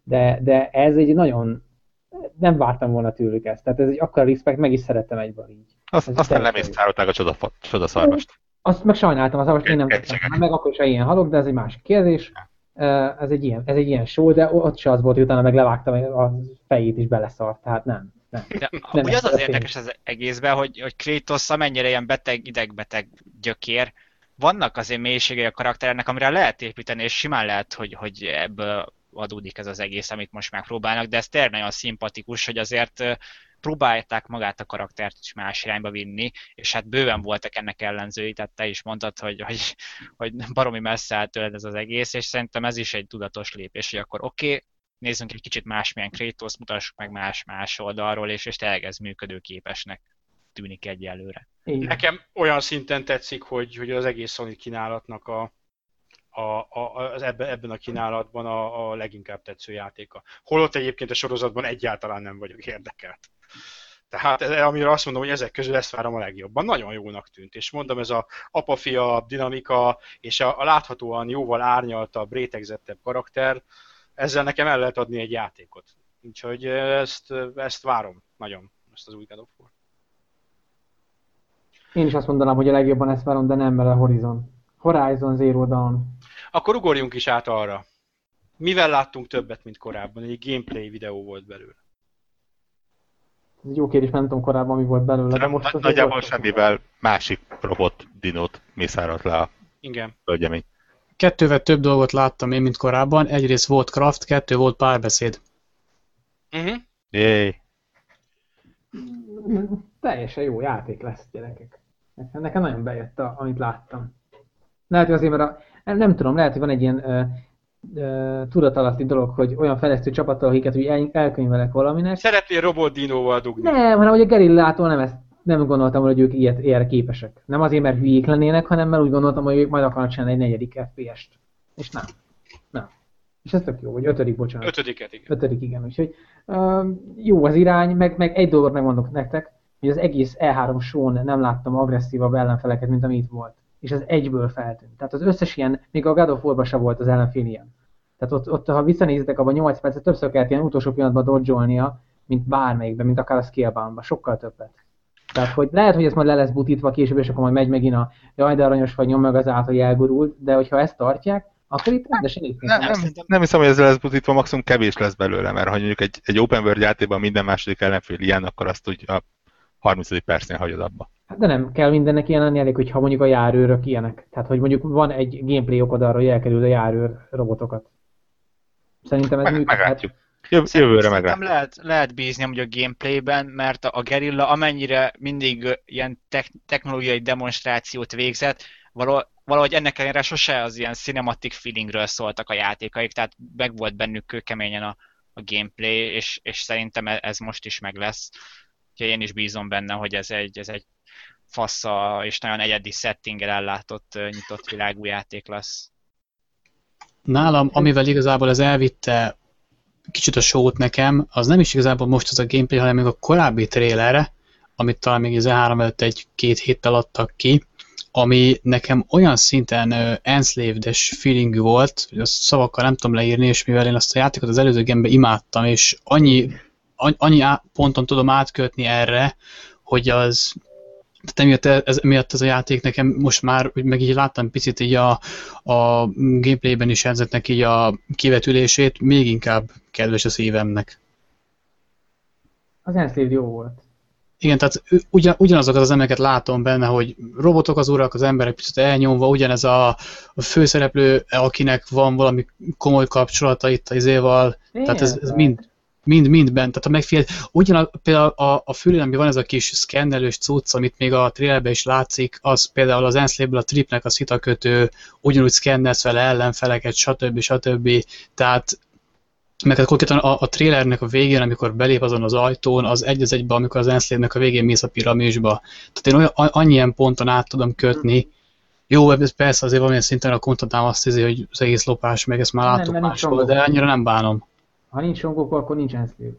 de ez egy nagyon, nem vártam volna tőlük ezt. Tehát ez egy akkora respekt, meg is szerettem egyből így. Aztán lemészárolták a csodaszarvast. Azt meg sajnáltam, az szarvast én nem tettem meg, akkor is ilyen halok, de ez egy másik kérdés. Ez egy ilyen show, de ott se az volt, hogy utána meg levágtam a fejét is beleszart, tehát nem. De amúgy az érdekes az egészben, hogy Kratos amennyire ilyen beteg, idegbeteg gyökér, vannak azért mélységei a karakternek, amire lehet építeni, és simán lehet, hogy ebből adódik ez az egész, amit most megpróbálnak, de ez tényleg nagyon szimpatikus, hogy azért próbálták magát a karaktert is más irányba vinni, és hát bőven voltak ennek ellenzői, tehát te is mondtad, hogy baromi messze áll tőled ez az egész, és szerintem ez is egy tudatos lépés, hogy akkor oké, nézzünk egy kicsit másmilyen Kratos, mutassuk meg más oldalról, és tényleg ez működőképesnek. tűnik egyelőre. Így. Nekem olyan szinten tetszik, hogy az egész Sony kínálatnak ebben a kínálatban a leginkább tetsző játéka. Holott egyébként a sorozatban egyáltalán nem vagyok érdekelt. Tehát amire azt mondom, hogy ezek közül ezt várom a legjobban. Nagyon jónak tűnt. És mondom, ez a apa-fia dinamika, és a láthatóan jóval árnyaltabb, rétegzettebb karakter, ezzel nekem el lehet adni egy játékot. Úgyhogy ezt várom nagyon, ezt az új God of War. Én is azt mondanám, hogy a legjobban ezt várom, de nem, mert a Horizon Zero Dawn. Akkor ugorjunk is át arra. Mivel láttunk többet, mint korábban? Egy gameplay videó volt belőle. Ez egy jó kérdés, nem tudom korábban mi volt belőle, de most nagyjából semmivel másik robot dinót mészárolt le a Igen. hölgyemény. 2-vel több dolgot láttam én, mint korábban. Egyrészt volt craft, 2 volt párbeszéd. Jéj. Teljesen jó játék lesz, gyerekek. Nekem nagyon bejött, amit láttam. Lehet, hogy azért, mert nem tudom, lehet, hogy van egy ilyen tudatalatti dolog, hogy olyan fejlesztő csapattal, akiket úgy elkönyvelek valaminek. Szeretnél robot dinóval dugni? Nem, hanem hogy a Gerillától nem gondoltam, hogy ők ilyenre képesek. Nem azért, mert hülyék lennének, hanem mert úgy gondoltam, hogy ők majd akarnak csinálni egy 4. FPS-t. És nem. És ez tök jó, vagy 5. bocsánat. 5. igen. 5. igen, úgyhogy jó az irány, meg egy dolgot megmondok nektek, hogy az egész E3 show-n nem láttam agresszívabb ellenfeleket, mint ami itt volt. És ez egyből feltűnt. Tehát az összes ilyen, még a God of War-ban sem volt az ellenfél ilyen. Tehát ott ha visszanézitek, abban 8 percet többször kellett ilyen utolsó pillanatban dodge-olnia, mint bármelyikben, mint akár a Scalebound-ban, sokkal többet. Tehát, hogy lehet, hogy ez majd le lesz butítva később, és akkor majd megy megint a jaj, de aranyos vagy, nyom meg az át, hogy elgurult, de hogyha ezt tartják, akkor itt rendesen itt. Nem hiszem, hogy ez lesz butítva, maximum kevés lesz belőle, mert ha mondjuk egy open world játékban minden második ellenfél ilyen, akkor azt úgy a 30. percnél hagyod abba. Hát de nem kell mindennek ilyen lenni, elég, hogyha mondjuk a járőrök ilyenek. Tehát, hogy mondjuk van egy gameplay okod arra, hogy elkerül a járőr robotokat. Szerintem ez működhet. Meglátjuk. Jövőre meglátjuk. Lehet bízni amúgy a gameplayben, mert a Guerrilla amennyire mindig ilyen technológiai demonstrációt végzett, valahogy ennek ellenére sose az ilyen cinematic feelingről szóltak a játékaik, tehát meg volt bennük kőkeményen a gameplay, és szerintem ez most is meg lesz. Úgyhogy én is bízom benne, hogy ez egy fassa és nagyon egyedi settinggel ellátott nyitott világú játék lesz. Nálam, amivel igazából ez elvitte kicsit a show-t nekem, az nem is igazából most az a gameplay, hanem még a korábbi trailerre, amit talán még az E3 előtt 1-2 héttel adtak ki, ami nekem olyan szinten enslaved-es feeling volt, hogy azt szavakkal nem tudom leírni, és mivel én azt a játékot az előző gameben imádtam, és annyi ponton tudom átkötni erre, hogy az tehát emiatt ez a játék nekem most már, meg így láttam picit így a gameplayben is Enzetnek így a kivetülését, még inkább kedves a szívemnek. Az Enslaved jó volt. Igen, tehát ugyanazokat az embereket látom benne, hogy robotok az urak, az emberek picit elnyomva, ugyanez a főszereplő, akinek van valami komoly kapcsolata itt az izéval, tehát ez mind bent, tehát a megfigyelt, például a fülén, ami van ez a kis szkennelős cucc, amit még a trailerben is látszik, az például az Enslaved-ből a Tripnek a szitakötő, ugyanúgy szkennelsz vele ellenfeleket, stb. Tehát meg konkrétan a trailernek a végén, amikor belép azon az ajtón, az egy az egyben, amikor az Enslaved-nek a végén mész a piramisba. Tehát én annyi ponton át tudom kötni. Jó, ez persze azért valamilyen szinten a kontentám azt hiszi, hogy az egész lopás, meg ezt már láttuk máshol, de annyira nem bánom. Ha nincs songok, akkor nincs Enslaved.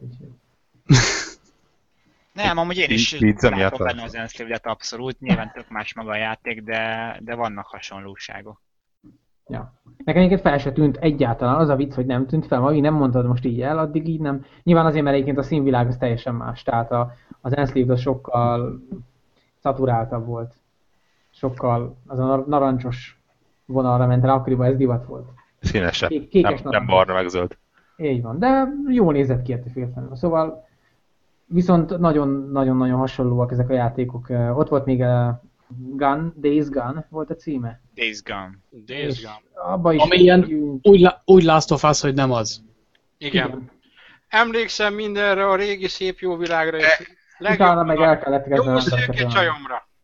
Nem, amúgy én is látom benne az Enslaved-et abszolút, nyilván tök más maga a játék, de vannak hasonlóságok. Ja. Nekem egyébként fel se tűnt egyáltalán, az a vicc, hogy nem tűnt fel, amíg nem mondtad most így el, addig így nem. Nyilván azért, mert egyébként a színvilág az teljesen más, tehát az Enslaved az sokkal szaturáltabb volt. Sokkal az a narancsos vonalra ment rá, akkoriban ez divat volt. Színesebb, Kékes nem barna meg zöld. Így van, de jól nézett ki ettől függetlenül. Szóval viszont nagyon-nagyon hasonlóak ezek a játékok. Ott volt még Days Gone volt a címe. Days Gone. Abba is ami ilyen úgy Last of Us, hogy nem az. Igen. Emlékszem mindenre, a régi szép jó világra. Utána meg el kellett kezdeni. Jó szőke csajomra.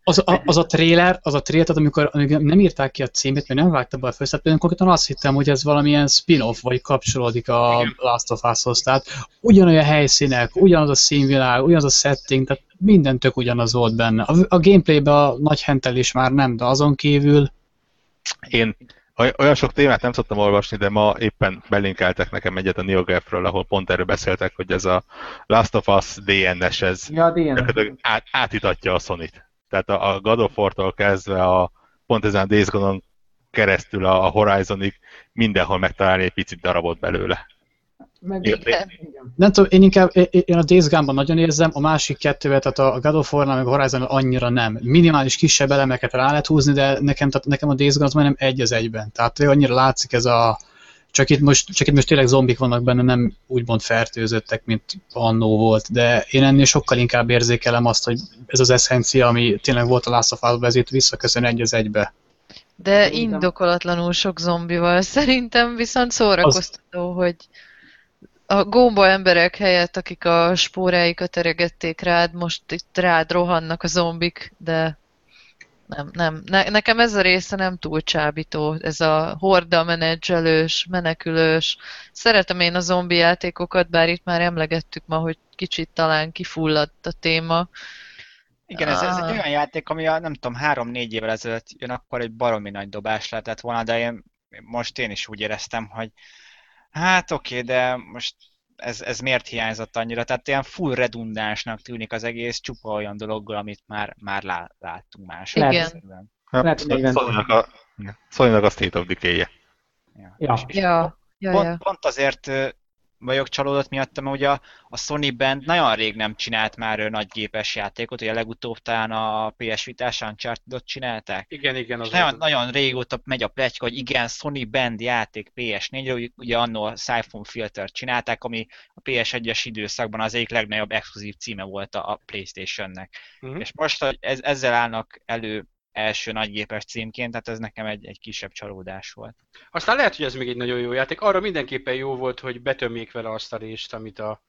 az a trailer, tehát amikor nem írták ki a címét, mert nem vágta be a főszereplőn, konkrétan azt hittem, hogy ez valamilyen spin-off, vagy kapcsolódik a Last of Us-hoz. Tehát ugyanolyan helyszínek, ugyanaz a színvilág, ugyanaz a setting, tehát minden tök ugyanaz volt benne. A gameplayben a nagy hentelés már nem, de azon kívül... Én olyan sok témát nem szoktam olvasni, de ma éppen belinkeltek nekem egyet a NeoGAF-ről, ahol pont erről beszéltek, hogy ez a Last of Us DNS, ez átitatja a Sony-t. Tehát a God of War-tól kezdve pont ezen a Days Gone-on keresztül a Horizonig mindenhol megtalálni egy picit darabot belőle. Nem tudom, én a Days Gone-ban nagyon érzem, a másik kettővel, tehát a God of War-nál meg a Horizon annyira nem. Minimális kisebb elemeket rá lehet húzni, de nekem a Days Gone az majdnem egy az egyben. Tehát annyira látszik ez a... Csak itt most tényleg zombik vannak benne, nem úgymond fertőzöttek, mint annó volt, de én ennél sokkal inkább érzékelem azt, hogy ez az eszencia, ami tényleg volt a Last of Us-ban, ezért visszaköszön egy az egybe. De indokolatlanul sok zombival szerintem viszont szórakoztató, hogy a gomba emberek helyett, akik a spóráikat eregették rád, most itt rád rohannak a zombik, de nem. Nekem ez a része nem túl csábító, ez a horda menedzselős, menekülős. Szeretem én a zombi játékokat, bár itt már emlegettük ma, hogy kicsit talán kifulladt a téma. Igen, ez egy olyan játék, ami nem tudom, 3-4 évvel ezelőtt jön, akkor egy baromi nagy dobás lehetett volna, de most én is úgy éreztem, hogy hát oké, de most ez miért hiányzott annyira? Tehát ilyen full redundánsnak tűnik az egész, csupa olyan dologgal, amit már láttunk más. Igen. Sony-nak a State of Decay-je. Pont azért vagyok csalódott miattam, mert ugye a Sony Band nagyon rég nem csinált már nagygépes játékot, ugye legutóbb talán a PS Vita-s Uncharted-ot csinálták. Igen. Nagyon régóta megy a pletyka, hogy igen, Sony Band játék PS4-re, ugye annól a Siphon Filter csinálták, ami a PS1-es időszakban az egyik legnagyobb exkluzív címe volt a PlayStation-nek. És most, hogy ezzel állnak elő első nagygépes címként, tehát ez nekem egy kisebb csalódás volt. Aztán lehet, hogy ez még egy nagyon jó játék. Arra mindenképpen jó volt, hogy betömjék vele azt a részt, amit a...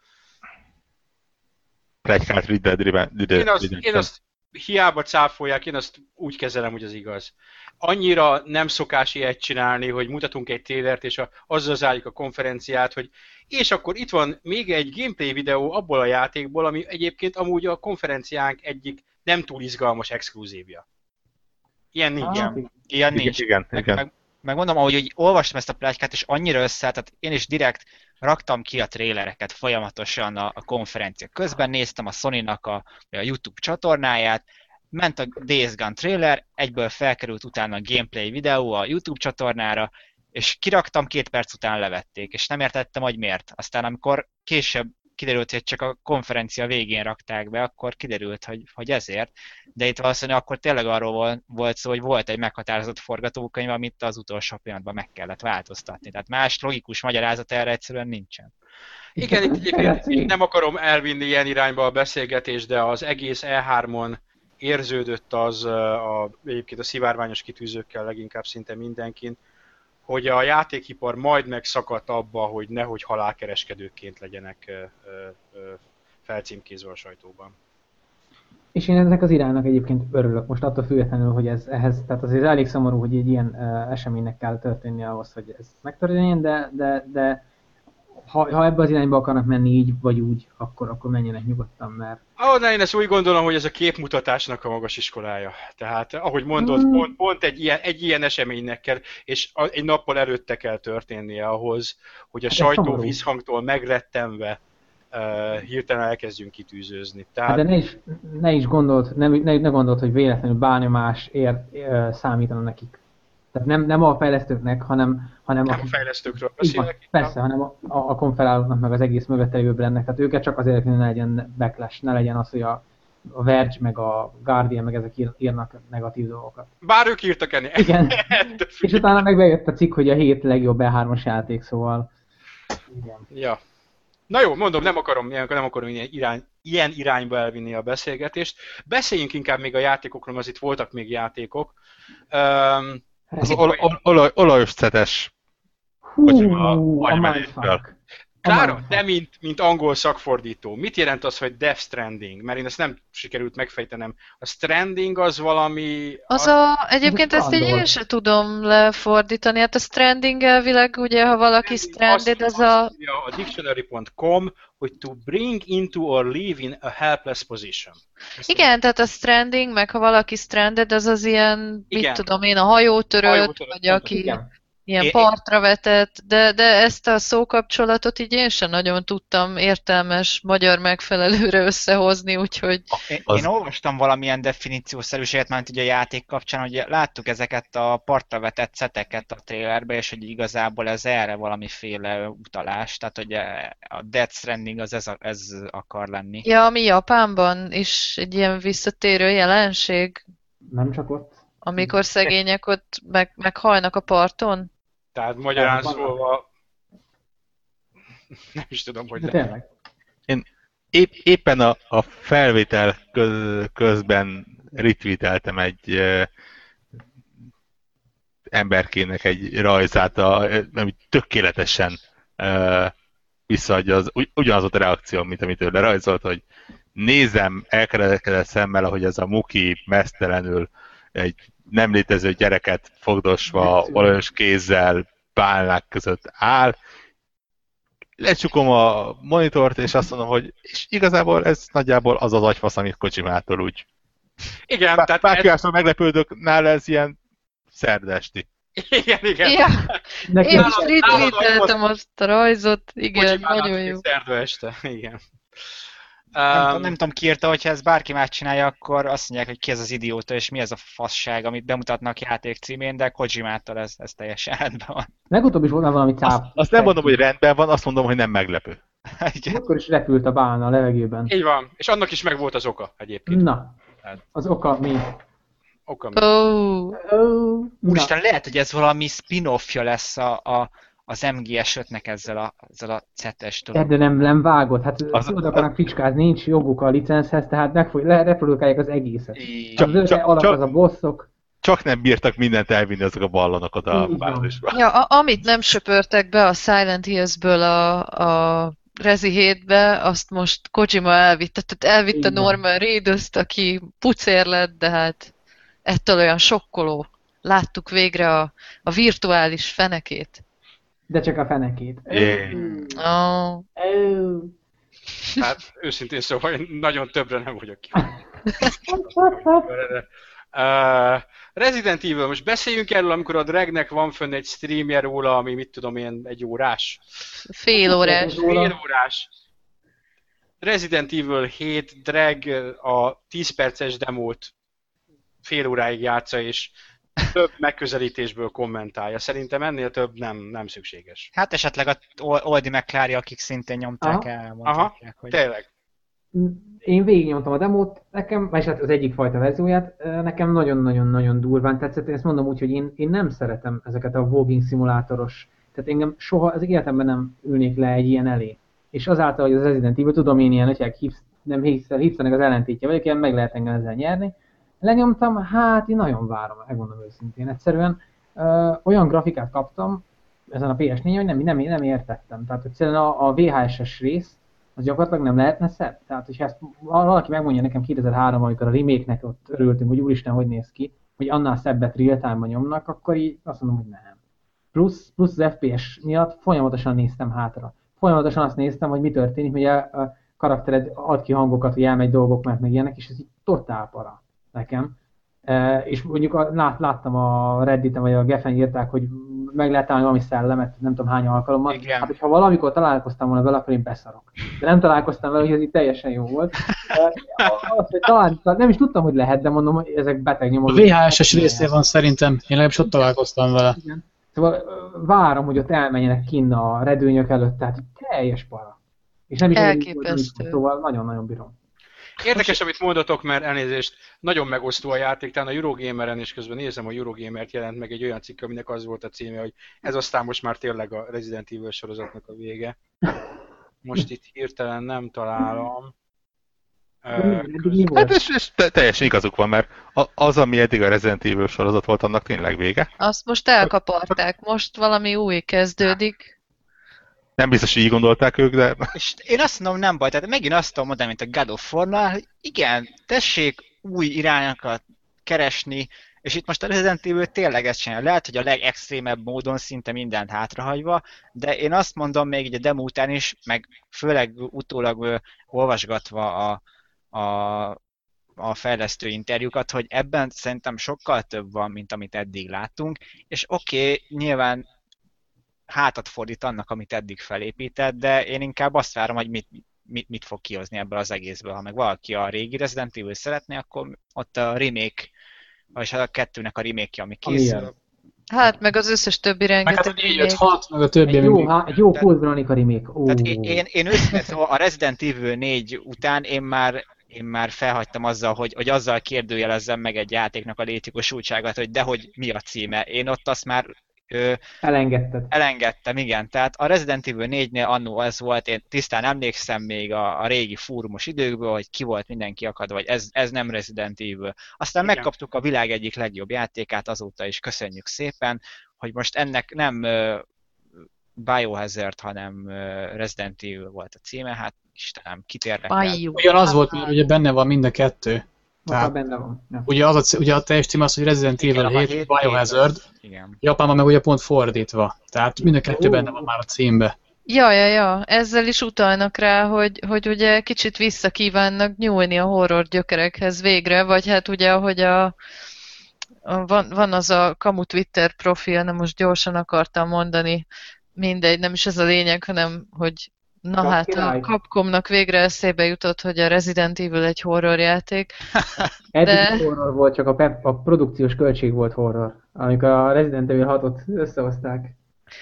Pletykált Red Dead Redemption. Én azt hiába cáfolják, én azt úgy kezelem, hogy az igaz. Annyira nem szokás ilyet csinálni, hogy mutatunk egy trailert, és azzal zárjuk a konferenciát, hogy és akkor itt van még egy gameplay videó abból a játékból, ami egyébként amúgy a konferenciánk egyik nem túl izgalmas exkluzívja. Ilyen nincs. Ilyen nincs. Igen. Meg mondom, ahogy olvastam ezt a pletykát, és annyira tehát én is direkt raktam ki a trélereket folyamatosan a konferencia közben, néztem a Sony-nak a YouTube csatornáját, ment a Days Gone trailer, egyből felkerült utána a gameplay videó a YouTube csatornára, és kiraktam, 2 perc után levették, és nem értettem, hogy miért. Aztán amikor később kiderült, hogy csak a konferencia végén rakták be, akkor kiderült, hogy ezért. De itt valószínűleg akkor tényleg arról volt szó, hogy volt egy meghatározott forgatókönyv, amit az utolsó pillanatban meg kellett változtatni. Tehát más logikus magyarázat erre egyszerűen nincsen. Igen, itt nem akarom elvinni ilyen irányba a beszélgetést, de az egész E3-on érződött az egyébként a szivárványos kitűzőkkel leginkább szinte mindenkin, hogy a játékipar majd megszakadt abba, hogy nehogy halálkereskedőként legyenek felcímkézve a sajtóban. És én ennek az iránynak egyébként örülök most attól függetlenül, hogy ehhez, tehát azért elég szomorú, hogy egy ilyen eseménynek kell történnie ahhoz, hogy ez megtörténjen, de ha ebbe az irányba akarnak menni így vagy úgy, akkor menjenek nyugodtan, mert... Én ezt úgy gondolom, hogy ez a képmutatásnak a magas iskolája. Tehát, ahogy mondod, pont egy ilyen eseménynek kell, és egy nappal előtte kell történnie ahhoz, hogy a sajtó visszhangtól megrettenve hirtelen elkezdjünk kitűzőzni. Tehát... De ne is gondold, ne gondold, hogy véletlenül bármi más számítana nekik. Tehát nem a fejlesztőknek, hanem a fejlesztőkről beszélek. Persze, hanem a konferálóknak, meg az egész mögötte lévő brandnek. Tehát őket csak azért, hogy ne legyen backlash, ne legyen az, hogy a Verge, meg a Guardian, meg ezek írnak negatív dolgokat. Bár ők írtak ennél. Igen. És utána meg bejött a cikk, hogy a 7 legjobb E3-as játék, szóval... Igen. Ja. Na jó, mondom, nem akarom ilyen irányba elvinni a beszélgetést. Beszéljünk inkább még a játékokról, mert itt voltak még játékok. Az olajos cetes a mindfuck. Klára, te mint angol szakfordító, mit jelent az, hogy Death Stranding? Mert én ezt nem sikerült megfejtenem. A Stranding az valami... Egyébként ezt így én sem tudom lefordítani. Hát a Stranding elvileg, ugye, ha valaki stranded, az a... A dictionary.com, hogy to bring into or leave in a helpless position. Igen, tehát a stranding, meg ha valaki stranded, az az ilyen, mit tudom én, a hajótörőt, vagy aki... Ilyen partra vetett, de ezt a szókapcsolatot így én sem nagyon tudtam értelmes magyar megfelelőre összehozni, úgyhogy... Én olvastam valamilyen definíciószerűséget, mert ugye a játék kapcsán, hogy láttuk ezeket a partra vetett szeteket a trailerbe, és hogy igazából ez erre valamiféle utalás, tehát hogy a Death Stranding az ez akar lenni. Ja, ami Japánban is egy ilyen visszatérő jelenség. Nem csak ott. Amikor szegények ott meghalnak a parton? Tehát magyarán szólva... Nem is tudom, hogy tényleg. Én éppen a felvétel közben retweeteltem egy emberkének egy rajzát, ami tökéletesen visszaadja ugyanaz a reakció, mint amit ő lerajzolt, hogy nézem elkerekedett szemmel, ahogy ez a Muki meztelenül egy nem létező gyereket fogdosva olajos kézzel pálnák között áll. Lecsukom a monitort, és azt mondom, hogy és igazából ez nagyjából az az agyfasz, amit Kojimától úgy. Igen, tehát... Bárkiászor meglepődök, nála ez ilyen szerdesti. Igen. Ja, én is retweeteltem azt a rajzot, igen, nagyon jó. Szerda este, igen. Nem tudom ki írta, hogyha ezt bárki más csinálja, akkor azt mondják, hogy ki ez az idióta, és mi ez a fasság, amit bemutatnak játék címén, de Kojimától ez teljesen rendben van. Legutóbb is volt valami cáp. Azt nem mondom, hogy rendben van, azt mondom, hogy nem meglepő. Akkor is repült a bálna a levegőben. Így van, és annak is megvolt az oka egyébként. Na, az oka mi? Úristen, lehet, hogy ez valami spin-offja lesz az MGS5-nek ezzel a CET-es dolog. De nem vágott, hát oda akarnak ficskázni, nincs joguk a licenszhez, tehát reprodukálják az egészet. Az alap az a bosszok. Csak nem bírtak mindent elvinni azok a ballonokat a bázisba. Ja, amit nem söpörtek be a Silent Hills-ből a Rezi 7-be, azt most Kojima elvitte. Tehát elvitte Norman Reedus-t, aki pucér lett, de hát ettől olyan sokkoló. Láttuk végre a virtuális fenekét. De csak a fenekét. Hát őszintén szóval nagyon többre nem vagyok ki. Resident Evil, most beszéljünk erről, amikor a Dragnek van fönn egy streamje róla, ami mit tudom én, egy órás? Fél órás. Resident Evil 7 Drag a 10 perces demót fél óráig játsza, és több megközelítésből kommentálja. Szerintem ennél több nem szükséges. Hát esetleg a Oldie McClary, akik szintén nyomták el, mondhatják, hogy... Tényleg. Én végignyomtam a demót, nekem, és hát az egyik fajta verzióját, nekem nagyon-nagyon-nagyon durván tetszett. Én ezt mondom úgy, hogy én nem szeretem ezeket a walking szimulátoros, tehát engem soha az életemben nem ülnék le egy ilyen elé. És azáltal, hogy az Resident Evil, tudom én ilyen, hogy nem hipsternek az ellentétje vagyok, ilyen meg lehet engem ezzel nyerni. Lenyomtam, hát én nagyon várom, megmondom őszintén. Egyszerűen olyan grafikát kaptam ezen a PS4-en, hogy nem értettem. Tehát egyszerűen a VHS-es rész, az gyakorlatilag nem lehetne szebb. Tehát, hogyha ezt valaki megmondja nekem 2003-ban, amikor a remake-nek ott örültünk, hogy úristen, hogy néz ki, hogy annál szebbet real-time-ban nyomnak, akkor így azt mondom, hogy nem. Plusz az FPS miatt folyamatosan néztem hátra. Folyamatosan azt néztem, hogy mi történik, hogy a karaktered ad ki hangokat, hogy elmegy dolgok, mert meg ilyenek, és ez így totál para nekem. És mondjuk láttam a Redditen, vagy a Geffen írták, hogy meg lehet találni valami szellemet, nem tudom hány alkalommal. Igen. Hát, hogyha valamikor találkoztam volna vele, akkor én beszarok. De nem találkoztam vele, hogy ez így teljesen jó volt. Nem is tudtam, hogy lehet, de mondom, hogy ezek beteg nyomok. A VHS-es részén van szerintem, én legalábbis ott találkoztam vele. Igen. Szóval várom, hogy ott elmenjenek kinn a redőnyök előtt, tehát teljes para. És nem is elképesztő. Szóval nagyon-nagyon bírom. Érdekes, amit mondatok, mert elnézést, nagyon megosztó a játék, talán a Eurogameren is közben nézem, a Eurogamert jelent meg egy olyan cikk, aminek az volt a címe, hogy ez aztán most már tényleg a Resident Evil sorozatnak a vége. Most itt hirtelen nem találom. Hát és teljesen igazuk van, mert az, ami eddig a Resident Evil sorozat volt, annak tényleg vége. Azt most elkaparták, most valami új kezdődik. Nem biztos, hogy így gondolták ők, de... És én azt mondom, nem baj, tehát megint azt tudom mondani, mint a God of War-nál, hogy igen, tessék új irányokat keresni, és itt most a Resident Evil tényleg ezt csinálja. Lehet, hogy a legextrémebb módon szinte mindent hátrahagyva, de én azt mondom még így a demo után is, meg főleg utólag olvasgatva a fejlesztő interjúkat, hogy ebben szerintem sokkal több van, mint amit eddig láttunk, és oké, nyilván hátat fordít annak, amit eddig felépített, de én inkább azt várom, hogy mit fog kihozni ebből az egészből. Ha meg valaki a régi Resident Evil szeretné, akkor ott a remake, vagyis a kettőnek a remake-je, ami készül. Hát, meg az összes többi Meg hát rengeteg a 4 remake. 6, meg a többi, Egy ami jó, még... egy jó Code Veronica remake. Tehát én őszintén, szóval a Resident Evil 4 után én már felhagytam azzal, hogy azzal kérdőjelezzem meg egy játéknak a létjogosultságát, hogy dehogy mi a címe. Én ott azt már Elengedted. elengedtem, igen. Tehát a Resident Evil 4-nél annó ez volt, én tisztán emlékszem még a régi fórumos időkből, hogy ki volt mindenki akadva, vagy ez nem Resident Evil. Aztán Igen. megkaptuk a világ egyik legjobb játékát, azóta is köszönjük szépen, hogy most ennek nem Biohazard, hanem Resident Evil volt a címe, hát Istenem, kit érdekel. Bajú. Ugyanaz volt, mert ugye benne van mind a kettő. Tehát benne van. Ja. Ugye a teljes cím az, hogy Resident Igen, Evil a 7, Biohazard, Igen. Japánban meg ugye pont fordítva. Tehát mind a kettő benne van már a címbe. Ja, ezzel is utalnak rá, hogy ugye kicsit vissza kívánnak nyúlni a horror gyökerekhez végre, vagy hát ugye, ahogy van az a kamu Twitter profil, nem most gyorsan akartam mondani, mindegy, nem is ez a lényeg, hanem hogy na hát a Capcomnak végre eszébe jutott, hogy a Resident Evil egy horrorjáték. Eddig horror volt, csak a produkciós költség volt horror, amikor a Resident Evil 6-ot összehozták.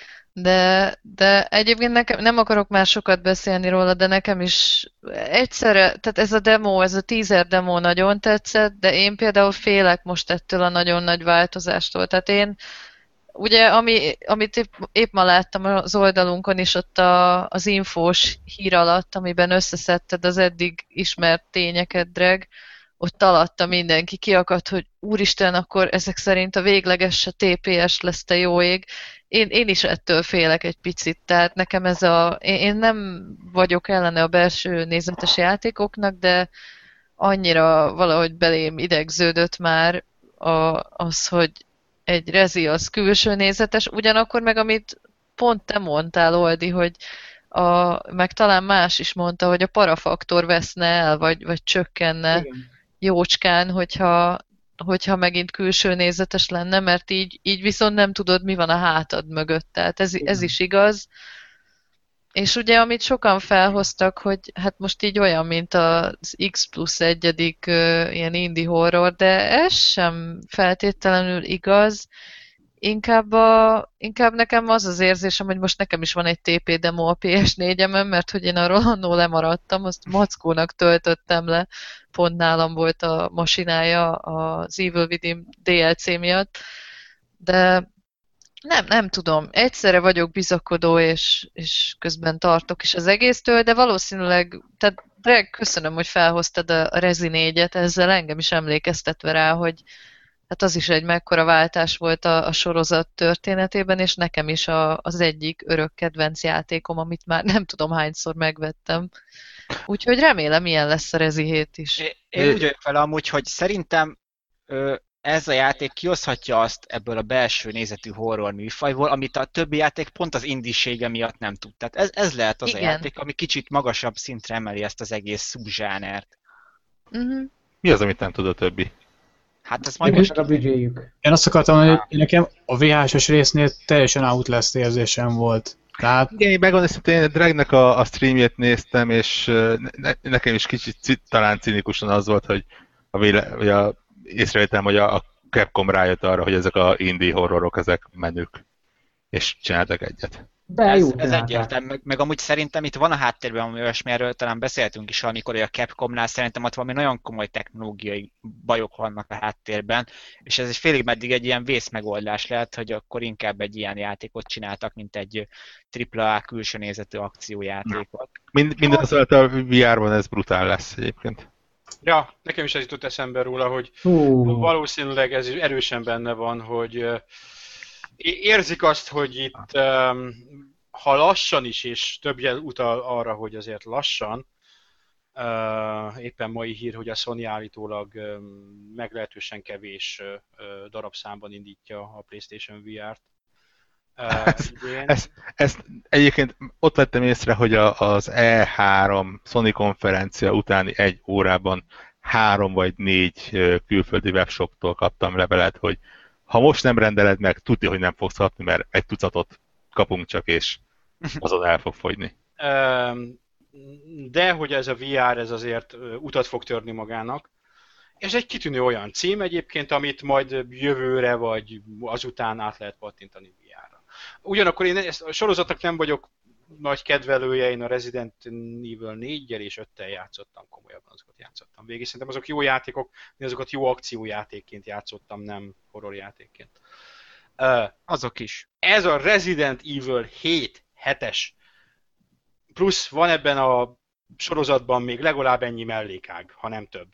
De egyébként nekem, nem akarok már sokat beszélni róla, de nekem is egyszerre, tehát ez a demo, ez a teaser demo nagyon tetszett, de én például félek most ettől a nagyon nagy változástól. Tehát én, ugye, amit épp ma láttam az oldalunkon is, ott az infós hír alatt, amiben összeszedted az eddig ismert tényeket, Dreg, ott alatta mindenki kiakadt, hogy úristen, akkor ezek szerint a végleges a TPS lesz, te jó ég. Én is ettől félek egy picit, tehát nekem én nem vagyok ellene a belső nézetes játékoknak, de annyira valahogy belém idegződött már az, hogy egy rezi az külső nézetes, ugyanakkor meg amit pont te mondtál, Oldi, hogy meg talán más is mondta, hogy a parafaktor veszne el, vagy csökkenne. Igen. Jócskán, hogyha megint külső nézetes lenne, mert így viszont nem tudod, mi van a hátad mögött. Tehát ez is igaz. És ugye, amit sokan felhoztak, hogy hát most így olyan, mint az X+1 ilyen indie horror, de ez sem feltétlenül igaz. Inkább nekem az érzésem, hogy most nekem is van egy TP demo a PS4-emen, mert hogy én arról annól lemaradtam, azt mackónak töltöttem le, pont nálam volt a masinája az Evil Within DLC miatt, de nem tudom, egyszerre vagyok bizakodó, és közben tartok is az egésztől, de valószínűleg, tehát Greg, köszönöm, hogy felhoztad a Rezi 4-et, ezzel engem is emlékeztetve rá, hogy hát az is egy mekkora váltás volt a sorozat történetében, és nekem is az egyik örök kedvenc játékom, amit már nem tudom hányszor megvettem. Úgyhogy remélem, ilyen lesz a Rezi 7 is. Én úgy vagyok vele amúgy, hogy szerintem ez a játék kihozhatja azt ebből a belső nézetű horror műfajból, amit a többi játék pont az indisége miatt nem tud. Tehát ez lehet az a játék, ami kicsit magasabb szintre emeli ezt az egész szubzsánert. Uh-huh. Mi az, amit nem tud a többi? Hát ez majd Most a büdzséjük. Én azt akartam mondani, hogy nekem a VHS-es résznél teljesen Outlast érzésem volt. Tehát... Igen, én megmondom, hogy én Dragnek a streamjét néztem, és nekem is kicsit talán cinikusan az volt, hogy észrevettem, hogy a Capcom rájött arra, hogy ezek a indie horrorok, ezek menők, és csináltak egyet. Ez egyértelmű, meg amúgy szerintem itt van a háttérben, ami olyasmiről talán beszéltünk is valamikor, hogy a Capcomnál szerintem ott valami nagyon komoly technológiai bajok vannak a háttérben, és ez egy félig meddig egy ilyen vészmegoldás lehet, hogy akkor inkább egy ilyen játékot csináltak, mint egy AAA külső nézetű akciójátékot. Minden a VR-ban ez brutál lesz egyébként. Ja, nekem is ez jutott eszembe róla, hogy valószínűleg ez is erősen benne van, hogy érzik azt, hogy itt ha lassan is, és több jel utal arra, hogy azért lassan, éppen mai hír, hogy a Sony állítólag meglehetősen kevés darabszámban indítja a PlayStation VR-t. Ezt egyébként ott vettem észre, hogy az E3 Sony konferencia utáni 1 órában 3 vagy 4 külföldi webshoptól kaptam levelet, hogy ha most nem rendeled meg, tudja, hogy nem fogsz kapni, mert 1 tucatot kapunk csak, és azon el fog fogyni. De hogy ez a VR, ez azért utat fog törni magának. Ez egy kitűnő olyan cím egyébként, amit majd jövőre vagy azután át lehet pattintani VR-ra. Ugyanakkor én ezt a sorozatnak nem vagyok nagy kedvelője, én a Resident Evil 4-jel és 5-tel játszottam, komolyabban azokat játszottam végig. Szerintem azok jó játékok, én azokat jó akciójátékként játszottam, nem horrorjátékként. Azok is. Ez a Resident Evil 7-7-es, plusz van ebben a sorozatban még legalább ennyi mellékág, ha nem több.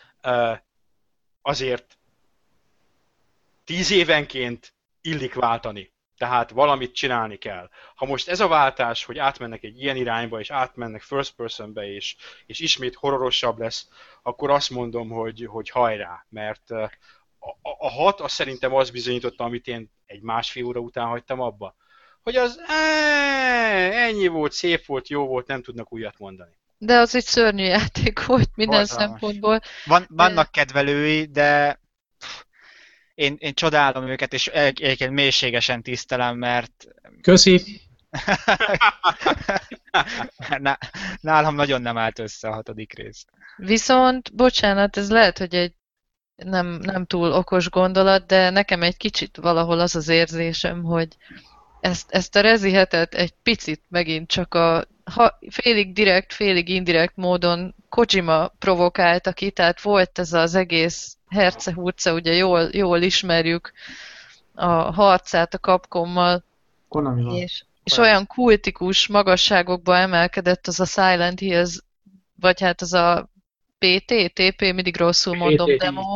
Azért 10 évenként illik váltani. Tehát valamit csinálni kell. Ha most ez a váltás, hogy átmennek egy ilyen irányba, és átmennek first personbe, és ismét horrorosabb lesz, akkor azt mondom, hogy hajrá. Mert a 6 azt szerintem azt bizonyította, amit én egy másfél óra után hagytam abba. Hogy az ennyi volt, szép volt, jó volt, nem tudnak újat mondani. De az egy szörnyű játék volt minden Borzalmas. szempontból. Vannak kedvelői, de én csodálom őket, és egyébként mélységesen tisztelem, mert Köszi! nálam nagyon nem állt össze a 6. rész. Viszont, bocsánat, ez lehet, hogy egy nem túl okos gondolat, de nekem egy kicsit valahol az az érzésem, hogy ezt a Rezi hetet egy picit megint csak félig direkt, félig indirekt módon Kojima provokálta ki, tehát volt ez az egész herce-hurce, ugye jól ismerjük a harcát a Capcommal, és olyan kultikus magasságokba emelkedett az a Silent Hills, vagy hát az a TP, mindig rosszul mondom, demo,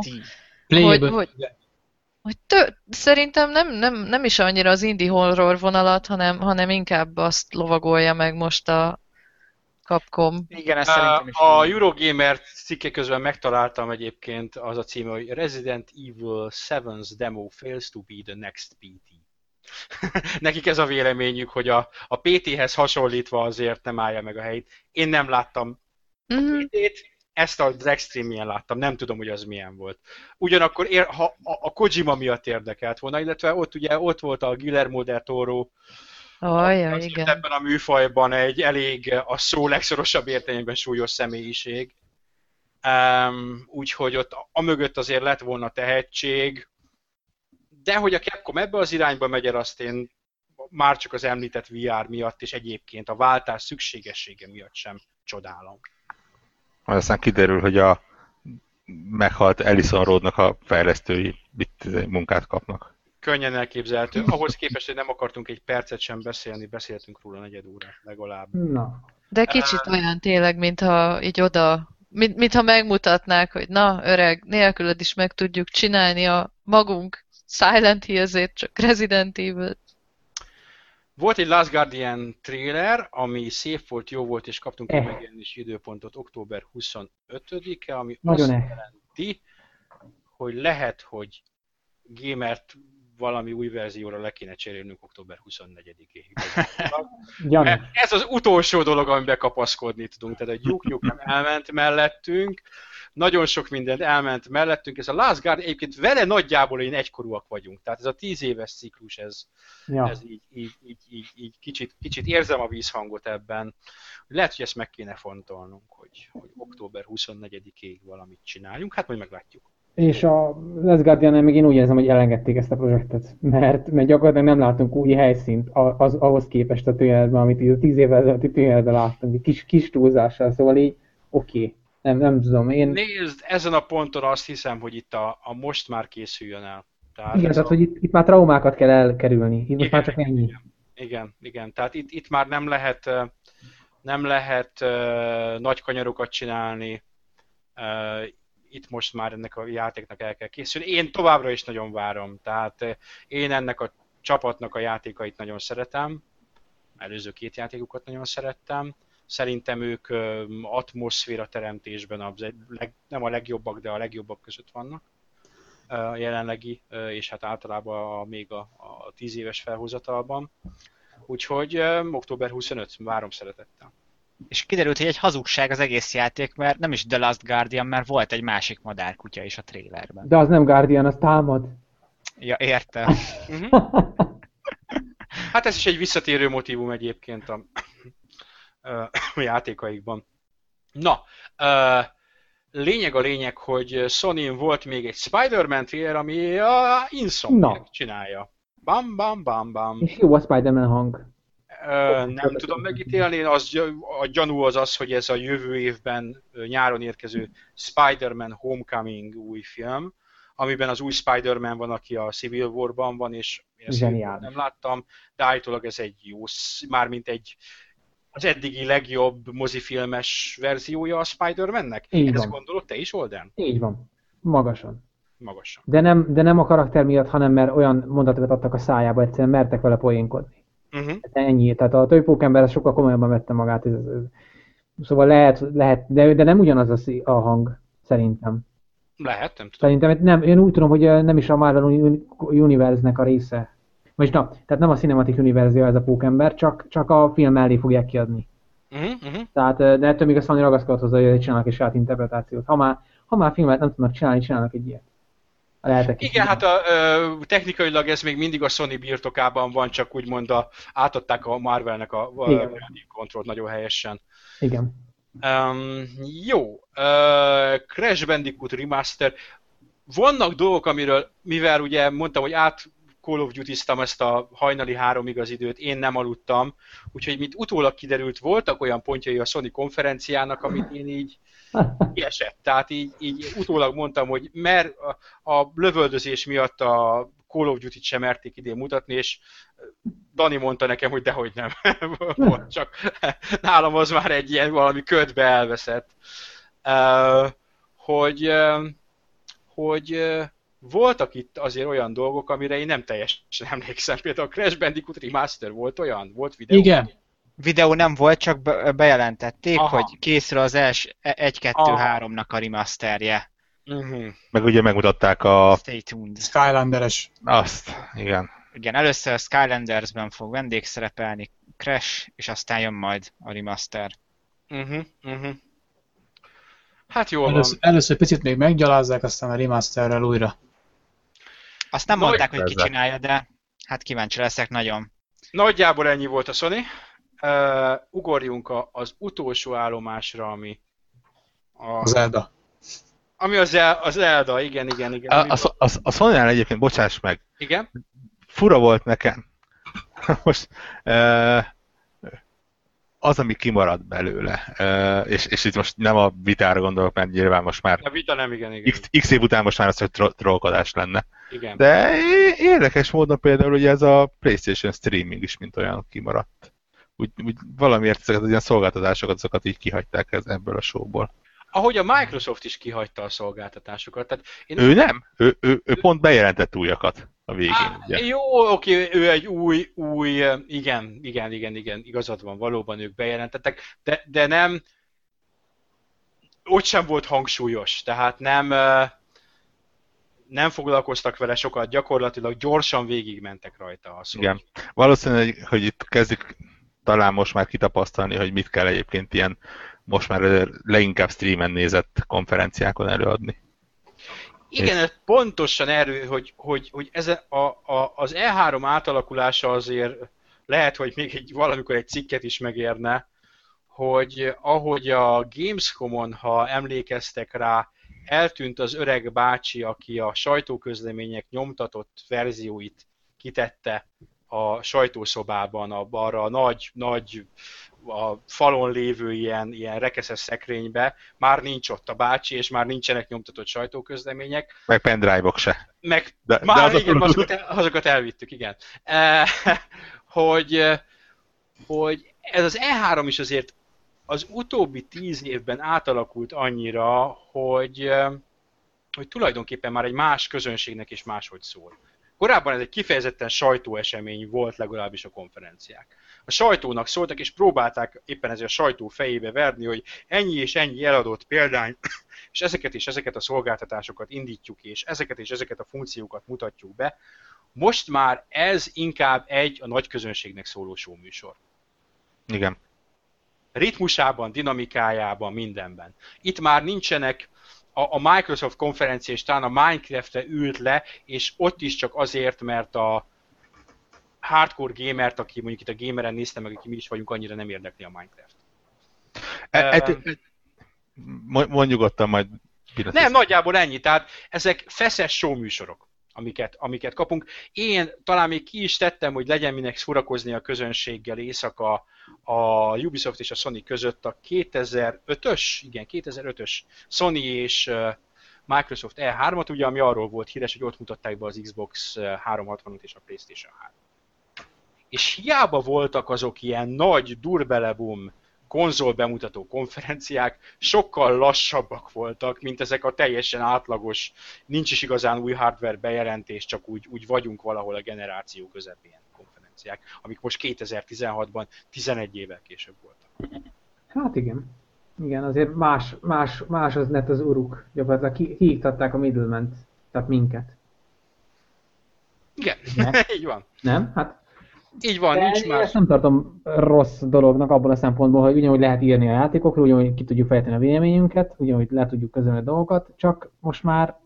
hogy szerintem nem is annyira az indie horror vonalat, hanem inkább azt lovagolja meg most a Capcom. Igen, ezt szerintem is. A Eurogamer cikke közben megtaláltam egyébként az a címe, hogy Resident Evil 7's demo fails to be the next PT. Nekik ez a véleményük, hogy a PT-hez hasonlítva azért nem állja meg a helyét. Én nem láttam a PT-t, ezt a drag streamjen láttam, nem tudom, hogy az milyen volt. Ugyanakkor ha a Kojima miatt érdekelt volna, illetve ott volt a Guillermo del Toro, igen. Ebben a műfajban egy elég a szó legszorosabb értelemben súlyos személyiség. Úgyhogy ott amögött azért lett volna tehetség, de hogy a Capcom ebbe az irányba megy el, azt én már csak az említett VR miatt, és egyébként a váltás szükségessége miatt sem csodálom. Majd aztán kiderül, hogy a meghalt Ellison Roadnak a fejlesztői munkát kapnak. Könnyen elképzelhető. Ahhoz képest, hogy nem akartunk egy percet sem beszélni, beszéltünk róla 4 órát legalább. Na. De kicsit olyan tényleg, mintha így mintha megmutatnák, hogy na öreg, nélküled is meg tudjuk csinálni a magunk Silent Hills-ét, csak Resident Evil. Volt egy Last Guardian trailer, ami szép volt, jó volt, és kaptunk egy megjelenési időpontot október 25-e, ami nagyon azt jelenti, hogy lehet, hogy Gamert valami új verzióra le kéne cserélnünk október 24-ig. Ez az utolsó dolog, amiben kapaszkodni tudunk. Tehát a Duke Nukem elment mellettünk, nagyon sok mindent elment mellettünk. Ez a Last Guard, egyébként vele nagyjából én egykorúak vagyunk. Tehát ez a 10 éves ciklus, ez így kicsit érzem a vízhangot ebben. Lehet, hogy ezt meg kéne fontolnunk, hogy október 24-ig valamit csináljunk. Hát majd meglátjuk. És a Last Guardian-nál még én úgy érzem, hogy elengedték ezt a projektet, mert gyakorlatilag nem látunk új helyszínt ahhoz képest a trailerben, amit 10 évvel ezelőtti trailerben láttunk, kis túlzással, szóval így oké. Nem tudom, én... Nézd, ezen a ponton azt hiszem, hogy itt a most már készüljön el. Igen, tehát hogy itt már traumákat kell elkerülni, itt most már csak ennyi. Igen, tehát itt már nem lehet nagy kanyarokat csinálni, itt most már ennek a játéknak el kell készülni. Én továbbra is nagyon várom, tehát én ennek a csapatnak a játékait nagyon szeretem, előző 2 játékukat nagyon szerettem. Szerintem ők atmoszféra teremtésben nem a legjobbak, de a legjobbak között vannak a jelenlegi, és hát általában még a 10 éves felhozatalban. Úgyhogy október 25, várom szeretettel. És kiderült, hogy egy hazugság az egész játék, mert nem is The Last Guardian, mert volt egy másik madárkutya is a trailerben. De az nem Guardian, az támad. Ja, értem. Hát ez is egy visszatérő motívum egyébként a játékaikban. Na, lényeg a lényeg, hogy Sonyn volt még egy Spider-Man trailer, ami a Insomniac csinálja. Bam, bam, bam, bam. És jó a Spider-Man hang. Nem tudom megítélni, a gyanú az, hogy ez a jövő évben nyáron érkező Spider-Man Homecoming új film, amiben az új Spider-Man van, aki a Civil War-ban van, és ezt nem láttam, de állítólag ez egy jó, mármint az eddigi legjobb mozifilmes verziója a Spider-Man-nek. Ezt gondolod te is, Olden? Így van. Magasan. Magasan. De nem a karakter miatt, hanem mert olyan mondatokat adtak a szájába, egyszerűen mertek vele poénkodni. Ennyi. Tehát a többi pókember sokkal komolyabban vette magát. Szóval lehet de nem ugyanaz a hang, szerintem. Lehet, nem tudom. Szerintem nem, én úgy tudom, hogy nem is a Marvel Universe-nek a része. Vagy tehát nem a Cinematic Universe ez a pókember, csak a film mellé fogják kiadni. Tehát, de ettől még a Sony ragaszkodott hozzá, hogy csinálnak egy saját interpretációt. Ha már filmet nem tudnak csinálni, csinálnak egy ilyet. Igen, hát technikailag ez még mindig a Sony birtokában van, csak úgymond átadták a Marvelnek a kontrollt nagyon helyesen. Igen. Jó. Crash Bandicoot Remaster. Vannak dolgok, mivel ugye mondtam, hogy Call of Duty-ztam ezt a hajnali 3-ig az időt, én nem aludtam, úgyhogy mint utólag kiderült, voltak olyan pontjai a Sony konferenciának, amit én így kiesett. Tehát így utólag mondtam, hogy mert a lövöldözés miatt a Call of Duty-t sem merték idén mutatni, és Dani mondta nekem, hogy dehogy nem volt, csak nálam az már egy ilyen valami ködbe elveszett. Hogy voltak itt azért olyan dolgok, amire én nem teljesen emlékszem. Például a Crash Bandicoot Remaster volt olyan? Volt videó? Igen. Videó nem volt, csak bejelentették, hogy készül az 1-2-3-nak a remasterje. Meg ugye megmutatták a Stay tuned. Skylanderes. Azt, igen. Igen, először a Skylandersben fog vendégszerepelni Crash, és aztán jön majd a remaster. Hát jól van. Először picit még meggyalázzák, aztán a remasterrel újra. Azt nem mondták, hogy ki csinálja, de hát kíváncsi leszek nagyon. Nagyjából ennyi volt a Sony. Ugorjunk az utolsó állomásra, ami az Zelda. Ami az Zelda, igen. A Sony-nál egyébként, bocsáss meg. Igen? Fura volt nekem. Most az, ami kimaradt belőle, és itt most nem a vitára gondolok, mert nyilván most már a vita nem, igen. X év után most már az, hogy trollkodás lenne. Igen. De érdekes módon például ugye ez a PlayStation streaming is mint olyan kimaradt. Úgy valamiért ezeket az ilyen szolgáltatásokat, azokat így kihagyták ebből a showból. Ahogy a Microsoft is kihagyta a szolgáltatásokat. Tehát ő nem? Ő pont bejelentett újakat a végén. Ugye? Jó, oké, ő egy új, igen, igazad van, valóban ők bejelentettek, de nem, ott sem volt hangsúlyos, tehát nem foglalkoztak vele sokat, gyakorlatilag gyorsan végigmentek rajta a szó. Igen, valószínűleg, hogy itt kezdjük talán most már kitapasztalni, hogy mit kell egyébként ilyen most már leginkább streamen nézett konferenciákon előadni. Igen, ez pontosan erről, hogy ez az E3 átalakulása azért lehet, hogy még valamikor egy cikket is megérne, hogy ahogy a Gamescom-on, ha emlékeztek rá, eltűnt az öreg bácsi, aki a sajtóközlemények nyomtatott verzióit kitette a sajtószobában, arra a nagy a falon lévő ilyen rekeszes szekrénybe, már nincs ott a bácsi, és már nincsenek nyomtatott sajtóközlemények. Meg pendrive-ok se. De igen, azokat elvittük, igen. Hogy ez az E3 is azért az utóbbi 10 évben átalakult annyira, hogy tulajdonképpen már egy más közönségnek is máshogy szól. Korábban ez egy kifejezetten sajtóesemény volt, legalábbis a konferenciák. A sajtónak szóltak, és próbálták éppen ezért a sajtó fejébe verni, hogy ennyi és ennyi eladott példány, és ezeket a szolgáltatásokat indítjuk, és ezeket a funkciókat mutatjuk be. Most már ez inkább a nagy közönségnek szóló showműsor. Igen. Ritmusában, dinamikájában, mindenben. Itt már nincsenek a Microsoft konferencia, és talán a Minecraft-re ült le, és ott is csak azért, mert a hardcore gamert, aki mondjuk itt a gameren nézte meg, aki mi is vagyunk, annyira nem érdekli a Minecraft. Mondj nyugodtan majd. Nem, nagyjából ennyi. Tehát ezek feszes showműsorok, amiket kapunk. Én talán még ki is tettem, hogy legyen minek szórakozni a közönséggel éjszaka a Ubisoft és a Sony között a 2005-ös Sony és Microsoft E3-at, ugye, ami arról volt híres, hogy ott mutatták be az Xbox 360-ot és a PlayStation 3. És hiába voltak azok ilyen nagy durbelebum konzol bemutató konferenciák, sokkal lassabbak voltak, mint ezek a teljesen átlagos, nincs is igazán új hardware bejelentés, csak úgy vagyunk valahol a generáció közepén konferenciák, amik most 2016-ban 11 évvel később voltak. Hát igen. Igen, azért más az net az uruk. Gyakorlatilag kiiktatták a middlement, tehát minket. Igen, így van. Nem? Hát így van, nincs én más. ezt nem tartom rossz dolognak abban a szempontból, hogy ugyanúgy lehet írni a játékokról, ugyanúgy ki tudjuk fejteni a véleményünket, ugyanúgy le tudjuk közölni a dolgokat, csak most már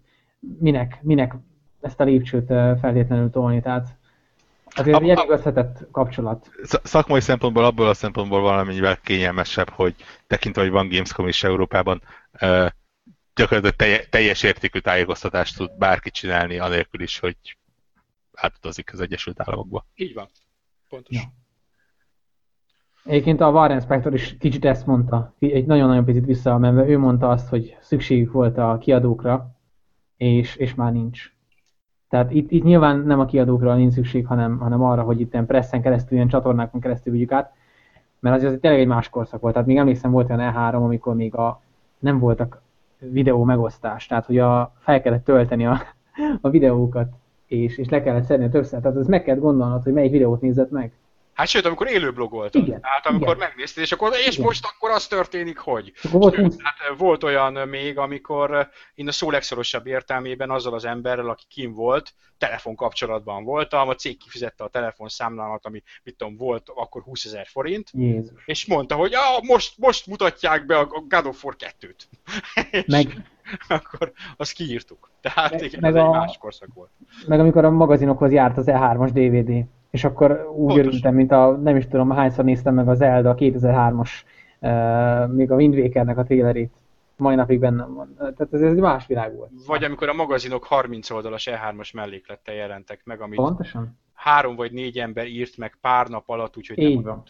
minek ezt a lépcsőt feltétlenül tolni, tehát azért egy elég összetett kapcsolat. Szakmai szempontból, abból a szempontból valamennyivel kényelmesebb, hogy tekintve, hogy van Gamescom is Európában, gyakorlatilag teljes értékű tájékoztatást tud bárki csinálni, anélkül is, hogy átutazik az Egyesült Államokba. Így van. Pontos. Ja. Egyébként a Warren Spector is kicsit ezt mondta, egy nagyon-nagyon picit visszamenve, ő mondta azt, hogy szükségük volt a kiadókra, és már nincs. Tehát itt nyilván nem a kiadókra nincs szükség, hanem arra, hogy itt ilyen pressen keresztül, ilyen csatornákon keresztül vigyük át, mert azért tényleg egy más korszak volt. Tehát még emlékszem, volt olyan E3, amikor még nem voltak videó megosztás, tehát hogy fel kellett tölteni a videókat, és le kellett szedni a többször. Tehát ez meg kellett gondolnod, hogy melyik videót nézed meg. Hát sőt, amikor élő blogoltad. Igen, hát amikor igen. megnézted, és most akkor az történik, hogy. Volt olyan még, amikor én a szó legszorosabb értelmében azzal az emberrel, aki kim volt, telefonkapcsolatban voltam, a cég kifizette a telefonszámlámat, ami mit tudom, volt akkor 20 000 forint, Jézus. és mondta, hogy most mutatják be a God of War 2-t. Meg, akkor azt kiírtuk. Tehát igen, meg ez egy más korszak volt. meg amikor a magazinokhoz járt az E3-as DVD, és akkor úgy örültem, mint nem is tudom, hányszor néztem meg az Zelda 2003-as, még a Wind Wakernek a trailerét. Mai napig bennem van. Tehát ez egy más világ volt. Vagy amikor a magazinok 30 oldalas E3-as melléklettel jelentek meg, amit Pontosan. 3 vagy 4 ember írt meg pár nap alatt, úgyhogy Így nem van.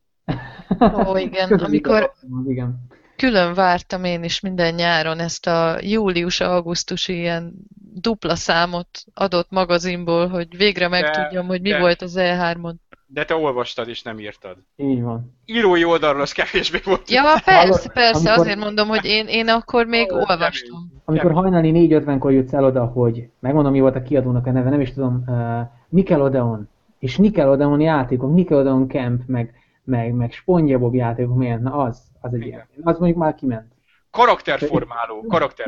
Ó, igen, amikor Igen. külön vártam én is minden nyáron ezt a július-augusztusi ilyen dupla számot adott magazinból, hogy végre megtudjam, hogy mi volt az E3-on. De te olvastad és nem írtad. Így van. Írói oldalról az kevésbé volt. Ja, persze, Amikor- azért mondom, hogy én akkor még olvastam. Amikor hajnali 4:50-kor jutsz el oda, hogy megmondom, mi volt a kiadónak a neve, nem is tudom, Nickelodeon, és Nickelodeon játékok, Nickelodeon Camp, meg SpongeBob játékok, milyen, na az egy ilyen. Az mondjuk már kiment. Karakterformáló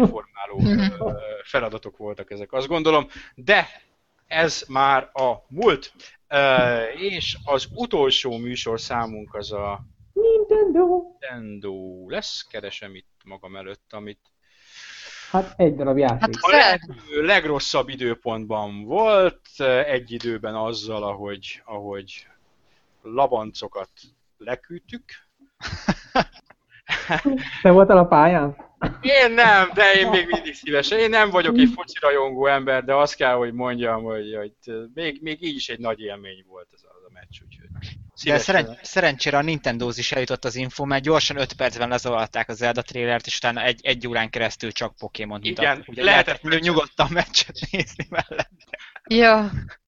feladatok voltak ezek, azt gondolom, de ez már a múlt, és az utolsó műsorszámunk az a Nintendo lesz, keresem itt magam előtt, amit Hát egy darab játék. Hát a legrosszabb időpontban volt, egy időben azzal, ahogy labancokat leküldtük. Te voltál a pályán? Én nem, de én még mindig szívesen. Én nem vagyok egy foci rajongó ember, de azt kell, hogy mondjam, hogy még így is egy nagy élmény volt ez a meccs, úgyhogy De szívesen. szerencsére a Nintendo-hoz is eljutott az info, mert gyorsan 5 percben lezavarták az Zelda trailert, és utána egy órán keresztül csak Pokémon Igen, mutat. Ugye lehetett nyugodtan meccset nézni mellett. Ja,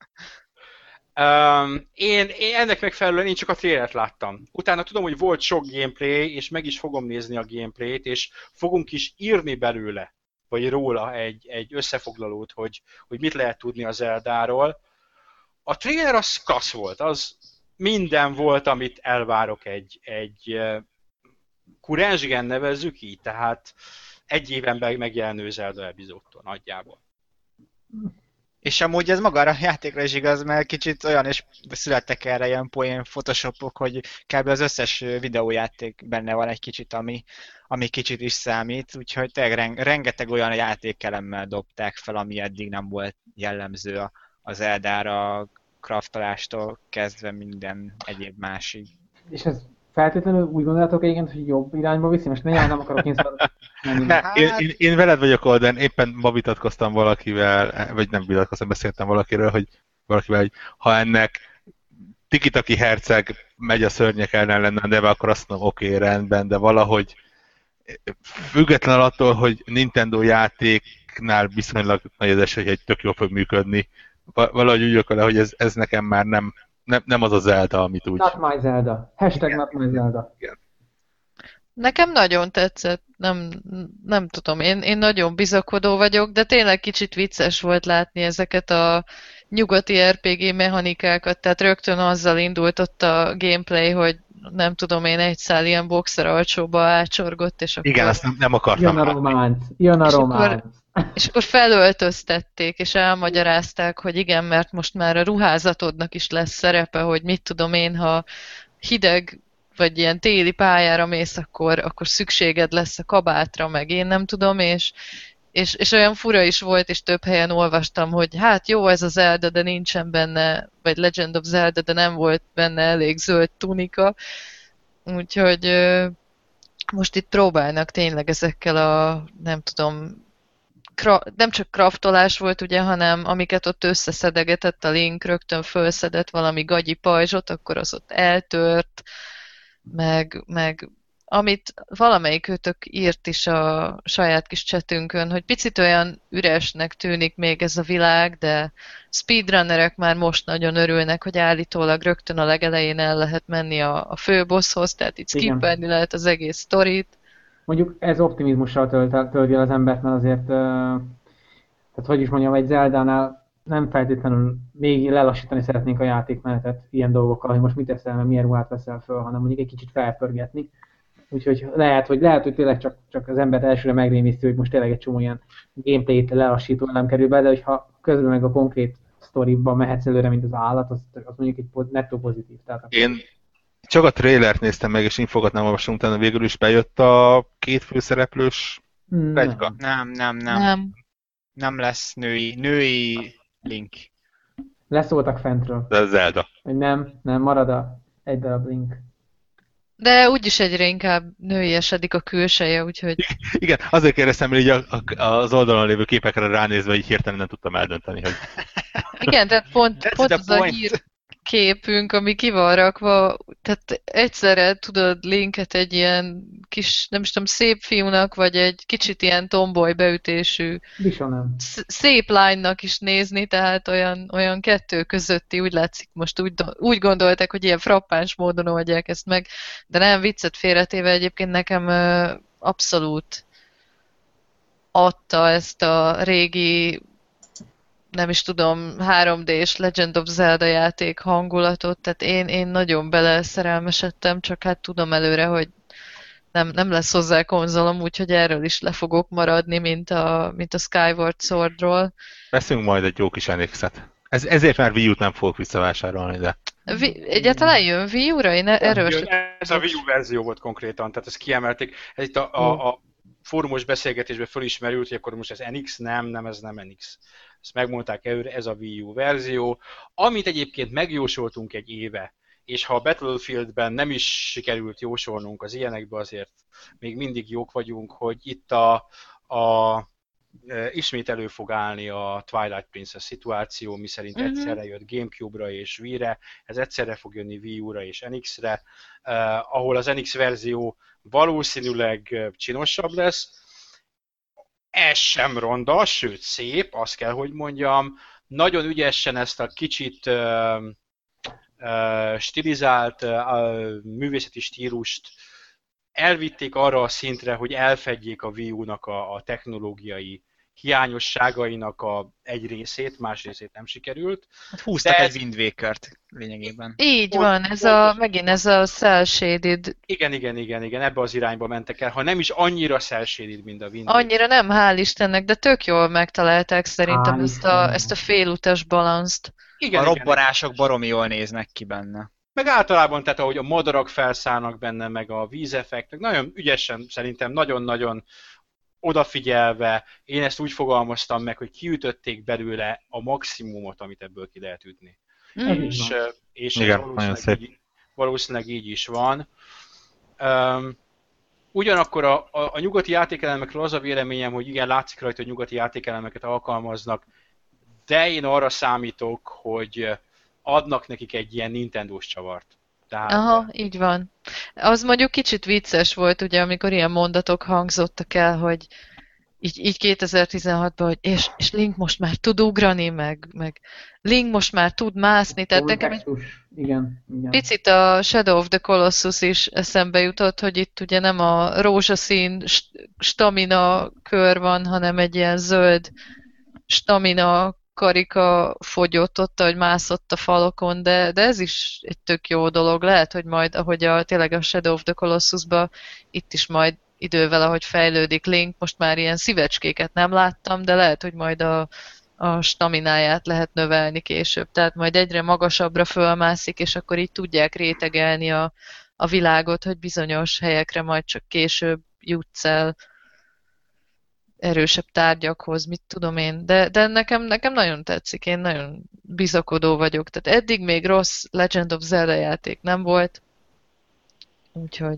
Én ennek megfelelően én csak a trailert láttam. Utána tudom, hogy volt sok gameplay, és meg is fogom nézni a gameplayt, és fogunk is írni belőle vagy róla egy összefoglalót, hogy mit lehet tudni az Zeldáról. A trailer az klassz volt, az minden volt, amit elvárok egy kurensgen nevezzük így, tehát egy éven belül megjelenő Zelda epizódtól nagyjából. És amúgy ez magára a játékra is igaz, mert kicsit olyan is születtek erre ilyen poén photoshopok, hogy kb. Az összes videójáték benne van egy kicsit, ami kicsit is számít, úgyhogy tényleg rengeteg olyan játékelemmel dobták fel, ami eddig nem volt jellemző az Zeldára, craftolástól kezdve minden egyéb másig. És ez feltétlenül úgy gondoljátok egyébként, hogy jobb irányba viszi? Most nem akarok én én veled vagyok Olden, éppen ma vitatkoztam valakivel, vagy nem vitatkoztam, beszéltem valakiről, hogy ha ennek Tiki-Taki herceg megy a szörnyek ellen lenne a neve, akkor azt mondom, oké, rendben, de valahogy független attól, hogy Nintendo játéknál viszonylag nagy az esély, hogy tök jól fog működni, valahogy úgy vagyok vele, hogy ez nekem már nem az a Zelda, amit úgy... Not my Zelda. Hashtag not my Zelda. Igen. Nekem nagyon tetszett, nem tudom, én nagyon bizakodó vagyok, de tényleg kicsit vicces volt látni ezeket a nyugati RPG mechanikákat, tehát rögtön azzal indult ott a gameplay, hogy nem tudom én, egy szál ilyen boxer alcsóba átsorgott, és akkor... Igen, azt nem akartam. Jön a románc. És akkor felöltöztették, és elmagyarázták, hogy igen, mert most már a ruházatodnak is lesz szerepe, hogy mit tudom én, ha hideg vagy ilyen téli pályára mész, akkor szükséged lesz a kabátra, meg én nem tudom, és olyan fura is volt, és több helyen olvastam, hogy hát jó ez a Zelda, de nincsen benne, vagy Legend of Zelda, de nem volt benne elég zöld tunika, úgyhogy most itt próbálnak tényleg ezekkel a, nem tudom, nem csak craftolás volt ugye, hanem amiket ott összeszedegetett a Link, rögtön fölszedett valami gagyi pajzsot, akkor az ott eltört, meg amit valamelyikőtök írt is a saját kis chatünkön, hogy picit olyan üresnek tűnik még ez a világ, de speedrunnerek már most nagyon örülnek, hogy állítólag rögtön a legelején el lehet menni a főbosshoz, tehát itt skippelni lehet az egész sztorit. Mondjuk ez optimizmussal tölti el az embert, mert azért, tehát hogy is mondjam, egy Zeldánál nem feltétlenül még lelassítani szeretnénk a játékmenetet ilyen dolgokkal, hogy most mit teszel, mert milyen ruhát veszel föl, hanem mondjuk egy kicsit felpörgetni. Úgyhogy lehet, hogy tényleg csak az embert elsőre megrémisztő, hogy most tényleg egy csomó ilyen gameplay-t lelassító nem kerül be, de hogyha közben meg a konkrét sztoriban mehetsz előre, mint az állat, az mondjuk egy nettó pozitív. Tehát Én csak a trailert néztem meg, és infokat olvastam, utána végül is bejött a két főszereplős pletyka. Nem lesz női Link. Leszóltak fentről. De Zelda. Hogy nem, marad egy darab Link. De úgyis egyre inkább nőiesedik a külseje, úgyhogy... Igen, azért kérdeztem, hogy így az oldalon lévő képekre ránézve így hirtelen nem tudtam eldönteni, hogy... Igen, tehát pont az a hírképünk, ami ki van rakva, tehát egyszerre tudod Linket egy ilyen kis, nem is tudom, szép fiúnak, vagy egy kicsit ilyen tomboy beütésű szép lánynak is nézni, tehát olyan kettő közötti, úgy látszik most úgy gondolták, hogy ilyen frappáns módon oldják ezt meg, de nem, viccet félretéve egyébként nekem abszolút adta ezt a régi, nem is tudom, 3D-s Legend of Zelda játék hangulatot, tehát én nagyon beleszerelmesedtem, csak hát tudom előre, hogy nem lesz hozzá konzolom, úgyhogy erről is le fogok maradni, mint a Skyward Swordról. Veszünk majd egy jó kis NX-et. Ezért már Wii U-t nem fogok visszavásárolni, de... Egyáltalán jön Wii U-ra? Ez a Wii U verzió volt konkrétan, tehát ezt kiemelték. Ez itt a fórumos beszélgetésben fölismerült, hogy akkor most ez NX, nem, ez nem NX. Ezt megmondták előre, ez a Wii U verzió, amit egyébként megjósoltunk egy éve, és ha a Battlefieldben nem is sikerült jósolnunk az ilyenekbe, azért még mindig jók vagyunk, hogy itt ismét elő fog állni a Twilight Princess szituáció, miszerint egyszerre jött Gamecube-ra és Wii-re, ez egyszerre fog jönni Wii U-ra és NX-re, ahol az NX verzió valószínűleg csinosabb lesz. Ez sem ronda, sőt szép, azt kell, hogy mondjam. Nagyon ügyesen ezt a kicsit stilizált művészeti stílust elvitték arra a szintre, hogy elfedjék a Wii U-nak a technológiai hiányosságainak egy részét, más részét nem sikerült. Hát húztak De egy Wind Waker-t lényegében. Így van, megint ez a cel-shaded. Igen, ebbe az irányba mentek el, ha nem is annyira cel-shaded, mint a Wind Waker. Annyira nem, hál' Istennek, de tök jól megtalálták szerintem Hál' ezt a félutas balanszt. Igen, A robbanások baromi jól néznek ki benne. Meg általában, tehát ahogy a madarak felszállnak benne, meg a vízeffektek, nagyon ügyesen, szerintem nagyon-nagyon odafigyelve, én ezt úgy fogalmaztam meg, hogy kiütötték belőle a maximumot, amit ebből ki lehet ütni. És Igen, ez valószínűleg így is van. Ugyanakkor a nyugati játékelemekről az a véleményem, hogy igen, látszik rajta, hogy nyugati játékelemeket alkalmaznak, de én arra számítok, hogy adnak nekik egy ilyen Nintendo-s csavart. Tehát, Aha, így van. Az mondjuk kicsit vicces volt, ugye, amikor ilyen mondatok hangzottak el, hogy így 2016-ban, hogy és Link most már tud ugrani, meg Link most már tud mászni, tehát nekem egy Igen. picit a Shadow of the Colossus is eszembe jutott, hogy itt ugye nem a rózsaszín stamina kör van, hanem egy ilyen zöld stamina karika fogyott ott, hogy mászott a falokon, de ez is egy tök jó dolog. Lehet, hogy majd, ahogy tényleg a Shadow of the Colossusban itt is majd idővel, ahogy fejlődik Link, most már ilyen szívecskéket nem láttam, de lehet, hogy majd a stamináját lehet növelni később. Tehát majd egyre magasabbra fölmászik, és akkor így tudják rétegelni a világot, hogy bizonyos helyekre majd csak később jutsz el erősebb tárgyakhoz, mit tudom én. De nekem nagyon tetszik, én nagyon bizakodó vagyok. Tehát eddig még rossz Legend of Zelda játék nem volt. Úgyhogy...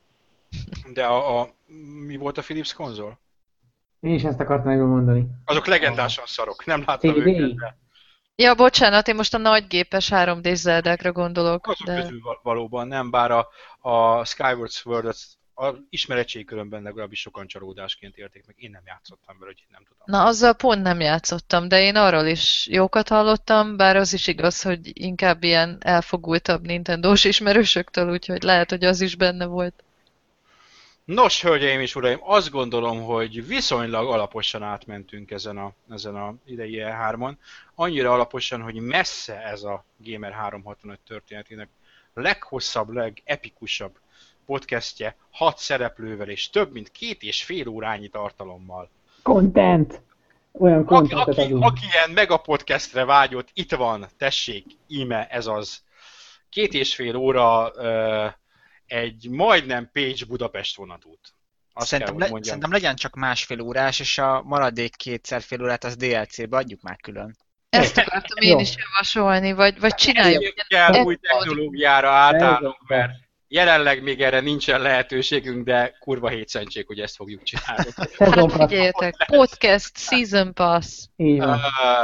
De mi volt a Philips konzol? Én is ezt akartam mondani. Azok legendásan szarok, nem láttam CD. őket, de Ja, bocsánat, én most a nagygépes 3D Zeldákra gondolok. azok De... közül valóban nem, bár a Skyward Sword-ot a ismeretségkörömben legalábbis sokan csalódásként élték meg. Én nem játszottam vele, úgyhogy nem tudom. Na, azzal pont nem játszottam, de én arról is jókat hallottam, bár az is igaz, hogy inkább ilyen elfogultabb Nintendo-s ismerősöktől, úgyhogy lehet, hogy az is benne volt. Nos, hölgyeim és uraim, azt gondolom, hogy viszonylag alaposan átmentünk ezen a idei E3-on. Annyira alaposan, hogy messze ez a Gamer 365 történetének leghosszabb, legepikusabb podcastje, 6 szereplővel és több mint 2,5 órányi tartalommal. Content! Olyan contentet adunk. Aki ilyen megapodcastre vágyott, itt van, tessék, íme ez az. 2,5 óra egy majdnem Pécs-Budapest vonatút. Szerintem legyen csak másfél órás, és a maradék 2,5 órát az DLC-be adjuk már külön. Ezt akartam én is javasolni, vagy csináljuk. Kell új technológiára átállnunk, mert jelenleg még erre nincsen lehetőségünk, de kurva hétszentség, hogy ezt fogjuk csinálni. Hát figyeljetek, podcast, season pass. Így van.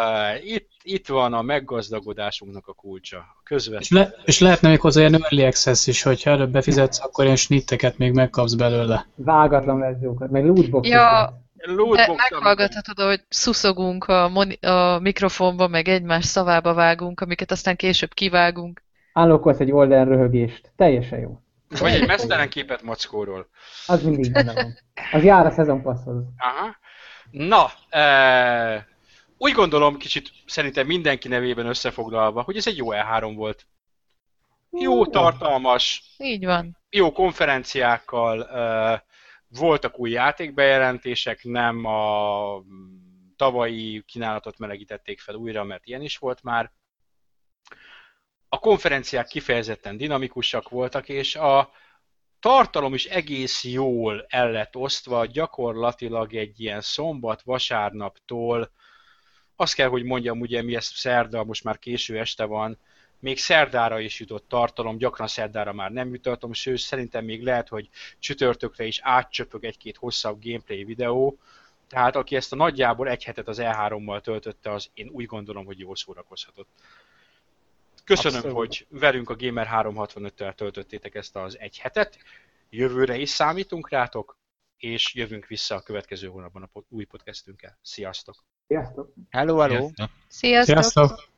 Itt van a meggazdagodásunknak a kulcsa. Közvetlenül. És lehetne még hozzá ilyen early access is, hogyha előbb befizetsz, akkor ilyen snitteket még megkapsz belőle. Vágatlan verziókat, meg lootboxot. Ja, meghallgathatod, hogy szuszogunk a mikrofonba, meg egymás szavába vágunk, amiket aztán később kivágunk. Állokkolsz egy oldal röhögést. Teljesen jó. Vagy egy mesztelen képet Mackóról. Az mindig benne van. Az jár a Season Passhoz. Aha. Na, úgy gondolom, kicsit szerintem mindenki nevében összefoglalva, hogy ez egy jó E3 volt. Jó, tartalmas, Így van. jó konferenciákkal, voltak új játékbejelentések, nem a tavalyi kínálatot melegítették fel újra, mert ilyen is volt már. A konferenciák kifejezetten dinamikusak voltak, és a tartalom is egész jól el lett osztva, gyakorlatilag egy ilyen szombat-vasárnaptól, azt kell, hogy mondjam, ugye mi ez szerda, most már késő este van, még szerdára is jutott tartalom, gyakran szerdára már nem jut tartalom, sőt szerintem még lehet, hogy csütörtökre is átcsöpög egy-két hosszabb gameplay videó, tehát aki ezt a nagyjából egy hetet az E3-mal töltötte, az én úgy gondolom, hogy jól szórakozhatott. Köszönöm, abszolút, hogy velünk a Gamer 365-tel töltöttétek ezt az egy hetet. Jövőre is számítunk rátok, és jövünk vissza a következő hónapban a új podcastünkkel. Sziasztok! Sziasztok! Hello, hello! Sziasztok! Sziasztok!